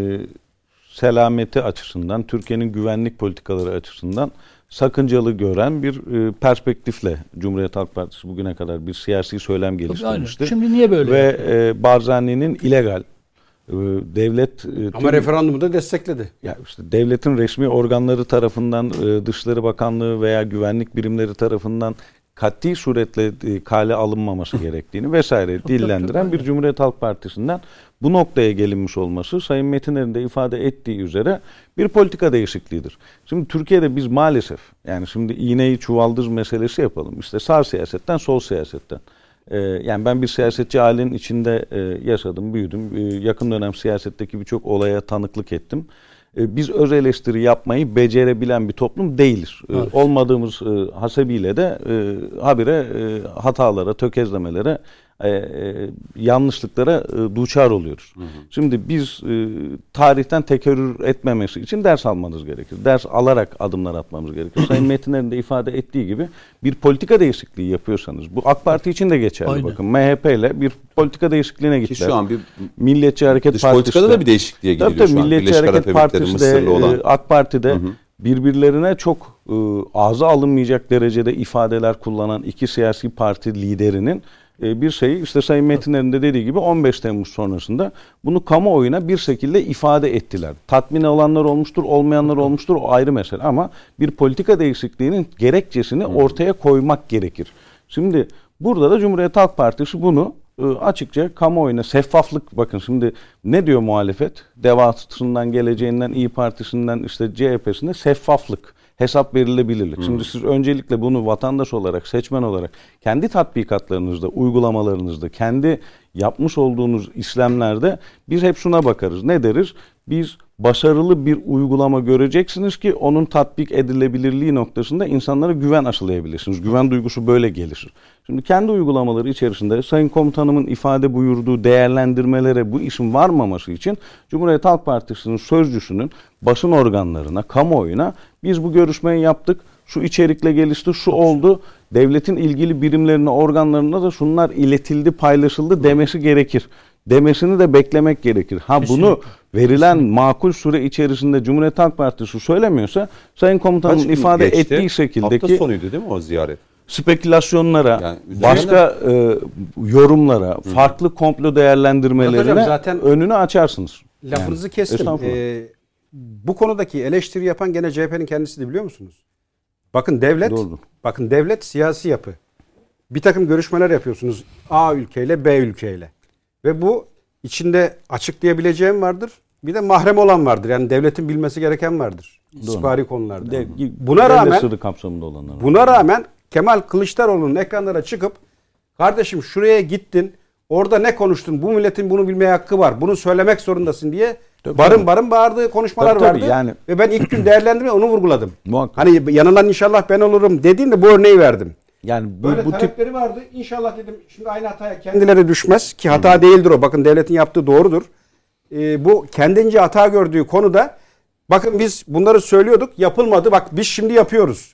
S2: selameti açısından, Türkiye'nin güvenlik politikaları açısından sakıncalı gören bir e, perspektifle Cumhuriyet Halk Partisi bugüne kadar bir siyasi söylem
S3: Tabii, aynen.
S2: geliştirmişti.
S3: Şimdi niye böyle?
S2: Ve e, Barzani'nin illegal e, devlet e,
S5: Ama
S2: tüm-
S5: referandumu da destekledi.
S2: ya işte devletin resmi organları tarafından, e, Dışişleri Bakanlığı veya güvenlik birimleri tarafından kat'i suretle e, kale alınmaması gerektiğini vesaire dillendiren
S3: tabii,
S2: bir Cumhuriyet Halk Partisi'nden bu noktaya gelinmiş olması Sayın Metiner'in de ifade ettiği üzere bir politika değişikliğidir. Şimdi Türkiye'de biz maalesef yani şimdi iğneyi çuvaldır meselesi yapalım. İşte sağ siyasetten sol siyasetten. Ee, yani ben bir siyasetçi ailenin içinde e, yaşadım, büyüdüm. Ee, yakın dönem siyasetteki birçok olaya tanıklık ettim. Ee, biz öz eleştiri yapmayı becerebilen bir toplum değiliz. Ee,
S3: Evet.
S2: olmadığımız e, hasebiyle de e, habire e, hatalara, tökezlemelere, e, e, yanlışlıklara e, duçar oluyoruz. Hı hı. Şimdi biz e, tarihten tekerrür etmemesi için ders almanız gerekir. Ders alarak adımlar atmamız gerekir. Sayın Metiner'in de ifade ettiği gibi bir politika değişikliği yapıyorsanız, bu AK Parti için de geçerli.
S3: Aynen.
S2: Bakın M H P ile bir politika değişikliğine
S1: Ki
S2: gittiler.
S1: şu an bir
S2: Milliyetçi Hareket
S1: dış
S2: Partisi
S1: politikada da bir değişikliğe
S2: Tabii
S1: gidiliyor
S2: tabii,
S1: şu an.
S2: Milliyetçi
S1: Birleşik Arap
S2: Hareket
S1: Emirlikleri,
S2: Partisi de
S1: Mısırlı olan.
S2: e, AK Parti'de
S1: Hı hı.
S2: birbirlerine çok e, ağza alınmayacak derecede ifadeler kullanan iki siyasi parti liderinin e, bir şeyi işte Sayın Metiner'in de dediği gibi on beş Temmuz sonrasında bunu kamuoyuna bir şekilde ifade ettiler. Tatmin olanlar olmuştur, olmayanlar olmuştur, o ayrı mesele ama bir politika değişikliğinin gerekçesini ortaya koymak gerekir. Şimdi burada da Cumhuriyet Halk Partisi bunu e, açıkça kamuoyuna şeffaflık, bakın şimdi ne diyor muhalefet? Devasından, Geleceğinden, İyi Partisi'nden işte C H P'sinde şeffaflık, hesap verilebilirlik. Hmm. Şimdi siz öncelikle bunu vatandaş olarak, seçmen olarak kendi tatbikatlarınızda, uygulamalarınızda, kendi yapmış olduğunuz işlemlerde biz hep şuna bakarız. Ne deriz? Biz başarılı bir uygulama göreceksiniz ki onun tatbik edilebilirliği noktasında insanlara güven aşılayabilirsiniz. Güven duygusu böyle gelişir. Şimdi kendi uygulamaları içerisinde Sayın Komutanımın ifade buyurduğu değerlendirmelere bu işin varmaması için Cumhuriyet Halk Partisi'nin sözcüsünün basın organlarına, kamuoyuna biz bu görüşmeyi yaptık, şu içerikle gelişti, şu oldu, devletin ilgili birimlerine, organlarına da şunlar iletildi, paylaşıldı demesi gerekir. Demesini de beklemek gerekir. Ha
S3: Kesinlikle.
S2: bunu verilen Kesinlikle. makul süre içerisinde Cumhuriyet Halk Partisi söylemiyorsa Sayın Komutanın ifade
S1: geçti?
S2: ettiği şekildeki
S1: Hafta sonuydu değil mi o ziyaret?
S2: spekülasyonlara,
S1: Yani
S2: başka e, yorumlara, Hı. farklı komplo değerlendirmelerine
S5: zaten
S2: önünü açarsınız.
S5: Lafınızı
S2: Yani,
S5: kestim. Ee, bu konudaki eleştiri yapan gene C H P'nin kendisi biliyor musunuz? Bakın devlet,
S2: Doğru.
S5: bakın devlet siyasi yapı. Bir takım görüşmeler yapıyorsunuz A ülkeyle B ülkeyle. Ve bu içinde açıklayabileceğim vardır. Bir de mahrem olan vardır. Yani devletin bilmesi gereken vardır. İstihbari konularda.
S2: De,
S5: buna rağmen
S2: sırrı kapsamında olanlar.
S5: Buna rağmen Kemal Kılıçdaroğlu'nun ekranlara çıkıp kardeşim şuraya gittin, orada ne konuştun? Bu milletin bunu bilmeye hakkı var. Bunu söylemek zorundasın diye
S2: Tabii,
S5: barın
S2: tabii.
S5: barın bağırdığı konuşmalar
S2: Tabii, tabii,
S5: vardı.
S2: yani.
S5: Ve ben ilk gün değerlendirme onu vurguladım.
S2: Muhakkak.
S5: Hani yanılan inşallah ben olurum dediğimde bu örneği verdim.
S2: Yani bu,
S5: Böyle
S2: bu tip
S5: talepleri vardı. İnşallah dedim şimdi aynı hataya kendileri düşmez ki hata değildir o. Bakın devletin yaptığı doğrudur. Ee, bu kendince hata gördüğü konuda bakın biz bunları söylüyorduk, yapılmadı. Bak biz şimdi yapıyoruz.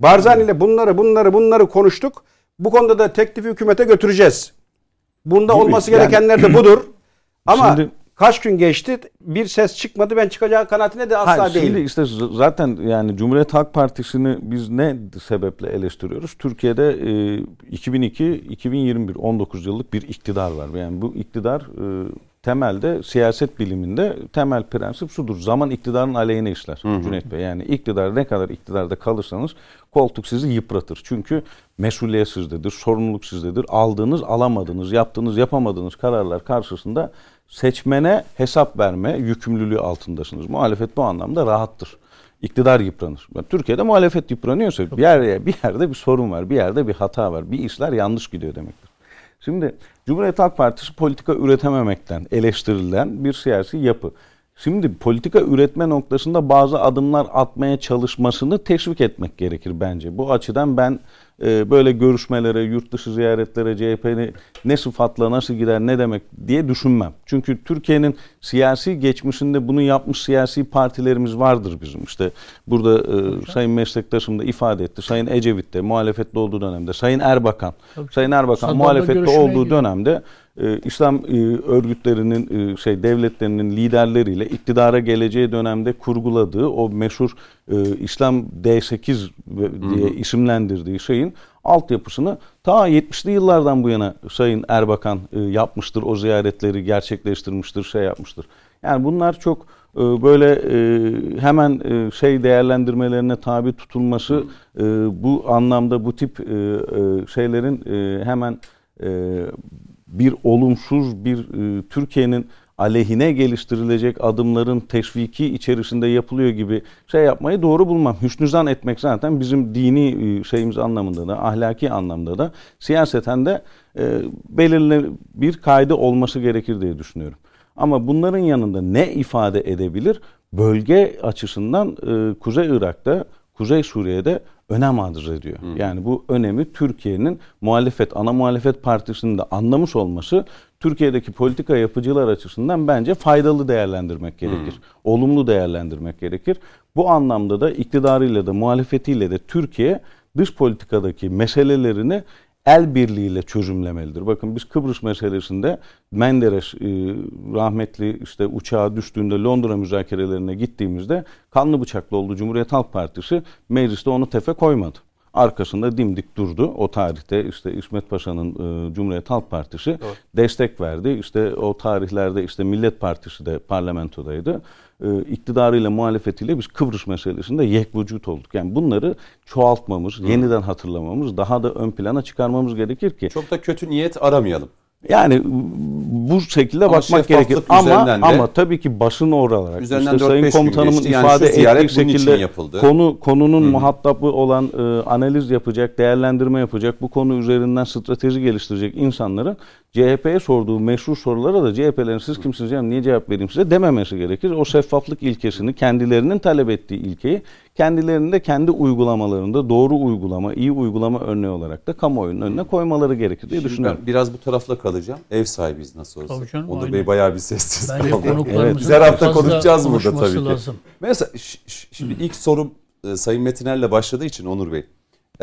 S5: Barzani ile bunları bunları bunları konuştuk. Bu konuda da teklifi hükümete götüreceğiz. Bunda
S1: Gibi,
S5: olması
S1: yani.
S5: gerekenler de budur. Ama
S2: Şimdi,
S5: kaç gün geçti bir ses çıkmadı, ben çıkacağı kanaatine de asla
S2: hayır,
S5: değilim.
S2: Şimdi işte zaten yani Cumhuriyet Halk Partisi'ni biz ne sebeple eleştiriyoruz? Türkiye'de e, iki bin iki iki bin yirmi bir on dokuz yıllık bir iktidar var. Yani bu iktidar e, temelde siyaset biliminde temel prensip şudur: zaman iktidarın aleyhine işler. Hı hı. Cüneyt Bey, yani iktidar ne kadar iktidarda kalırsanız koltuk sizi yıpratır. Çünkü mesuliyet sizdedir, sorumluluk sizdedir. Aldığınız, alamadığınız, yaptığınız, yapamadığınız kararlar karşısında seçmene hesap verme yükümlülüğü altındasınız. Muhalefet bu anlamda rahattır. İktidar yıpranır. Türkiye'de muhalefet yıpranıyorsa bir yerde, bir yerde bir sorun var, bir yerde bir hata var, bir işler yanlış gidiyor demektir. Şimdi Cumhuriyet Halk Partisi politika üretememekten eleştirilen bir siyasi yapı. Şimdi politika üretme noktasında bazı adımlar atmaya çalışmasını teşvik etmek gerekir bence. Bu açıdan ben e, böyle görüşmelere, yurt dışı ziyaretlere C H P'ni ne sıfatla nasıl gider, ne demek diye düşünmem. Çünkü Türkiye'nin siyasi geçmişinde bunu yapmış siyasi partilerimiz vardır bizim. İşte burada e, Sayın meslektaşım da ifade etti. Sayın Ecevit de muhalefette olduğu dönemde, Sayın Erbakan, Tabii. Sayın Erbakan Sanırım muhalefette olduğu gidiyor. dönemde Ee, İslam e, örgütlerinin e, şey devletlerinin liderleriyle iktidara geleceği dönemde kurguladığı o meşhur e, İslam D sekiz diye hmm. isimlendirdiği şeyin altyapısını ta yetmişli yıllardan bu yana Sayın Erbakan e, yapmıştır. O ziyaretleri gerçekleştirmiştir, şey yapmıştır. Yani bunlar çok e, böyle e, hemen e, şey değerlendirmelerine tabi tutulması e, bu anlamda bu tip e, e, şeylerin e, hemen e, bir olumsuz bir e, Türkiye'nin aleyhine geliştirilecek adımların teşviki içerisinde yapılıyor gibi şey yapmayı doğru bulmam. Hüsnüzan etmek zaten bizim dini e, şeyimiz anlamında da, ahlaki anlamda da, siyaseten de e, belirli bir kaydı olması gerekir diye düşünüyorum. Ama bunların yanında ne ifade edebilir? Bölge açısından e, Kuzey Irak'ta, Kuzey Suriye'de önem arz ediyor. Hmm. Yani bu önemi Türkiye'nin muhalefet, ana muhalefet partisinin de anlamış olması Türkiye'deki politika yapıcılar açısından bence faydalı değerlendirmek gerekir. Hmm. Olumlu değerlendirmek gerekir. Bu anlamda da iktidarıyla da muhalefetiyle de Türkiye dış politikadaki meselelerini el birliğiyle çözümlemelidir. Bakın biz Kıbrıs meselesinde Menderes e, rahmetli işte uçağa düştüğünde Londra müzakerelerine gittiğimizde kanlı bıçaklı oldu. Cumhuriyet Halk Partisi mecliste onu tefe koymadı. Arkasında dimdik durdu. O tarihte işte İsmet Paşa'nın e, Cumhuriyet Halk Partisi evet. destek verdi. İşte o tarihlerde işte Millet Partisi de parlamentodaydı. E, iktidarıyla muhalefetiyle biz Kıbrıs meselesinde yekvücut olduk. Yani bunları çoğaltmamız, Hı. yeniden hatırlamamız, daha da ön plana çıkarmamız gerekir ki.
S1: Çok da kötü niyet aramayalım.
S2: Yani bu şekilde ama bakmak gerekir. Ama de, ama tabii ki basın olarak işte Sayın Komutanımın ifade yani ettiği şekilde konu konunun Hı-hı. muhatabı olan e, analiz yapacak, değerlendirme yapacak, bu konu üzerinden strateji geliştirecek insanların C H P'ye sorduğu meşru sorulara da C H P'lerin siz kimsiniz canım niye cevap vereyim size dememesi gerekir. O şeffaflık ilkesini, kendilerinin talep ettiği ilkeyi kendilerinin de kendi uygulamalarında doğru uygulama, iyi uygulama örneği olarak da kamuoyunun önüne koymaları gerekir diye Şimdi düşünüyorum.
S1: Ben biraz bu tarafla kalacağım. Ev sahibiyiz nasıl olsa. Canım, Onur aynen. Bey bayağı bir sessiz kaldı.
S3: Evet.
S1: Biz her hafta konuşacağız burada tabii ki. Lazım. Mesela şimdi ilk sorum Sayın Metiner'le başladığı için Onur Bey.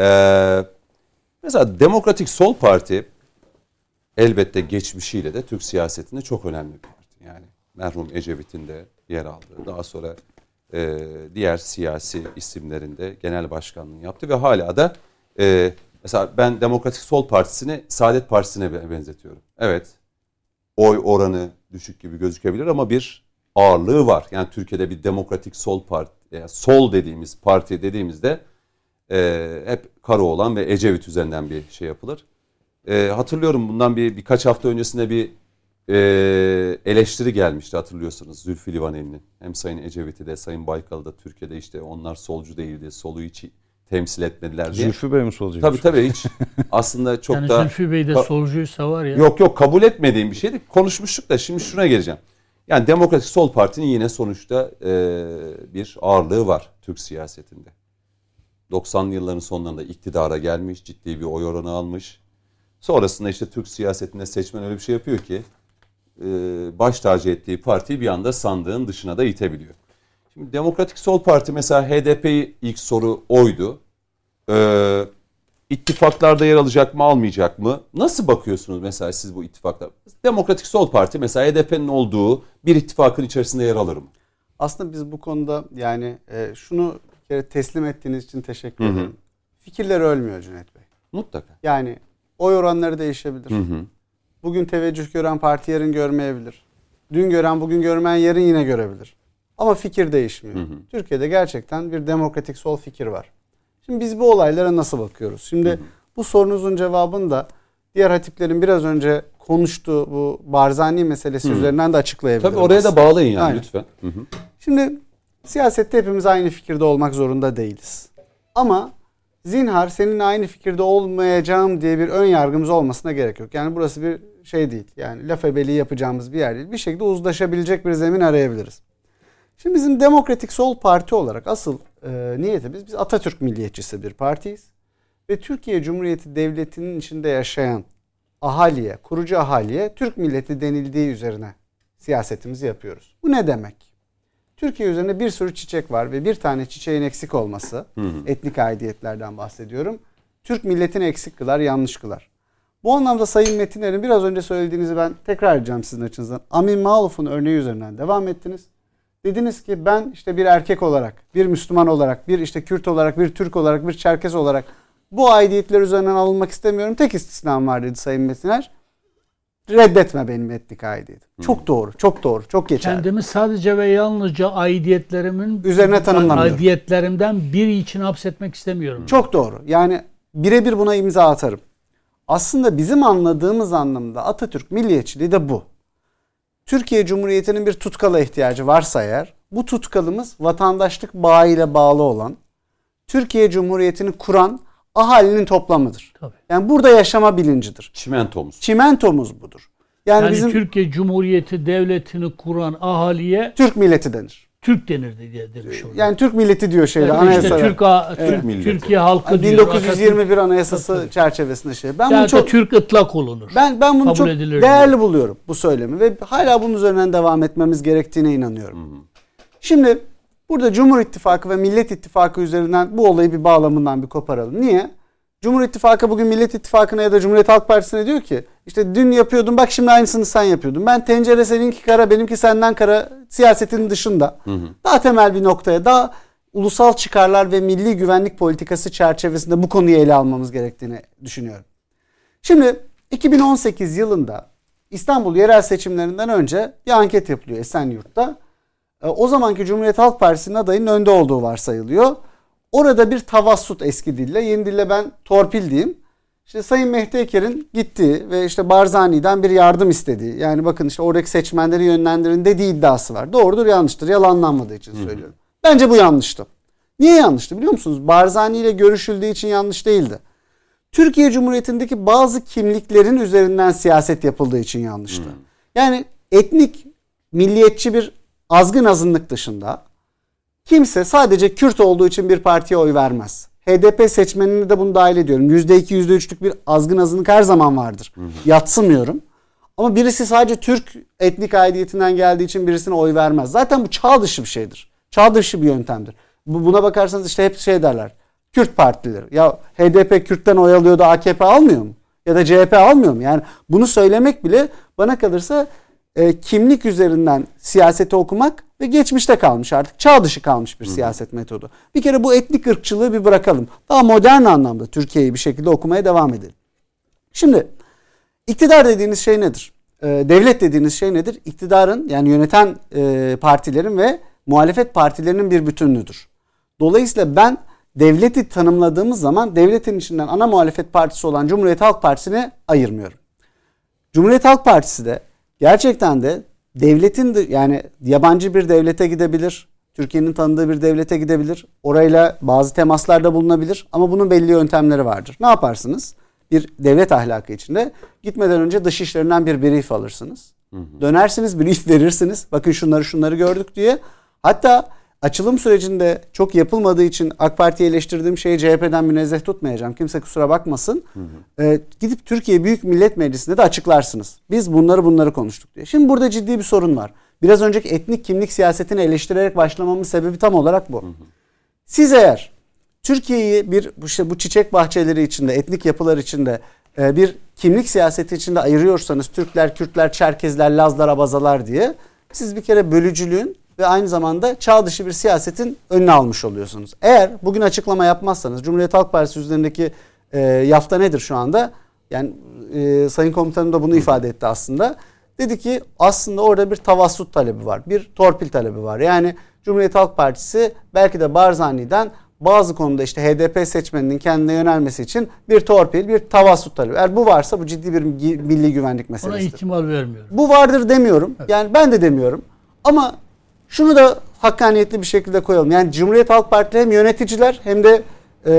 S1: Ee, mesela Demokratik Sol Parti elbette geçmişiyle de Türk siyasetinde çok önemli bir parti. Yani merhum Ecevit'in de yer aldığı, daha sonra e, diğer siyasi isimlerinde genel başkanlığını yaptı ve hala da e, mesela ben Demokratik Sol Partisi'ni Saadet Partisi'ne benzetiyorum. Evet, oy oranı düşük gibi gözükebilir ama bir ağırlığı var. Yani Türkiye'de bir Demokratik Sol Parti, yani sol dediğimiz parti dediğimizde e, hep Karaoğlan ve Ecevit üzerinden bir şey yapılır. E, hatırlıyorum bundan bir birkaç hafta öncesinde bir e, eleştiri gelmişti hatırlıyorsunuz Zülfü Livaneli'nin. Hem Sayın Ecevit'i de Sayın Baykal'ı da Türkiye'de işte onlar solcu değildi, solu hiç temsil etmediler diye.
S2: Zülfü Bey mi solcu?
S1: Tabii tabii hiç aslında çok
S3: yani
S1: da...
S3: Zülfü Bey de solcuysa var ya.
S1: Yok yok kabul etmediğim bir şeydi. Konuşmuştuk da şimdi şuna geleceğim. Yani Demokratik Sol Parti'nin yine sonuçta e, bir ağırlığı var Türk siyasetinde. doksanlı yılların sonlarında iktidara gelmiş, ciddi bir oy oranı almış. Sonrasında işte Türk siyasetinde seçmen öyle bir şey yapıyor ki e, baş tacı ettiği partiyi bir anda sandığın dışına da itebiliyor. Şimdi Demokratik Sol Parti mesela H D P'yi ilk soru oydu. Ee, ittifaklarda yer alacak mı, almayacak mı? Nasıl bakıyorsunuz mesela siz bu ittifaklar? Demokratik Sol Parti mesela H D P'nin olduğu bir ittifakın içerisinde yer alır mı?
S4: Aslında biz bu konuda yani e, şunu bir kere teslim ettiğiniz için teşekkür ederim. Hı hı. Fikirler ölmüyor Cüneyt Bey.
S1: Mutlaka.
S4: Yani oy oranları değişebilir. Hı hı. Bugün teveccüh gören parti yarın görmeyebilir. Dün gören bugün görmeyen yarın yine görebilir. Ama fikir değişmiyor. Hı hı. Türkiye'de gerçekten bir demokratik sol fikir var. Şimdi biz bu olaylara nasıl bakıyoruz? Şimdi hı hı. bu sorunuzun cevabını da diğer hatiplerin biraz önce konuştuğu bu Barzani meselesi hı. üzerinden de açıklayabilirim.
S1: Tabii oraya da bağlayın yani. Aynen. Lütfen. Hı hı.
S4: Şimdi siyasette hepimiz aynı fikirde olmak zorunda değiliz. Ama zinhar seninle aynı fikirde olmayacağım diye bir ön yargımız olmasına gerek yok. Yani burası bir şey değil. Yani laf ebeliği yapacağımız bir yer değil. Bir şekilde uzlaşabilecek bir zemin arayabiliriz. Şimdi bizim Demokratik Sol Parti olarak asıl e, niyetimiz, biz Atatürk milliyetçisi bir partiyiz. Ve Türkiye Cumhuriyeti Devleti'nin içinde yaşayan ahaliye, kurucu ahaliye Türk milleti denildiği üzerine siyasetimizi yapıyoruz. Bu ne demek? Türkiye üzerinde bir sürü çiçek var ve bir tane çiçeğin eksik olması, hı hı. etnik aidiyetlerden bahsediyorum. Türk milletini eksik kılar, yanlış kılar. Bu anlamda Sayın Metiner'in biraz önce söylediğinizi ben tekrar edeceğim sizin açınızdan. Amin Maluf'un örneği üzerinden devam ettiniz. Dediniz ki ben işte bir erkek olarak, bir Müslüman olarak, bir işte Kürt olarak, bir Türk olarak, bir Çerkez olarak bu aidiyetler üzerinden alınmak istemiyorum. Tek istisnam var dedi Sayın Metiner. Reddetme benim etnik aidiyetim. Hmm. Çok doğru, çok doğru, çok geçerli.
S3: Kendimi sadece ve yalnızca aidiyetlerimin
S4: üzerine tanımlamıyorum.
S3: Aidiyetlerimden biri için hapsetmek istemiyorum.
S4: Çok doğru. Yani birebir buna imza atarım. Aslında bizim anladığımız anlamda Atatürk milliyetçiliği de bu. Türkiye Cumhuriyeti'nin bir tutkala ihtiyacı varsa eğer, bu tutkalımız vatandaşlık bağıyla bağlı olan, Türkiye Cumhuriyeti'ni kuran ahalinin toplamıdır. Tabii. Yani burada yaşama bilincidir.
S1: Çimentomuz.
S4: Çimentomuz budur.
S3: Yani, yani bizim Türkiye Cumhuriyeti Devleti'ni kuran ahaliye
S4: Türk milleti denir.
S3: Türk denirdi diye demiş oluyor.
S4: Yani Türk milleti diyor şeyler.
S3: Yani işte Türk, evet. Türk Türkiye halkı
S4: yani
S3: diyor.
S4: bin dokuz yüz yirmi bir Anayasası tabii. çerçevesinde şey. Ben
S3: yani
S4: bunu çok
S3: Türk ıtlak olunur.
S4: Ben ben bunu çok değerli
S3: diyor.
S4: buluyorum bu söylemi ve hala bunun üzerinden devam etmemiz gerektiğine inanıyorum. Hmm. Şimdi burada Cumhur İttifakı ve Millet İttifakı üzerinden bu olayı bir bağlamından bir koparalım. Niye? Cumhur İttifakı bugün Millet İttifakı'na ya da Cumhuriyet Halk Partisi'ne diyor ki işte dün yapıyordun bak şimdi aynısını sen yapıyordun. Ben tencere seninki kara benimki senden kara siyasetin dışında hı hı. daha temel bir noktaya daha ulusal çıkarlar ve milli güvenlik politikası çerçevesinde bu konuyu ele almamız gerektiğini düşünüyorum. Şimdi iki bin on sekiz yılında İstanbul yerel seçimlerinden önce bir anket yapılıyor Esenyurt'ta. O zamanki Cumhuriyet Halk Partisi'nin adayının önde olduğu varsayılıyor. Orada bir tavassut eski dille, yeni dille ben torpil diyeyim. İşte Sayın Mehdi Eker'in gittiği ve işte Barzani'den bir yardım istediği. Yani bakın işte oradaki seçmenleri yönlendirin dediği iddiası var. Doğrudur, yanlıştır. Yalanlanmadığı için söylüyorum. Hı. Bence bu yanlıştı. Niye yanlıştı biliyor musunuz? Barzani ile görüşüldüğü için yanlış değildi. Türkiye Cumhuriyeti'ndeki bazı kimliklerin üzerinden siyaset yapıldığı için yanlıştı. Hı. Yani etnik, milliyetçi bir azgın azınlık dışında kimse sadece Kürt olduğu için bir partiye oy vermez. H D P seçmenini de bunu dahil ediyorum. yüzde iki, yüzde üçlük bir azgın azınlık her zaman vardır. Hı hı. Yatsımıyorum. Ama birisi sadece Türk etnik aidiyetinden geldiği için birisine oy vermez. Zaten bu çağ dışı bir şeydir. Çağ dışı bir yöntemdir. Buna bakarsanız işte hep şey derler. Kürt partileri. Ya H D P Kürt'ten oy alıyor da A K P almıyor mu? Ya da C H P almıyor mu? Yani bunu söylemek bile bana kalırsa e, kimlik üzerinden siyaseti okumak ve geçmişte kalmış artık. Çağ dışı kalmış bir Hı. siyaset metodu. Bir kere bu etnik ırkçılığı bir bırakalım. Daha modern anlamda Türkiye'yi bir şekilde okumaya devam edelim. Şimdi iktidar dediğiniz şey nedir? E, devlet dediğiniz şey nedir? İktidarın yani yöneten e, partilerin ve muhalefet partilerinin bir bütünlüğüdür. Dolayısıyla ben devleti tanımladığımız zaman devletin içinden ana muhalefet partisi olan Cumhuriyet Halk Partisi'ni ayırmıyorum. Cumhuriyet Halk Partisi de gerçekten de devletin de, yani yabancı bir devlete gidebilir. Türkiye'nin tanıdığı bir devlete gidebilir. Orayla bazı temaslarda bulunabilir. Ama bunun belli yöntemleri vardır. Ne yaparsınız? Bir devlet ahlakı içinde gitmeden önce dış işlerinden bir brief alırsınız. Hı hı. Dönersiniz, brief verirsiniz. Bakın şunları şunları gördük diye. Hatta açılım sürecinde çok yapılmadığı için AK Parti'yi eleştirdiğim şeyi C H P'den münezzeh tutmayacağım. Kimse kusura bakmasın. Hı hı. Ee, gidip Türkiye Büyük Millet Meclisi'nde de açıklarsınız. Biz bunları bunları konuştuk diye. Şimdi burada ciddi bir sorun var. Biraz önceki etnik kimlik siyasetini eleştirerek başlamamın sebebi tam olarak bu. Hı hı. Siz eğer Türkiye'yi bir işte bu çiçek bahçeleri içinde, etnik yapılar içinde, bir kimlik siyaseti içinde ayırıyorsanız Türkler, Kürtler, Çerkezler, Lazlar, Abazalar diye siz bir kere bölücülüğün ve aynı zamanda çağ dışı bir siyasetin önüne almış oluyorsunuz. Eğer bugün açıklama yapmazsanız Cumhuriyet Halk Partisi üzerindeki e, yafta nedir şu anda? Yani e, Sayın Komutanım da bunu ifade etti aslında. Dedi ki aslında orada bir tavassut talebi var. Bir torpil talebi var. Yani Cumhuriyet Halk Partisi belki de Barzani'den bazı konuda işte H D P seçmeninin kendine yönelmesi için bir torpil, bir tavassut talebi. Eğer bu varsa bu ciddi bir milli güvenlik meselesidir.
S3: Ona ihtimal vermiyorum.
S4: Bu vardır demiyorum.
S3: Evet.
S4: Yani ben de demiyorum. Ama şunu da hakkaniyetli bir şekilde koyalım. Yani Cumhuriyet Halk Partili hem yöneticiler hem de e,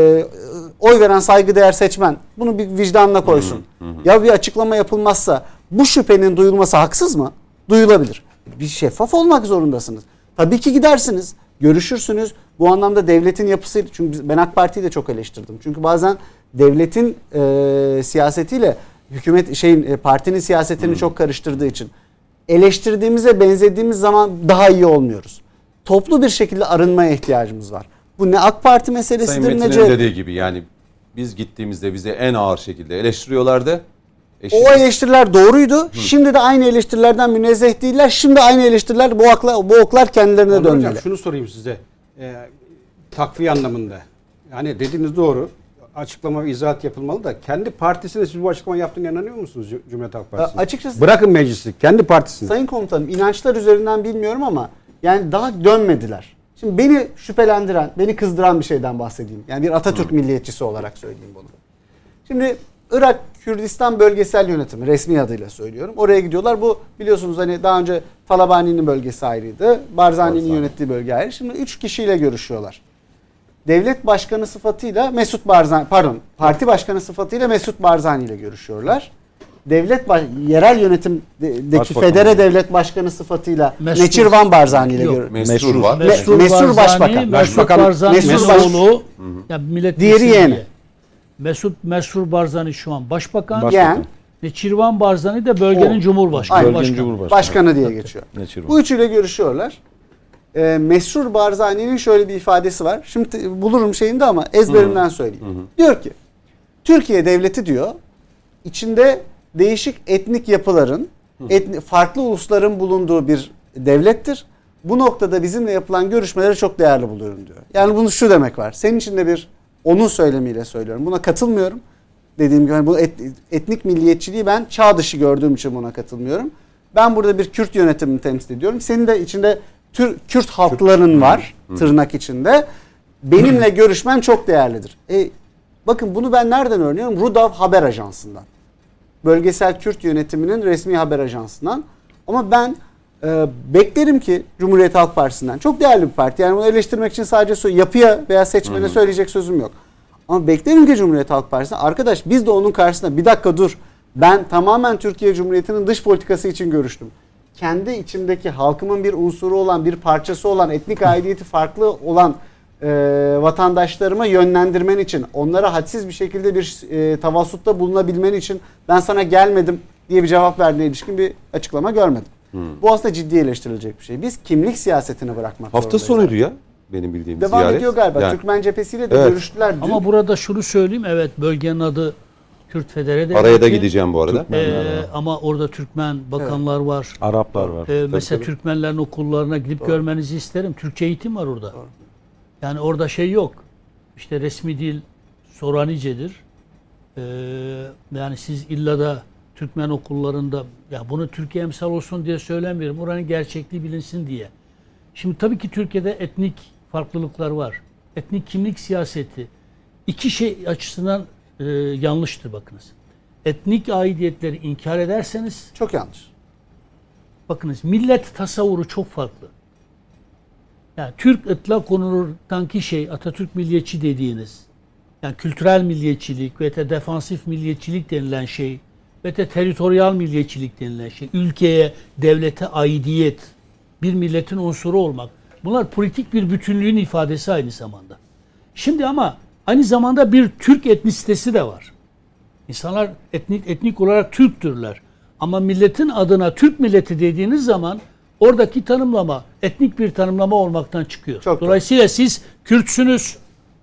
S4: oy veren saygıdeğer seçmen bunu bir vicdanına koysun. Hı hı hı. Ya bir açıklama yapılmazsa bu şüphenin duyulması haksız mı? Duyulabilir. Bir şeffaf olmak zorundasınız. Tabii ki gidersiniz, görüşürsünüz. Bu anlamda devletin yapısı, çünkü ben AK Parti'yi de çok eleştirdim. Çünkü bazen devletin e, siyasetiyle hükümet şeyin e, partinin siyasetini hmm. çok karıştırdığı için eleştirdiğimize benzediğimiz zaman daha iyi olmuyoruz. Toplu bir şekilde arınmaya ihtiyacımız var. Bu ne AK Parti meselesidir
S1: Sayın
S4: ne
S1: Metin'in
S4: C...
S1: dediği gibi yani biz gittiğimizde bize en ağır şekilde eleştiriyorlardı.
S4: O eleştiriler doğruydu. Hı. Şimdi de aynı eleştirilerden münezzeh değiller. Şimdi aynı eleştiriler bu oklar, bu oklar kendilerine
S5: Onur
S4: dönmeli.
S5: Hocam şunu sorayım size. Ee, takviye anlamında. Yani dediğiniz doğru. Açıklama ve izahat yapılmalı da kendi partisine siz bu açıklama yaptığına inanıyor musunuz Cumhuriyet Halk Partisi'ne?
S4: Açıkçası
S5: bırakın meclisi, kendi partisine.
S4: Sayın Komutanım, inançlar üzerinden bilmiyorum ama yani daha dönmediler. Şimdi beni şüphelendiren, beni kızdıran bir şeyden bahsedeyim. Yani bir Atatürk Hı. milliyetçisi olarak söyleyeyim bunu. Şimdi Irak Kürdistan Bölgesel Yönetimi, resmi adıyla söylüyorum. Oraya gidiyorlar. Bu biliyorsunuz hani daha önce Talabani'nin bölgesi ayrıydı. Barzani'nin Barzani. yönettiği bölge ayrı. Şimdi üç kişiyle görüşüyorlar. Devlet başkanı sıfatıyla Mesut Barzani, pardon, parti başkanı sıfatıyla Mesut Barzani ile görüşüyorlar. Devlet yerel yönetimdeki federe devlet başkanı sıfatıyla
S3: Mesut,
S4: Neçirvan Barzani ile görüşüyorlar.
S1: Mesur var.
S4: Mesur, Mesur Başbakan.
S3: Mesut Barzani'nin oğlu. Ya millet
S4: diğeri yeğeni.
S3: Mesut Mesur Barzani şu an başbakan.
S4: Başbakan.
S3: Neçirvan Barzani de bölgenin o. cumhurbaşkanı.
S4: Bölgenin
S3: başkanı.
S4: cumhurbaşkanı. Başkanı diye geçiyor. Neçirvan. Bu üçüyle görüşüyorlar. Ee, Mesrur Barzani'nin şöyle bir ifadesi var. Şimdi bulurum şeyinde ama ezberimden söyleyeyim. Hı hı. Diyor ki Türkiye devleti diyor içinde değişik etnik yapıların, etni, farklı ulusların bulunduğu bir devlettir. Bu noktada bizimle yapılan görüşmeleri çok değerli buluyorum diyor. Yani bunu şu demek var. Senin içinde bir onun söylemiyle söylüyorum. Buna katılmıyorum. Dediğim gibi bu et, etnik milliyetçiliği ben çağ dışı gördüğüm için buna katılmıyorum. Ben burada bir Kürt yönetimini temsil ediyorum. Senin de içinde Tür, Kürt halkların var tırnak içinde. Benimle görüşmen çok değerlidir. E, bakın bunu ben nereden öğreniyorum? Rudav Haber Ajansı'ndan. Bölgesel Kürt yönetiminin resmi haber ajansından. Ama ben e, beklerim ki Cumhuriyet Halk Partisi'nden. Çok değerli bir parti. Yani bunu eleştirmek için sadece yapıya veya seçmene söyleyecek sözüm yok. Ama beklerim ki Cumhuriyet Halk Partisi'nden. Arkadaş biz de onun karşısında bir dakika dur. Ben tamamen Türkiye Cumhuriyeti'nin dış politikası için görüştüm. Kendi içimdeki halkımın bir unsuru olan, bir parçası olan, etnik aidiyeti farklı olan e, vatandaşlarıma yönlendirmen için, onlara hadsiz bir şekilde bir e, tavassutta bulunabilmen için ben sana gelmedim diye bir cevap verdiğine ilişkin bir açıklama görmedim. Hmm. Bu aslında ciddi eleştirilecek bir şey. Biz kimlik siyasetini bırakmak
S1: Hafta sonuydu ya benim bildiğim
S4: Devam
S1: ziyaret.
S4: ediyor galiba. Yani. Türkmen cephesiyle de evet. görüştüler. Dün.
S3: Ama burada şunu söyleyeyim. Evet, bölgenin adı Kürt Federe Devleti.
S1: Araya da gideceğim bu arada.
S3: Ee, ama orada Türkmen bakanlar evet. var.
S2: Araplar var.
S3: Ee, mesela tabii. Türkmenlerin okullarına gidip Doğru. görmenizi isterim. Türkçe eğitim var orada. Doğru. Yani orada şey yok. İşte resmi dil Soranice'dir. Ee, yani siz illa da Türkmen okullarında, ya bunu Türkiye emsal olsun diye söylemiyorum. Oranın gerçekliği bilinsin diye. Şimdi tabii ki Türkiye'de etnik farklılıklar var. Etnik kimlik siyaseti iki şey açısından e, yanlıştır bakınız. Etnik aidiyetleri inkar ederseniz
S4: çok yanlış.
S3: Bakınız millet tasavvuru çok farklı. Yani Türk ıtlak konulurdanki şey Atatürk milliyetçi dediğiniz, yani kültürel milliyetçilik ve de defansif milliyetçilik denilen şey ve de teritoryal milliyetçilik denilen şey, ülkeye, devlete aidiyet, bir milletin unsuru olmak. Bunlar politik bir bütünlüğün ifadesi aynı zamanda. Şimdi ama aynı zamanda bir Türk etnisitesi de var. İnsanlar etnik, etnik olarak Türktürler. Ama milletin adına Türk milleti dediğiniz zaman oradaki tanımlama etnik bir tanımlama olmaktan çıkıyor. Çok Dolayısıyla doğru. Siz Kürtsünüz,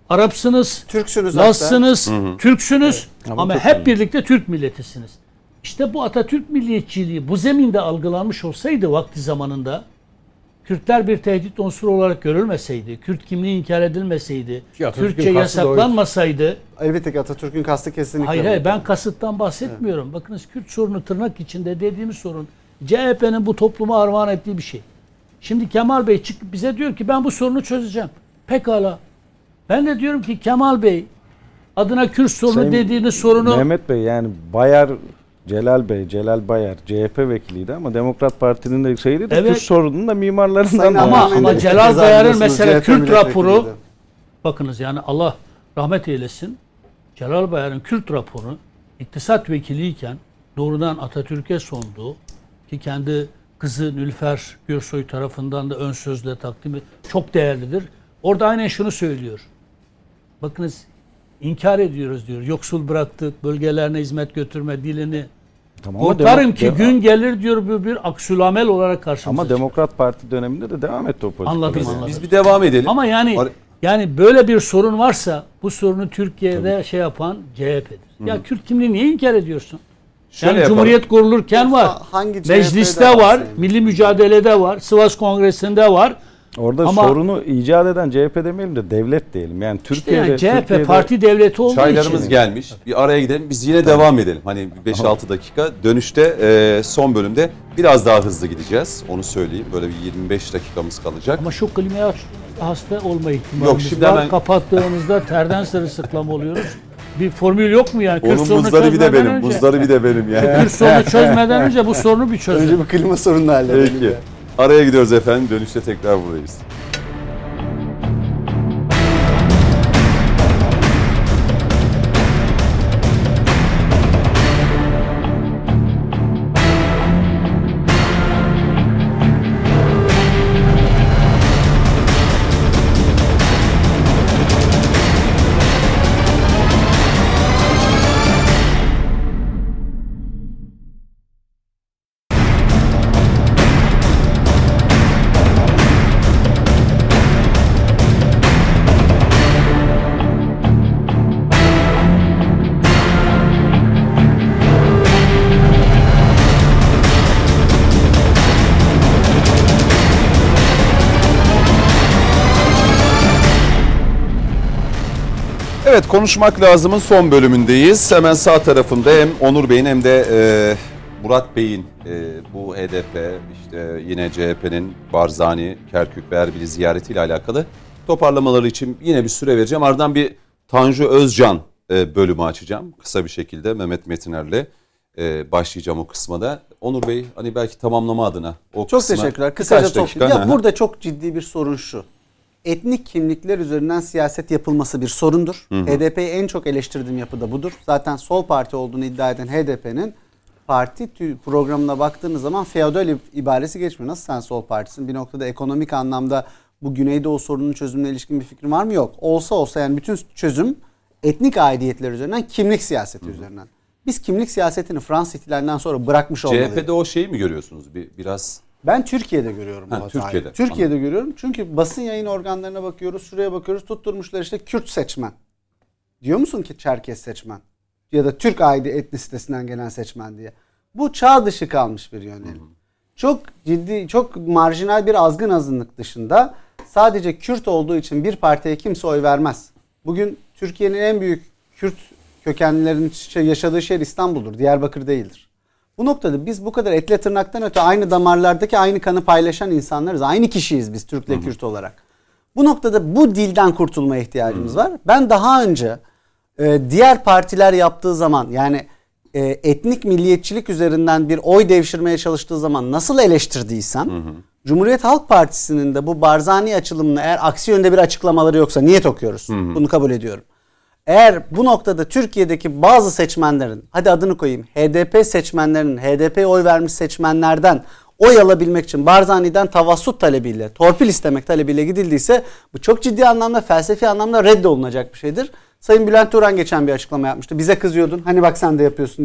S3: Arapsınız,
S4: Türksünüz
S3: Lazsınız,
S1: Hı hı.
S3: Türksünüz
S2: Evet.
S3: ama
S2: Ama
S3: hep
S2: Türk
S3: birlikte Türk milletisiniz. İşte bu Atatürk milliyetçiliği bu zeminde algılanmış olsaydı vakti zamanında, Kürtler bir tehdit unsuru olarak görülmeseydi, Kürt kimliği inkar edilmeseydi,
S5: Ki Atatürk'ün
S3: Kürtçe
S5: kastı da oydu.
S3: yasaklanmasaydı,
S4: Elbette ki Atatürk'ün kastı kesinlikle.
S3: hayır
S4: bu.
S3: hayır ben kasıttan bahsetmiyorum. Evet. Bakınız Kürt sorunu tırnak içinde dediğimiz sorun C H P'nin bu topluma armağan ettiği bir şey. Şimdi Kemal Bey çıkıp bize diyor ki ben bu sorunu çözeceğim. Pekala. Ben de diyorum ki Kemal Bey adına Kürt sorunu
S2: Sayın
S3: dediğiniz sorunu
S2: Mehmet Bey yani Bayar Celal Bey, Celal Bayar C H P vekiliydi ama Demokrat Parti'nin de şeydi de
S3: Evet.
S2: Kürt sorununun da mimarlarından
S4: Sayın
S2: da
S3: Ama-
S2: var.
S4: Ahmet
S3: ama
S4: Mehmet
S3: Celal
S4: Keza
S3: Bayar'ın
S4: biliyorsunuz,
S3: mesela
S4: C H P
S3: Kürt
S4: milletvekiliydi.
S3: raporu, bakınız yani Allah rahmet eylesin, Celal Bayar'ın Kürt raporu iktisat vekiliyken doğrudan Atatürk'e sondu ki kendi kızı Nülfer Gürsoy tarafından da ön sözle takdimi çok değerlidir. Orada aynen şunu söylüyor. Bakınız inkar ediyoruz diyor. Yoksul bıraktık, bölgelerine hizmet götürme dilini.
S2: Tamam, ama
S3: Korkarım
S2: demo-
S3: ki
S2: de-
S3: gün gelir diyor bu bir aksülamel olarak karşımıza
S2: ama
S3: çıkar.
S2: Demokrat Parti döneminde de devam etti o politika.
S3: Anladım,
S2: Biz-
S3: anladım.
S1: Biz bir devam edelim.
S3: Ama yani
S1: Ar-
S3: yani böyle bir sorun varsa bu sorunu Türkiye'de şey yapan C H P'dir. Ya Kürt kimliği niye inkar ediyorsun?
S1: Şöyle
S3: Yani
S1: yapalım.
S3: Cumhuriyet kurulurken var.
S4: Ha- hangi C H P'de
S3: Mecliste
S4: var
S3: var,
S4: sayın?
S3: milli mücadelede var, Sivas Kongresi'nde var.
S2: Orada
S3: Ama-
S2: sorunu icat eden C H P demeyelim de devlet diyelim. Yani
S3: İşte
S2: Türkiye'de
S3: yani C H P
S2: Türkiye'de-
S3: parti devleti olduğu
S1: Çaylarımız
S3: için.
S1: gelmiş. Bir araya gidelim. Biz yine devam edelim. Hani beş altı dakika. Dönüşte e, son bölümde biraz daha hızlı gideceğiz. Onu söyleyeyim. Böyle bir yirmi beş dakikamız kalacak.
S3: Ama şu klimayı açtığımızda hasta olma ihtimalimiz
S1: Yok, şimdi
S3: var.
S1: hemen-
S3: Kapattığımızda terden sırılsıklam oluyoruz. Bir formül yok mu yani? Kürt
S1: Onun
S3: sorunu
S1: buzları bir de
S3: çözmeden
S1: benim.
S3: önce-
S1: Buzları bir de benim ya.
S3: Kürt sorunu çözmeden önce bu sorunu bir çözelim.
S4: Önce bu klima sorununu halledelim.
S1: Peki.
S4: ya.
S1: Araya gidiyoruz efendim. Dönüşte tekrar buradayız. Evet, konuşmak lazımın son bölümündeyiz. Hemen sağ tarafımda hem Onur Bey'in hem de e, Murat Bey'in e, bu H D P, işte yine C H P'nin Barzani, Kerkük ve Erbil'i ziyaretiyle alakalı toparlamaları için yine bir süre vereceğim. Ardından bir Tanju Özcan e, bölümü açacağım. Kısa bir şekilde Mehmet Metiner'le e, başlayacağım o kısma da. Onur Bey hani belki tamamlama adına o
S4: Çok
S1: kısma
S4: teşekkürler. Kısaca
S1: birkaç dakika,
S4: toplayayım. Ya
S1: hı hı.
S4: burada çok ciddi bir sorun şu. Etnik kimlikler üzerinden siyaset yapılması bir sorundur. H D P'yi en çok eleştirdiğim yapı da budur. Zaten sol parti olduğunu iddia eden H D P'nin parti tü- programına baktığınız zaman feodal ibaresi geçmiyor. Nasıl sen sol partisin? Bir noktada ekonomik anlamda bu Güneydoğu sorununun çözümüne ilişkin bir fikrin var mı? Yok. Olsa olsa yani bütün çözüm etnik aidiyetler üzerinden, kimlik siyaseti Hı-hı. üzerinden. Biz kimlik siyasetini Fransız ihtilalinden sonra bırakmış olmalıyız.
S1: C H P'de o şeyi mi görüyorsunuz? Bir, biraz...
S4: Ben Türkiye'de görüyorum bu
S1: Ha,
S4: hatayı.
S1: Türkiye'de.
S4: Türkiye'de
S1: Anladım.
S4: görüyorum. Çünkü basın yayın organlarına bakıyoruz, şuraya bakıyoruz. Tutturmuşlar işte Kürt seçmen. Diyor musun ki Çerkes seçmen? Ya da Türk aidi etnisitesinden gelen seçmen diye. Bu çağ dışı kalmış bir yönelim. Hı hı. Çok ciddi, çok marjinal bir azgın azınlık dışında sadece Kürt olduğu için bir partiye kimse oy vermez. Bugün Türkiye'nin en büyük Kürt kökenlilerin yaşadığı şehir İstanbul'dur. Diyarbakır değildir. Bu noktada biz bu kadar etle tırnaktan öte aynı damarlardaki aynı kanı paylaşan insanlarız. Aynı kişiyiz biz Türk'le Hı-hı. Kürt olarak. Bu noktada bu dilden kurtulmaya ihtiyacımız Hı-hı. var. Ben daha önce e, diğer partiler yaptığı zaman yani e, etnik milliyetçilik üzerinden bir oy devşirmeye çalıştığı zaman nasıl eleştirdiysem Hı-hı. Cumhuriyet Halk Partisi'nin de bu Barzani açılımını eğer aksi yönde bir açıklamaları yoksa niyet okuyoruz. Hı-hı. Bunu kabul ediyorum. Eğer bu noktada Türkiye'deki bazı seçmenlerin, hadi adını koyayım, H D P seçmenlerinin, H D P'ye oy vermiş seçmenlerden oy alabilmek için Barzani'den tavassut talebiyle, torpil istemek talebiyle gidildiyse bu çok ciddi anlamda, felsefi anlamda reddolunacak bir şeydir. Sayın Bülent Turan geçen bir açıklama yapmıştı. Bize kızıyordun, hani bak sen de yapıyorsun diye.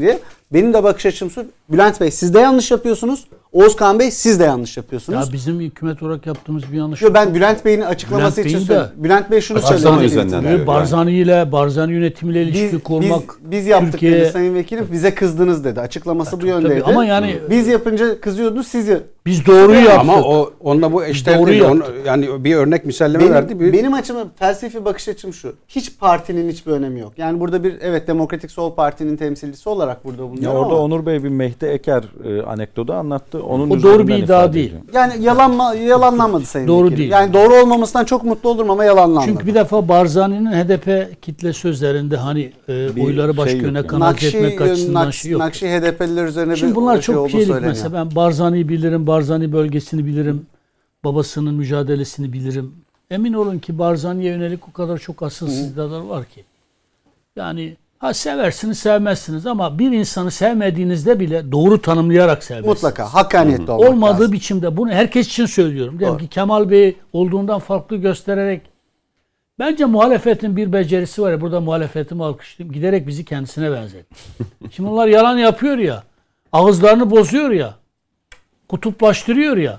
S4: Benim de bakış açım şu. Bülent Bey siz de yanlış yapıyorsunuz. Oğuzkan Bey siz de yanlış yapıyorsunuz.
S3: Ya bizim hükümet olarak yaptığımız bir yanlış.
S4: Yo, ben Bülent Bey'in açıklaması
S3: Bülent
S4: için
S3: Bey'in
S4: söylüyorum. Bülent Bey şunu
S1: Barzani
S4: söyledi.
S1: üzerinden
S3: Böyle Barzani ile Barzani yönetimiyle ilişki
S4: Biz,
S3: kurmak
S4: biz, biz yaptık
S3: Türkiye...
S4: dedi Sayın Vekilim. Bize kızdınız dedi. Açıklaması bu yöndeydi.
S3: Tabii, ama yani
S4: biz yapınca kızıyordunuz siz ya.
S3: biz doğruyu yaptık.
S5: Ama o onunla bu eşdeğer
S3: Doğru
S5: değil. Onu,
S3: yaptık.
S5: yani bir örnek misalleme
S4: Benim,
S5: verdi. Bir,
S4: benim açımı felsefi bakış açım şu. Hiç partinin hiçbir önemi yok. Yani burada bir evet Demokratik Sol Parti'nin temsilcisi olarak burada bulunuyor
S2: Ya
S4: ama
S2: orada Onur Bey bir Mehdi Eker e, anekdotu anlattı. Onun
S3: O doğru bir
S2: üzerinden
S3: iddia
S2: ifade
S3: değil.
S2: edeceğim.
S4: yani yalanma, yalanlanmadı Sayın
S3: Doğru
S4: Vekilim.
S3: değil.
S4: Yani doğru olmamasından çok mutlu olurum ama yalanlanmadı.
S3: Çünkü bir defa Barzani'nin H D P kitle sözlerinde hani e,
S2: Bir
S3: oyları başka
S2: şey yok
S3: yöne
S2: yani.
S3: kanalize etmek açısından
S4: Nakşi,
S3: şey yok.
S4: Nakşi H D P'liler üzerine
S3: Şimdi
S4: bir
S3: bunlar
S4: şey
S3: çok
S4: olduğu
S3: şeylik
S4: söyleniyor.
S3: mesela. Ben Barzani'yi bilirim, Barzani bölgesini bilirim, babasının mücadelesini bilirim. Emin olun ki Barzani'ye yönelik o kadar çok asılsız iddialar var ki. Yani ha seversiniz sevmezsiniz ama bir insanı sevmediğinizde bile doğru tanımlayarak sevmezsiniz.
S4: Mutlaka hakkaniyetli olmak
S3: Olmadığı
S4: lazım.
S3: biçimde bunu herkes için söylüyorum. Diyelim
S4: Doğru.
S3: ki Kemal Bey olduğundan farklı göstererek bence muhalefetin bir becerisi var ya, burada muhalefetimi alkışlayayım. Giderek bizi kendisine benzetti. Şimdi onlar yalan yapıyor ya, ağızlarını bozuyor ya, kutuplaştırıyor ya.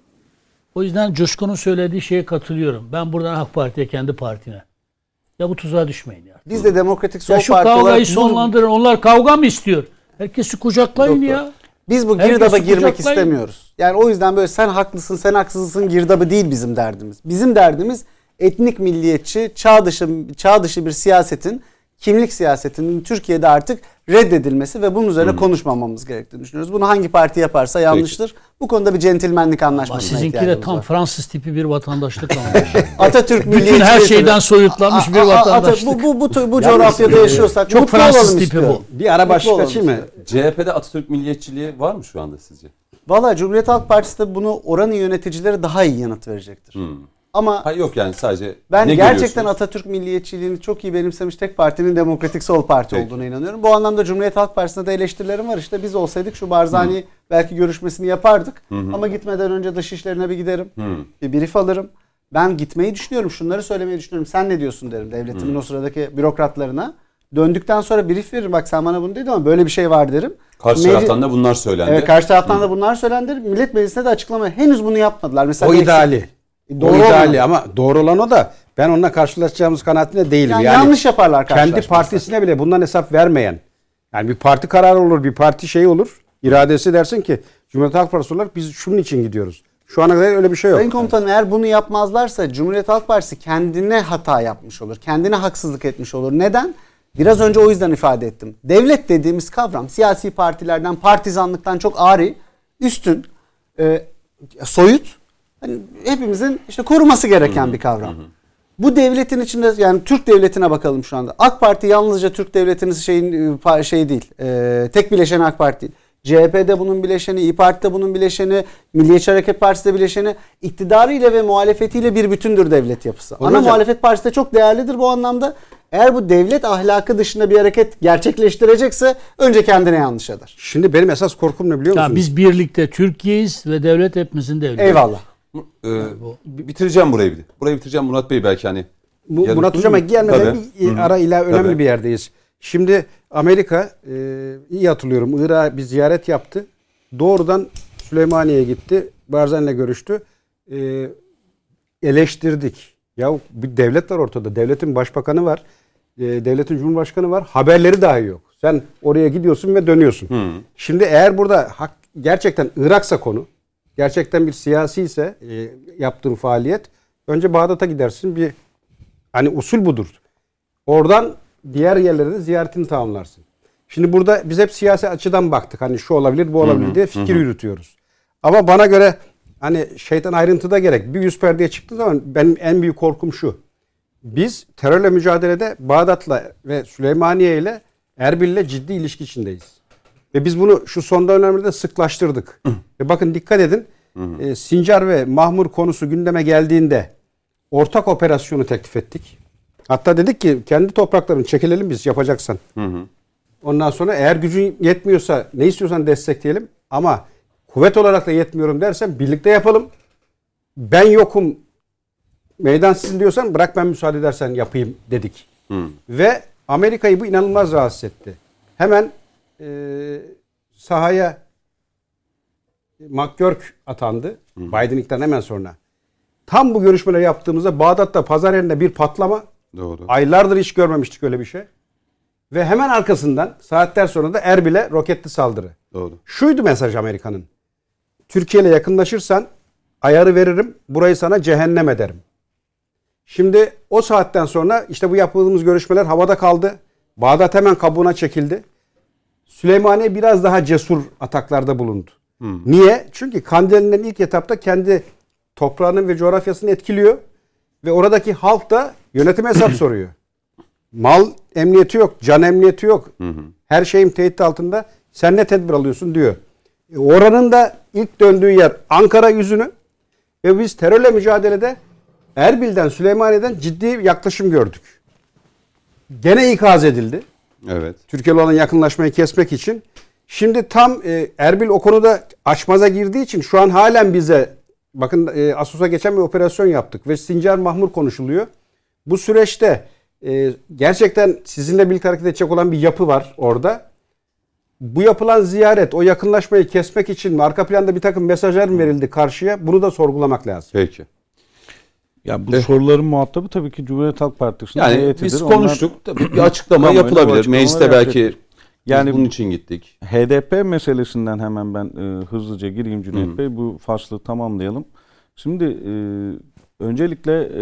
S3: O yüzden Coşkun'un söylediği şeye katılıyorum. Ben buradan AK Parti'ye, kendi partime. Ya bu tuzağa düşmeyin ya.
S4: Biz de Demokratik Sol
S3: Ya şu
S4: Parti olarak
S3: kavgayı
S4: bu-
S3: sonlandırın. Onlar kavga mı istiyor? Herkesi kucaklayın
S4: Doktor.
S3: ya.
S4: Biz bu
S3: Herkesi
S4: girdaba girmek
S3: kucaklayın.
S4: istemiyoruz. Yani o yüzden böyle sen haklısın, sen haksızsın girdabı değil bizim derdimiz. Bizim derdimiz etnik milliyetçi, çağ dışı, çağ dışı bir siyasetin, kimlik siyasetinin Türkiye'de artık reddedilmesi ve bunun üzerine konuşmamamız gerektiğini düşünüyoruz. Bunu hangi parti yaparsa yanlıştır. Bu konuda bir centilmenlik
S3: Ama
S4: anlaşmasına
S3: sizinki de
S4: ihtiyacımız
S3: tam
S4: var.
S3: Fransız tipi bir vatandaşlık anlayışı.
S4: Atatürk
S3: Bütün
S4: milliyetçiliği
S3: her şeyden
S4: seviyor.
S3: soyutlanmış bir
S4: A- a- a-
S3: vatandaşlık.
S4: Bu, bu, bu, bu coğrafyada yaşıyorsak
S3: çok
S4: mutlu
S3: Fransız
S4: olalım
S3: tipi
S4: istiyorum.
S3: bu.
S5: bir ara
S4: Mutlu
S5: başlık
S4: olalım
S5: açayım mı?
S4: istiyorum.
S1: C H P'de Atatürk milliyetçiliği var mı şu anda sizce?
S4: Valla Cumhuriyet Halk Partisi de bunu oranın yöneticileri daha iyi yanıt verecektir.
S1: Hmm.
S4: Ama
S1: Hayır yok yani sadece
S4: ben
S1: ne
S4: gerçekten
S1: görüyorsunuz?
S4: Atatürk milliyetçiliğini çok iyi benimsemiş tek partinin Demokratik Sol Parti
S1: Peki.
S4: olduğuna inanıyorum. Bu anlamda Cumhuriyet Halk Partisi'ne de eleştirilerim var. İşte biz olsaydık şu Barzani belki görüşmesini yapardık. Ama gitmeden önce dışişlerine bir giderim.
S1: Hı.
S4: Bir brief alırım. Ben gitmeyi düşünüyorum. Şunları söylemeyi düşünüyorum. Sen ne diyorsun derim devletimin o sıradaki bürokratlarına. Döndükten sonra brief veririm. Bak sen bana bunu dedin ama böyle bir şey var derim.
S1: Karşı
S4: Meclis-
S1: taraftan da bunlar söylendi.
S4: Evet, karşı taraftan da bunlar söylendi. Millet Meclisi'ne de açıklama. Henüz bunu yapmadılar. Mesela
S5: O
S4: eksik-
S5: ideali.
S4: Doğru
S5: o ideali
S4: olmadı.
S5: ama doğru olan o da ben onunla karşılaşacağımız kanaatinde değilim.
S4: Yani
S5: Yani,
S4: yanlış yaparlar
S5: kendi
S4: karşılaşmazsa.
S5: partisine bile bundan hesap vermeyen. Yani bir parti kararı olur, bir parti şeyi olur. İradesi dersin ki Cumhuriyet Halk Partisi olarak biz şunun için gidiyoruz. Şu ana kadar öyle bir şey yok.
S4: Sayın Komutanım eğer bunu yapmazlarsa Cumhuriyet Halk Partisi kendine hata yapmış olur. Kendine haksızlık etmiş olur. Neden? Biraz önce o yüzden ifade ettim. Devlet dediğimiz kavram siyasi partilerden, partizanlıktan çok ari, üstün, e, soyut, hani hepimizin işte koruması gereken bir kavram. Bu devletin içinde yani Türk devletine bakalım şu anda. AK Parti yalnızca Türk devletinin şeyin şey değil. E, tek bileşeni AK Parti değil. C H P'de bunun bileşeni, İYİ Parti'de bunun bileşeni, Milliyetçi Hareket Partisi'de bileşeni, iktidarıyla ve muhalefetiyle bir bütündür devlet yapısı. Ana
S5: Hocam,
S4: muhalefet partisi de çok değerlidir bu anlamda. Eğer bu devlet ahlakı dışında bir hareket gerçekleştirecekse önce kendine yanlış eder.
S5: Şimdi benim esas korkum ne biliyor musunuz?
S3: Ya biz birlikte Türkiye'yiz ve devlet hepimizin devleti.
S4: Eyvallah.
S1: Ee, bitireceğim burayı bir de. Burayı bitireceğim Murat Bey belki hani.
S5: Bu,
S1: yarın-
S5: Murat Hocam'a gelmeden
S1: Tabii.
S5: bir
S1: Hı hı.
S5: ara ila önemli
S1: Tabii.
S5: bir yerdeyiz. Şimdi Amerika e, iyi hatırlıyorum Irak'a bir ziyaret yaptı. Doğrudan Süleymaniye'ye gitti. Barzani'yle görüştü. E, eleştirdik. Ya bir devlet var ortada. Devletin başbakanı var. E, devletin cumhurbaşkanı var. Haberleri dahi yok. Sen oraya gidiyorsun ve dönüyorsun.
S1: Hı.
S5: Şimdi eğer burada hak, gerçekten Irak'sa konu, gerçekten bir siyasi ise e, yaptığın faaliyet, önce Bağdat'a gidersin. Bir hani usul budur. Oradan diğer yerlere de ziyaretini tamamlarsın. Şimdi burada biz hep siyasi açıdan baktık. Hani şu olabilir, bu olabilir diye fikir yürütüyoruz. Ama bana göre hani şeytan ayrıntıda gerek. Bir yüz perdeye çıktığı zaman benim en büyük korkum şu. Biz terörle mücadelede Bağdat'la ve Süleymaniye ile Erbil'le ciddi ilişki içindeyiz. Ve biz bunu şu son dönemlerde sıklaştırdık. Ve bakın dikkat edin. E, Sincar ve Mahmur konusu gündeme geldiğinde ortak operasyonu teklif ettik. Hatta dedik ki kendi topraklarını çekilelim biz yapacaksan.
S1: Hı hı.
S5: Ondan sonra eğer gücün yetmiyorsa ne istiyorsan destekleyelim. Ama kuvvet olarak da yetmiyorum dersen birlikte yapalım. Ben yokum meydan sizin diyorsan bırak ben müsaade edersen yapayım dedik.
S1: Hı.
S5: Ve Amerika'yı bu inanılmaz rahatsız etti. Hemen e, sahaya McGurk atandı. Hı. Biden'lıktan hemen sonra. Tam bu görüşmeleri yaptığımızda Bağdat'ta pazar yerinde bir patlama.
S1: Doğru.
S5: Aylardır hiç görmemiştik öyle bir şey. Ve hemen arkasından saatler sonra da Erbil'e roketli saldırı.
S1: Doğru.
S5: Şuydu mesaj Amerika'nın. Türkiye ile yakınlaşırsan ayarı veririm, burayı sana cehennem ederim. Şimdi o saatten sonra işte bu yaptığımız görüşmeler havada kaldı. Bağdat hemen kabuğuna çekildi. Süleymaniye biraz daha cesur ataklarda bulundu. Hmm. Niye? Çünkü Kandil'in ilk etapta kendi toprağının ve coğrafyasını etkiliyor. Ve oradaki halk da yönetime hesap soruyor. Mal emniyeti yok, can emniyeti yok. Hı hı. Her şeyim tehdit altında. Sen ne tedbir alıyorsun diyor. E, oranın da ilk döndüğü yer Ankara yüzünü ve biz terörle mücadelede Erbil'den, Süleymaniye'den ciddi yaklaşım gördük. Gene ikaz edildi.
S1: Evet.
S5: Türkiye'yle olan yakınlaşmayı kesmek için. Şimdi tam e, Erbil o konuda açmaza girdiği için şu an halen bize bakın e, Asos'a geçen bir operasyon yaptık ve Sincar Mahmur konuşuluyor. Bu süreçte e, gerçekten sizinle birlikte hareket edecek olan bir yapı var orada. Bu yapılan ziyaret o yakınlaşmayı kesmek için mi? Arka planda bir takım mesajlar mı verildi karşıya? Bunu da sorgulamak lazım.
S1: Peki.
S2: Ya bu evet. soruların muhatabı tabii ki Cumhuriyet Halk Partisi'nin
S1: yani
S2: heyetidir.
S1: Biz konuştuk.
S2: Onlar,
S1: tabii bir açıklama yapılabilir. Mecliste belki yani bunun için gittik.
S2: H D P meselesinden hemen ben e, hızlıca gireyim Cüneyt Hı. Bey. Bu faslı tamamlayalım. Şimdi e, öncelikle e,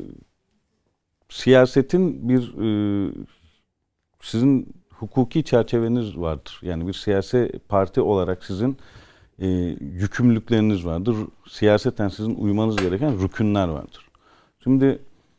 S2: siyasetin bir e, sizin hukuki çerçeveniz vardır. Yani bir siyasi parti olarak sizin e, yükümlülükleriniz vardır. Siyaseten sizin uymanız gereken rükünler vardır. Şimdi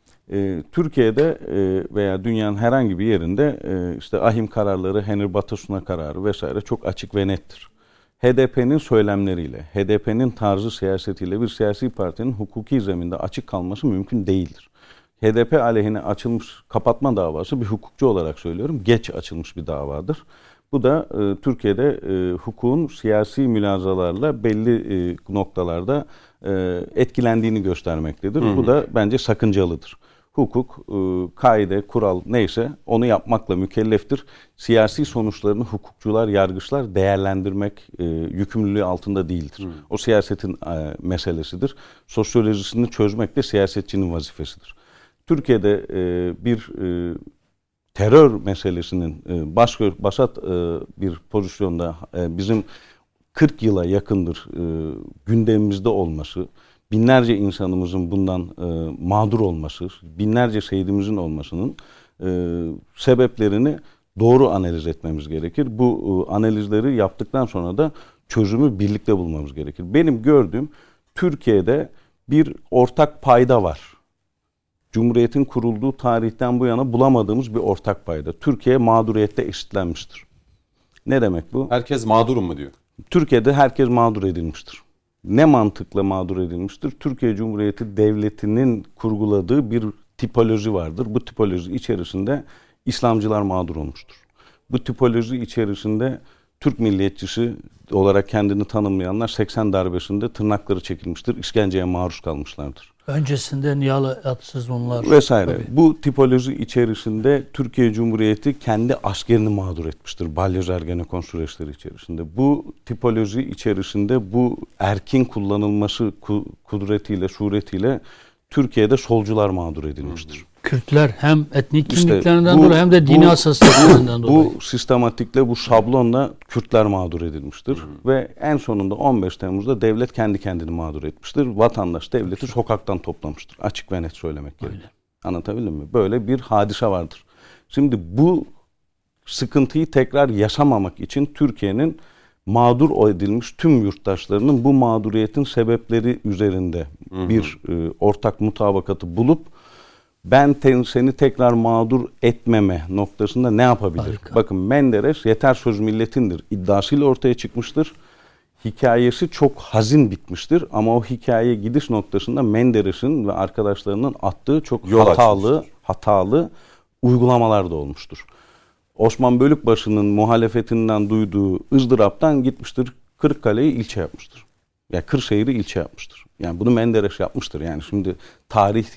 S2: e, Türkiye'de e, veya dünyanın herhangi bir yerinde e, işte ahim kararları, Henry Batasuna kararı vesaire çok açık ve nettir. H D P'nin söylemleriyle, H D P'nin tarzı siyasetiyle bir siyasi partinin hukuki zeminde açık kalması mümkün değildir. H D P aleyhine açılmış kapatma davası bir hukukçu olarak söylüyorum geç açılmış bir davadır. Bu da e, Türkiye'de e, hukukun siyasi mülazalarla belli e, noktalarda e, etkilendiğini göstermektedir. Hı hı. Bu da bence sakıncalıdır. Hukuk, e, kaide, kural neyse onu yapmakla mükelleftir. Siyasi sonuçlarını hukukçular, yargıçlar değerlendirmek e, yükümlülüğü altında değildir. Hı. O siyasetin e, meselesidir. Sosyolojisini çözmek de siyasetçinin vazifesidir. Türkiye'de e, bir e, terör meselesinin e, baş, basat e, bir pozisyonda e, bizim kırk yıla yakındır e, gündemimizde olması, binlerce insanımızın bundan e, mağdur olması, binlerce şehidimizin olmasının e, sebeplerini doğru analiz etmemiz gerekir. Bu e, analizleri yaptıktan sonra da çözümü birlikte bulmamız gerekir. Benim gördüğüm Türkiye'de bir ortak payda var. Cumhuriyetin kurulduğu tarihten bu yana bulamadığımız bir ortak payda. Türkiye mağduriyette eşitlenmiştir. Ne demek bu?
S1: Herkes mağdurum mu diyor?
S2: Türkiye'de herkes mağdur edilmiştir. Ne mantıkla mağdur edilmiştir? Türkiye Cumhuriyeti Devleti'nin kurguladığı bir tipoloji vardır. Bu tipoloji içerisinde İslamcılar mağdur olmuştur. Bu tipoloji içerisinde Türk milliyetçisi olarak kendini tanımlayanlar seksen darbesinde tırnakları çekilmiştir, işkenceye maruz kalmışlardır.
S3: Öncesinde Niyalı atsız onlar.
S2: Vesaire.
S3: Tabii.
S2: Bu tipoloji içerisinde Türkiye Cumhuriyeti kendi askerini mağdur etmiştir. Balyoz Ergenekon süreçleri içerisinde. Bu tipoloji içerisinde bu erkin kullanılması kudretiyle, suretiyle Türkiye'de solcular mağdur edilmiştir.
S3: Kürtler hem etnik kimliklerinden
S2: işte bu,
S3: dolayı hem de dini hassasiyetlerinden dolayı.
S2: Bu sistematikle, bu şablonla Kürtler mağdur edilmiştir. Hı. Ve en sonunda on beş Temmuz'da devlet kendi kendini mağdur etmiştir. Vatandaş devleti sokaktan toplamıştır. Açık ve net söylemek gerekir. Anlatabildim mi? Böyle bir hadise vardır. Şimdi bu sıkıntıyı tekrar yaşamamak için Türkiye'nin mağdur edilmiş tüm yurttaşlarının bu mağduriyetin sebepleri üzerinde hı hı. bir e, ortak mutabakatı bulup ben te- seni tekrar mağdur etmeme noktasında ne yapabilir? Harika. Bakın Menderes yeter söz milletindir iddiasıyla ortaya çıkmıştır. Hikayesi çok hazin bitmiştir ama o hikayeye gidiş noktasında Menderes'in ve arkadaşlarının attığı çok Yol hatalı açmıştır. hatalı uygulamalar da olmuştur. Osman Bölükbaşı'nın muhalefetinden duyduğu ızdıraptan gitmiştir Kırıkkale'yi ilçe yapmıştır. Ya yani Kırşehir'i ilçe yapmıştır. Yani bunu Menderes yapmıştır. Yani şimdi tarihi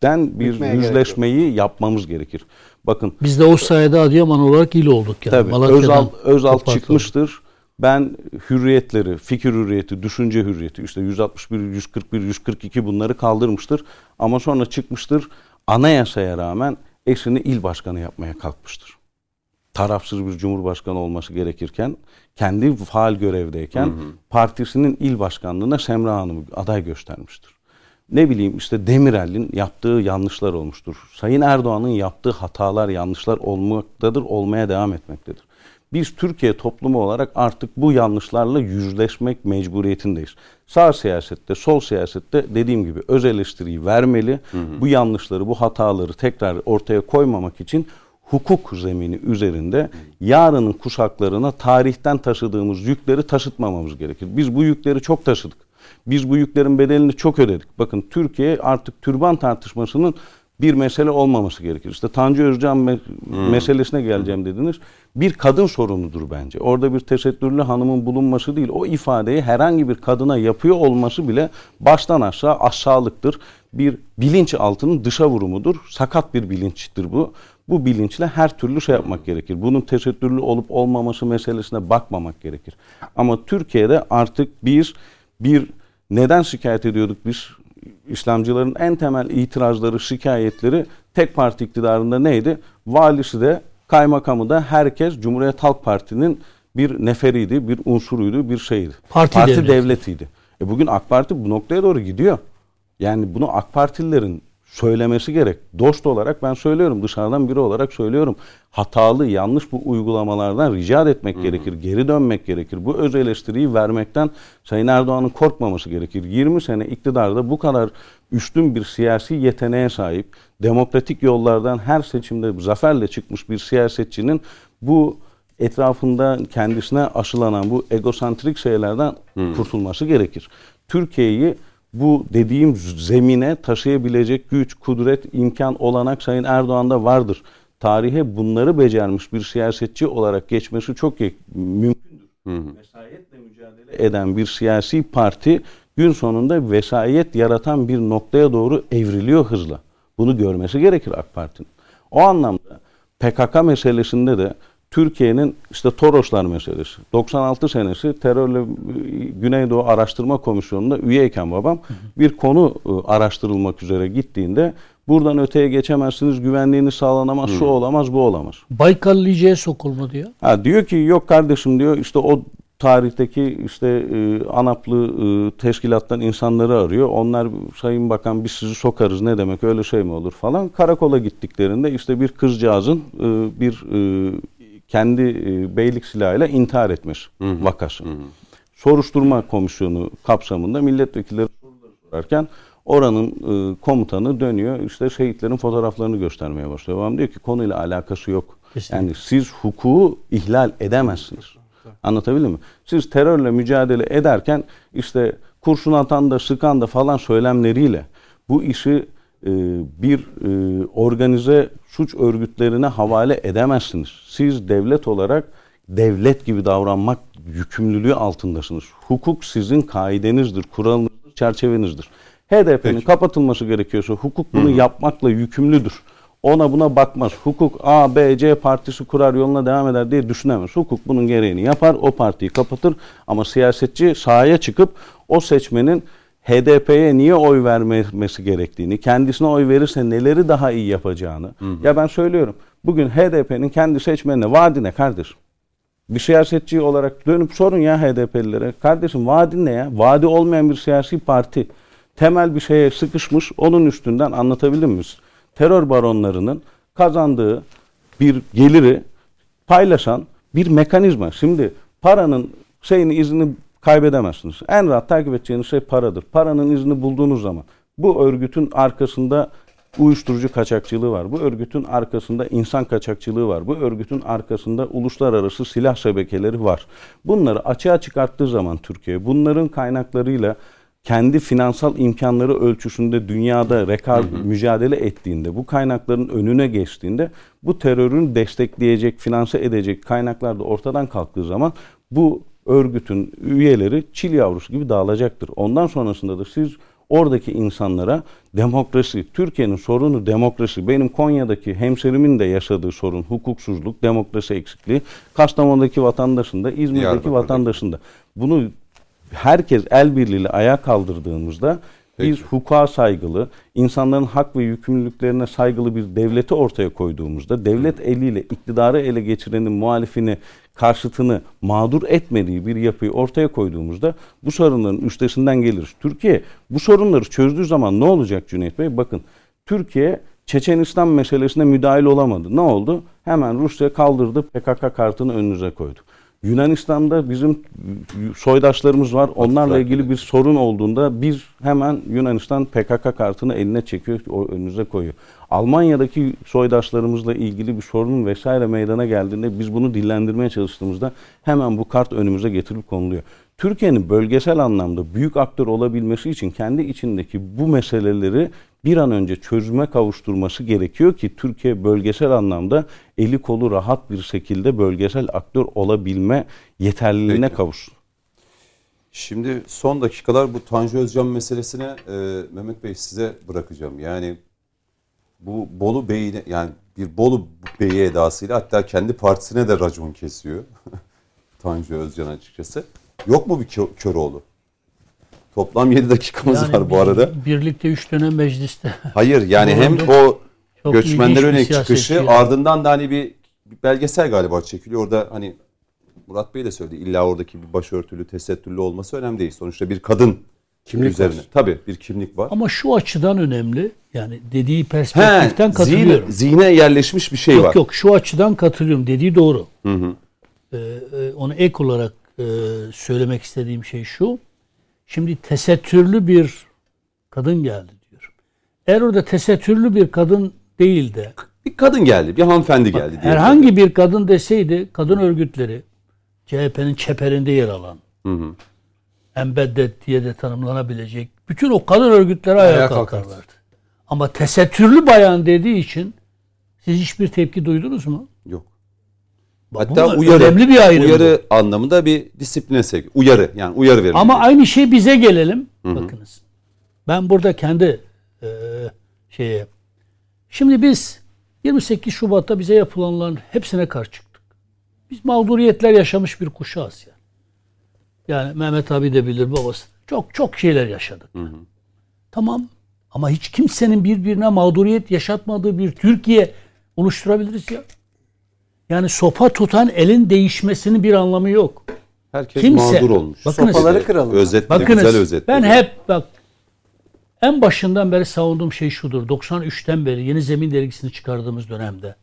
S2: den bir
S4: Gitmeye
S2: yüzleşmeyi yapmamız gerekir. Bakın.
S3: Biz de o sayede Adıyaman olarak il olduk yani.
S2: Tabii. Özal, Özal çıkmıştır. Ben hürriyetleri, fikir hürriyeti, düşünce hürriyeti, işte yüz altmış bir, yüz kırk bir, yüz kırk iki bunları kaldırmıştır. Ama sonra çıkmıştır, anayasaya rağmen eşini il başkanı yapmaya kalkmıştır. Tarafsız bir cumhurbaşkanı olması gerekirken, kendi faal görevdeyken hı hı. partisinin il başkanlığına Semra Hanım'ı aday göstermiştir. Ne bileyim işte Demirel'in yaptığı yanlışlar olmuştur. Sayın Erdoğan'ın yaptığı hatalar, yanlışlar olmaktadır, olmaya devam etmektedir. Biz Türkiye toplumu olarak artık bu yanlışlarla yüzleşmek mecburiyetindeyiz. Sağ siyasette, sol siyasette dediğim gibi öz eleştiriyi vermeli. Hı hı. Bu yanlışları, bu hataları tekrar ortaya koymamak için hukuk zemini üzerinde yarının kuşaklarına tarihten taşıdığımız yükleri taşıtmamamız gerekir. Biz bu yükleri çok taşıdık. Biz bu yüklerin bedelini çok ödedik. Bakın Türkiye artık türban tartışmasının bir mesele olmaması gerekir. İşte Tanju Özcan me- hmm. meselesine geleceğim dediniz. Bir kadın sorunudur bence. Orada bir tesettürlü hanımın bulunması değil, o ifadeyi herhangi bir kadına yapıyor olması bile baştan aşağı aşağılıktır. Bir bilinçaltının dışa vurumudur. Sakat bir bilinçtir bu. Bu bilinçle her türlü şey yapmak gerekir. Bunun tesettürlü olup olmaması meselesine bakmamak gerekir. Ama Türkiye'de artık biz bir neden şikayet ediyorduk biz? İslamcıların en temel itirazları, şikayetleri tek parti iktidarında neydi? Valisi de, kaymakamı da herkes Cumhuriyet Halk Parti'nin bir neferiydi, bir unsuruydu, bir şeydi.
S3: Parti,
S2: parti
S3: devlet.
S2: devletiydi. E bugün AK Parti bu noktaya doğru gidiyor. Yani bunu AK Partililerin söylemesi gerek. Dost olarak ben söylüyorum, dışarıdan biri olarak söylüyorum. Hatalı, yanlış bu uygulamalardan rica etmek Hı-hı. gerekir, geri dönmek gerekir. Bu öz eleştiriyi vermekten Sayın Erdoğan'ın korkmaması gerekir. yirmi sene iktidarda bu kadar üstün bir siyasi yeteneğe sahip, demokratik yollardan her seçimde zaferle çıkmış bir siyasetçinin bu etrafında kendisine aşılanan bu egosantrik şeylerden Hı-hı. kurtulması gerekir. Türkiye'yi bu dediğim zemine taşıyabilecek güç, kudret, imkan, olanak Sayın Erdoğan'da vardır. Tarihe bunları becermiş bir siyasetçi olarak geçmesi çok mümkündür. Hı hı. Vesayetle mücadele eden bir siyasi parti gün sonunda vesayet yaratan bir noktaya doğru evriliyor hızla. Bunu görmesi gerekir AK Parti'nin. O anlamda P K K meselesinde de Türkiye'nin işte Toroslar meselesi. doksan altı senesi terörle Güneydoğu Araştırma Komisyonu'nda üyeyken babam bir konu araştırılmak üzere gittiğinde buradan öteye geçemezsiniz, güvenliğiniz sağlanamaz, şu olamaz, bu olamaz.
S3: Baykal Lice'ye sokulma diyor.
S2: Ha, diyor ki yok kardeşim diyor işte o tarihteki işte e, ANAP'lı e, teşkilattan insanları arıyor. Onlar Sayın Bakan biz sizi sokarız ne demek öyle şey mi olur falan. Karakola gittiklerinde işte bir kızcağızın e, bir e, kendi e, beylik silahıyla intihar etmiş hı hı. vakası. Hı hı. Soruşturma komisyonu kapsamında milletvekilleri soruları sorarken oranın e, komutanı dönüyor işte şehitlerin fotoğraflarını göstermeye başlıyor. Babam diyor ki konuyla alakası yok. Kesinlikle. Yani siz hukuku ihlal edemezsiniz. Anlatabildim mi? Siz terörle mücadele ederken işte kurşun atan da sıkan da falan söylemleriyle bu işi e, bir e, organize suç örgütlerine havale edemezsiniz. Siz devlet olarak devlet gibi davranmak yükümlülüğü altındasınız. Hukuk sizin kaidenizdir, kuralınızdır, çerçevenizdir. H D P'nin kapatılması gerekiyorsa hukuk bunu Hı-hı. yapmakla yükümlüdür. Ona buna bakmaz. Hukuk A, B, C partisi kurar yoluna devam eder diye düşünemez. Hukuk bunun gereğini yapar, o partiyi kapatır. Ama siyasetçi sahaya çıkıp o seçmenin H D P'ye niye oy vermesi gerektiğini, kendisine oy verirse neleri daha iyi yapacağını. Hı hı. Ya ben söylüyorum, bugün H D P'nin kendi seçmenine vaadi ne kardeşim? Bir siyasetçi olarak dönüp sorun ya H D P'lilere. Kardeşim vaadin ne ya? Vaadi olmayan bir siyasi parti. Temel bir şeye sıkışmış, onun üstünden anlatabildim mi? Terör baronlarının kazandığı bir geliri paylaşan bir mekanizma. Şimdi paranın şeyini, izini kaybedemezsiniz. En rahat takip edeceğiniz şey paradır. Paranın izini bulduğunuz zaman bu örgütün arkasında uyuşturucu kaçakçılığı var. Bu örgütün arkasında insan kaçakçılığı var. Bu örgütün arkasında uluslararası silah şebekeleri var. Bunları açığa çıkarttığı zaman Türkiye bunların kaynaklarıyla kendi finansal imkanları ölçüsünde dünyada rekabet mücadele ettiğinde, bu kaynakların önüne geçtiğinde bu terörün destekleyecek, finanse edecek kaynaklar da ortadan kalktığı zaman bu örgütün üyeleri çil yavrusu gibi dağılacaktır. Ondan sonrasında da siz oradaki insanlara demokrasi, Türkiye'nin sorunu demokrasi, benim Konya'daki hemşerimin de yaşadığı sorun hukuksuzluk, demokrasi eksikliği, Kastamonu'daki vatandaşın da, İzmir'deki vatandaşın da. Bunu herkes el birliğiyle ayağa kaldırdığımızda biz Peki. hukuka saygılı, insanların hak ve yükümlülüklerine saygılı bir devleti ortaya koyduğumuzda, devlet eliyle iktidarı ele geçirenin muhalifini, karşıtını mağdur etmediği bir yapıyı ortaya koyduğumuzda bu sorunların üstesinden geliriz. Türkiye bu sorunları çözdüğü zaman ne olacak Cüneyt Bey? Bakın, Türkiye Çeçenistan meselesine müdahil olamadı. Ne oldu? Hemen Rusya kaldırdı, P K K kartını önünüze koydu. Yunanistan'da bizim soydaşlarımız var. Onlarla ilgili bir sorun olduğunda bir hemen Yunanistan P K K kartını eline çekiyor, o önünüze koyuyor. Almanya'daki soydaşlarımızla ilgili bir sorun vesaire meydana geldiğinde biz bunu dillendirmeye çalıştığımızda hemen bu kart önümüze getirilip konuluyor. Türkiye'nin bölgesel anlamda büyük aktör olabilmesi için kendi içindeki bu meseleleri bir an önce çözüme kavuşturması gerekiyor ki Türkiye bölgesel anlamda eli kolu rahat bir şekilde bölgesel aktör olabilme yeterliliğine Peki. kavuşsun.
S1: Şimdi son dakikalar bu Tanju Özcan meselesine e, Mehmet Bey size bırakacağım. Yani bu Bolu Bey'ine, yani bir Bolu Bey'i edasıyla hatta kendi partisine de racon kesiyor Tanju Özcan açıkçası. Yok mu bir kö Köroğlu? Toplam yedi dakikamız yani var bu arada.
S3: Birlikte üç dönem mecliste.
S1: Hayır yani hem o göçmenlere yönelik çıkışı yani. Ardından da hani bir, bir belgesel galiba çekiliyor. Orada hani Murat Bey de söyledi. İlla oradaki bir başörtülü, tesettürlü olması önemli değil. Sonuçta bir kadın kimlik üzerine. Var. Tabii bir kimlik var.
S3: Ama şu açıdan önemli. Yani dediği perspektiften He, katılıyorum.
S1: Zihne, zihne yerleşmiş bir şey
S3: yok,
S1: var.
S3: Yok yok şu açıdan katılıyorum. Dediği doğru.
S1: Hı hı.
S3: Ee, e, onu ek olarak e, söylemek istediğim şey şu. Şimdi tesettürlü bir kadın geldi diyor. Eğer orada tesettürlü bir kadın değil de
S1: bir kadın geldi, bir hanımefendi geldi.
S3: Bak, herhangi bir kadın deseydi kadın örgütleri C H P'nin çeperinde yer alan hı hı. embeddet diye de tanımlanabilecek bütün o kadın örgütleri ayağa, ayağa kalkarlardı. Ama tesettürlü bayan dediği için siz hiçbir tepki duydunuz mu?
S1: Yok.
S3: Bak,
S1: hatta uyarı, önemli bir ayrım uyarı bu. Anlamında bir disipline sevgi. Uyarı yani uyarı verir.
S3: Ama aynı şey bize gelelim. Hı-hı. Bakınız. Ben burada kendi e, şeye. Şimdi biz yirmi sekiz Şubat'ta bize yapılanların hepsine karşı çıktık. Biz mağduriyetler yaşamış bir kuşağız yani. Yani Mehmet abi de bilir, babası. Çok çok şeyler yaşadık. Yani. Tamam. Ama hiç kimsenin birbirine mağduriyet yaşatmadığı bir Türkiye oluşturabiliriz ya. Yani sopa tutan elin değişmesinin bir anlamı yok.
S1: Herkes Kimse, mağdur olmuş.
S3: Bakınız,
S4: sopaları kıralım.
S1: Özetle,
S3: bakınız,
S1: güzel özetle.
S3: Ben hep bak en başından beri savunduğum şey şudur. doksan üçten beri Yeni Zemin dergisini çıkardığımız dönemde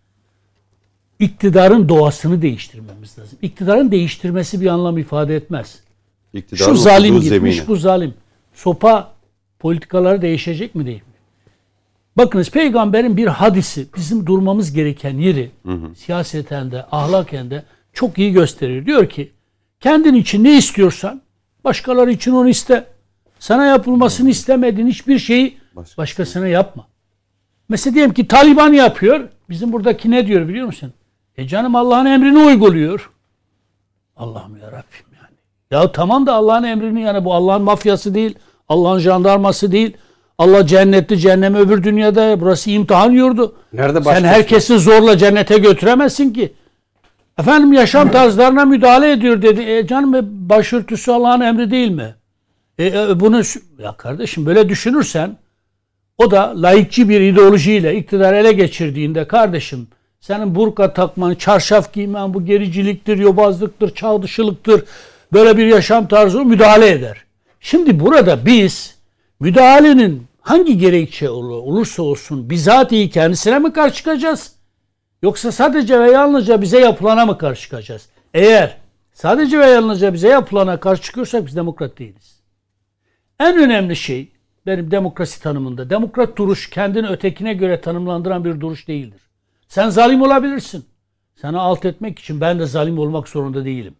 S3: iktidarın doğasını değiştirmemiz lazım. İktidarın değiştirmesi bir anlam ifade etmez.
S1: İktidarın
S3: şu zalim gitmiş,
S1: zemini.
S3: bu zalim. Sopa politikaları değişecek mi değil mi? Bakınız peygamberin bir hadisi bizim durmamız gereken yeri hı hı. siyaseten de ahlaken de çok iyi gösterir. Diyor ki kendin için ne istiyorsan başkaları için onu iste. Sana yapılmasını hı. istemediğin hiçbir şeyi Başka başkasına şey. yapma. Mesela diyelim ki Taliban yapıyor. Bizim buradaki ne diyor biliyor musun? E canım Allah'ın emrini uyguluyor. Allah'ım yarabbim yani. Ya tamam da Allah'ın emrini yani bu Allah'ın mafyası değil. Allah'ın jandarması değil. Allah cennetli cehennemi öbür dünyada burası imtihan yurdu. Nerede Sen herkesi zorla cennete götüremezsin ki. Efendim yaşam tarzlarına müdahale ediyor dedi. E canım başörtüsü Allah'ın emri değil mi? E, e, bunu ya kardeşim böyle düşünürsen o da laikçi bir ideolojiyle iktidar ele geçirdiğinde kardeşim senin burka takman, çarşaf giymen bu gericiliktir, yobazlıktır, çağ dışılıktır. Böyle bir yaşam tarzı müdahale eder. Şimdi burada biz müdahalenin hangi gerekçe olursa olsun bizatihi kendisine mi karşı çıkacağız? Yoksa sadece ve yalnızca bize yapılana mı karşı çıkacağız? Eğer sadece ve yalnızca bize yapılana karşı çıkıyorsak biz demokrat değiliz. En önemli şey benim demokrasi tanımında, demokrat duruş kendini ötekine göre tanımlandıran bir duruş değildir. Sen zalim olabilirsin. Sana alt etmek için ben de zalim olmak zorunda değilim.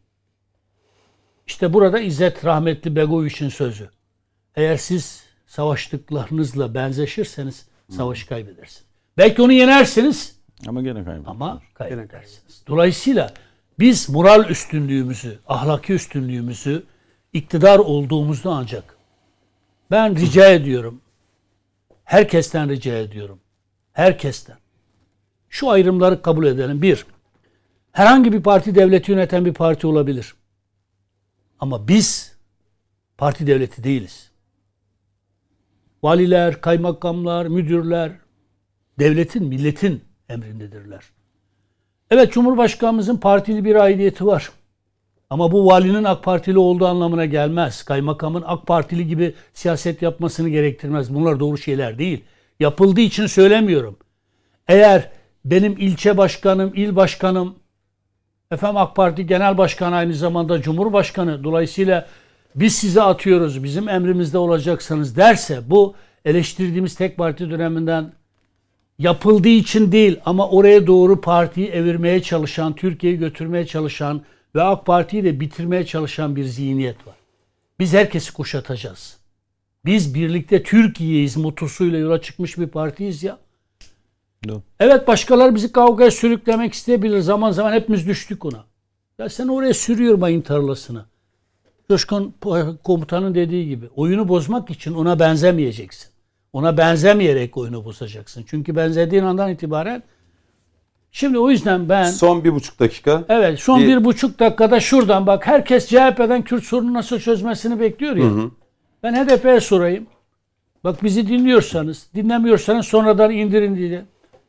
S3: İşte burada İzzet rahmetli Begoviç'in sözü. Eğer siz savaştıklarınızla benzeşirseniz savaşı kaybedersiniz. Belki onu yenersiniz
S2: ama gene kaybedersiniz.
S3: Ama kaybedersiniz. Dolayısıyla biz moral üstünlüğümüzü, ahlaki üstünlüğümüzü iktidar olduğumuzda ancak Ben rica ediyorum. Herkesten rica ediyorum. Herkesten. Şu ayrımları kabul edelim. Bir, herhangi bir parti devleti yöneten bir parti olabilir. Ama biz parti devleti değiliz. Valiler, kaymakamlar, müdürler devletin, milletin emrindedirler. Evet, Cumhurbaşkanımızın partili bir aidiyeti var. Ama bu valinin AK Partili olduğu anlamına gelmez. Kaymakamın AK Partili gibi siyaset yapmasını gerektirmez. Bunlar doğru şeyler değil. Yapıldığı için söylemiyorum. Eğer benim ilçe başkanım, il başkanım, efendim AK Parti Genel Başkanı aynı zamanda Cumhurbaşkanı, dolayısıyla biz size atıyoruz, bizim emrimizde olacaksınız derse, bu eleştirdiğimiz tek parti döneminden yapıldığı için değil ama oraya doğru partiyi evirmeye çalışan, Türkiye'yi götürmeye çalışan ve AK Parti'yi de bitirmeye çalışan bir zihniyet var. Biz herkesi kuşatacağız. Biz birlikte Türkiye'yiz motosuyla yola çıkmış bir partiyiz ya.
S2: No.
S3: Evet, başkaları bizi kavgaya sürüklemek isteyebilir. Zaman zaman hepimiz düştük ona. Ya sen oraya sürüyor mayın tarlasını. Coşkun komutanın dediği gibi oyunu bozmak için ona benzemeyeceksin. Ona benzemeyerek oyunu bozacaksın. Çünkü benzediğin andan itibaren şimdi o yüzden ben...
S1: Son bir buçuk dakika.
S3: Evet, son
S1: bir,
S3: bir buçuk dakikada şuradan bak, herkes C H P'den Kürt sorunu nasıl çözmesini bekliyor ya. Hı hı. Ben H D P'ye sorayım. Bak, bizi dinliyorsanız, dinlemiyorsanız sonradan indirin diye.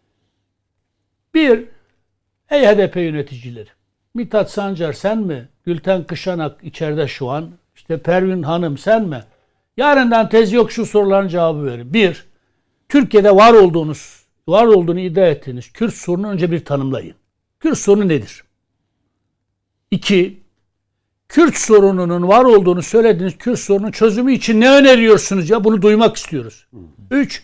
S3: Bir, ey H D P yöneticileri. Mithat Sancar sen mi? Gülten Kışanak içeride şu an. İşte Pervin Hanım sen mi? Yarından tez yok, şu soruların cevabı verin. Bir, Türkiye'de var olduğunuz, var olduğunu iddia ettiğiniz Kürt sorunu önce bir tanımlayın. Kürt sorunu nedir? İki, Kürt sorununun var olduğunu söylediğiniz Kürt sorunun çözümü için ne öneriyorsunuz ya? Bunu duymak istiyoruz. Üç,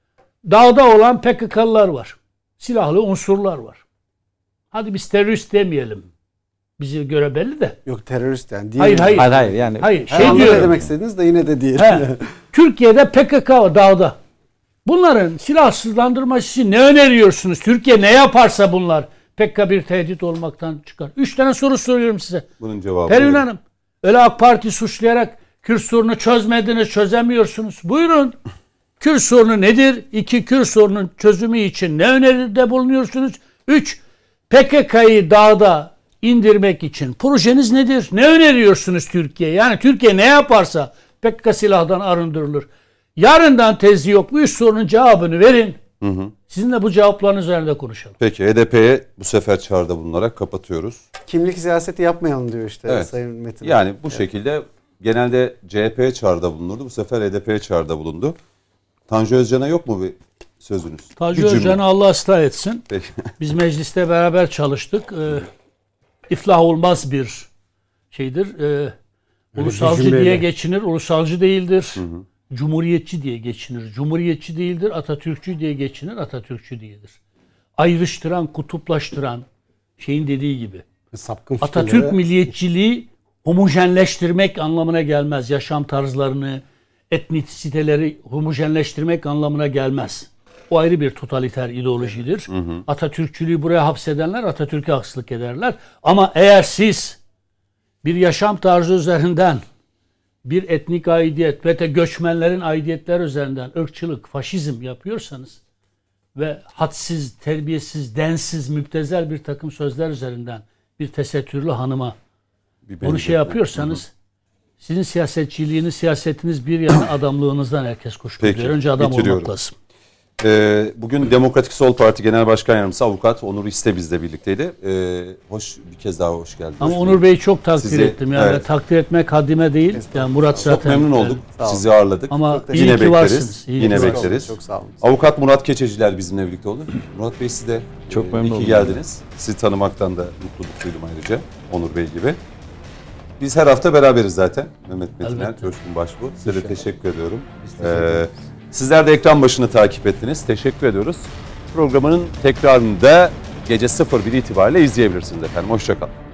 S3: dağda olan P K K'lılar var. Silahlı unsurlar var. Hadi biz terörist demeyelim. Bizi göre belli de.
S4: Yok, terörist yani. Değil
S3: hayır,
S4: mi?
S3: hayır.
S5: Hayır hayır yani.
S3: Hayır,
S4: Şey
S3: şey
S4: ne
S3: diyorum.
S4: demek istediniz de yine de değil.
S3: He, Türkiye'de P K K dağda. Bunların silahsızlandırması için ne öneriyorsunuz? Türkiye ne yaparsa bunlar P K K bir tehdit olmaktan çıkar. Üç tane soru soruyorum size.
S1: Bunun cevabı.
S3: Pervin Hanım, öyle AK Parti suçlayarak Kürt sorunu çözmediniz, çözemiyorsunuz. Buyurun. Kürt sorunu nedir? İki, Kürt sorunun çözümü için ne öneride bulunuyorsunuz? Üç, P K K'yı dağda indirmek için projeniz nedir? Ne öneriyorsunuz Türkiye? Yani Türkiye ne yaparsa P K K silahdan arındırılır. Yarından tezi yok. Bu üç sorunun cevabını verin. Hı hı. Sizinle bu cevapların üzerinde konuşalım.
S1: Peki, H D P'ye bu sefer çağrıda bulunarak kapatıyoruz.
S4: Kimlik siyaseti yapmayalım diyor işte
S1: evet.
S4: Sayın Metin.
S1: Yani bu
S4: evet.
S1: şekilde genelde C H P'ye çağrıda bulunurdu. Bu sefer H D P'ye çağrıda bulundu. Tanju Özcan'a yok mu bir sözünüz?
S3: Tanju Özcan'ı Allah ıslah etsin.
S1: Peki.
S3: Biz mecliste beraber çalıştık. Ee, iflah olmaz bir şeydir. Ee, ulusalcı diye geçinir, ulusalcı değildir. Hı hı. Cumhuriyetçi diye geçinir. Cumhuriyetçi değildir. Atatürkçü diye geçinir. Atatürkçü değildir. Ayrıştıran, kutuplaştıran, şeyin dediği gibi.
S5: Sapkın
S3: Atatürk
S5: fikirlere...
S3: milliyetçiliği homojenleştirmek anlamına gelmez. Yaşam tarzlarını, etnisiteleri homojenleştirmek anlamına gelmez. O ayrı bir totaliter ideolojidir. Hı hı. Atatürkçülüğü buraya hapsedenler Atatürk'e haksızlık ederler. Ama eğer siz bir yaşam tarzı üzerinden, bir etnik aidiyet ve de göçmenlerin aidiyetler üzerinden ırkçılık, faşizm yapıyorsanız ve hadsiz, terbiyesiz, densiz, müptezel bir takım sözler üzerinden bir tesettürlü hanıma bunu şey yapıyorsanız, hı hı, sizin siyasetçiliğiniz, siyasetiniz bir yana, adamlığınızdan herkes kuşkuyor. Önce adam olmak lazım.
S1: Ee, bugün Demokratik Sol Parti Genel Başkan Yardımcısı Avukat Onur İste bizle birlikteydi. Ee, hoş bir kez daha hoş geldiniz.
S3: Ama Onur Bey'i çok takdir Sizi, ettim. Yani evet. Takdir etmek haddime değil. Yani Murat zaten.
S1: Çok memnun olduk. Evet, sizi ağırladık.
S3: Ama
S1: yine
S3: iyi ki
S1: bekleriz.
S3: Varsınız.
S1: İyi yine
S3: ki
S1: bekleriz.
S4: Çok sağ olun.
S1: Avukat Murat Keçeciler bizimle birlikte oldu. Murat Bey, siz de
S2: çok memnun
S1: iyi ki geldiniz. Sizi tanımaktan da mutluluk duydum ayrıca. Onur Bey gibi. Biz her hafta beraberiz zaten. Mehmet Metiner, Coşkun Başbuğ. Size de teşekkür ediyorum. Ee, sizler de ekran başını takip ettiniz. Teşekkür ediyoruz. Programının tekrarını da gece sıfır bir itibariyle izleyebilirsiniz efendim. Hoşça kalın.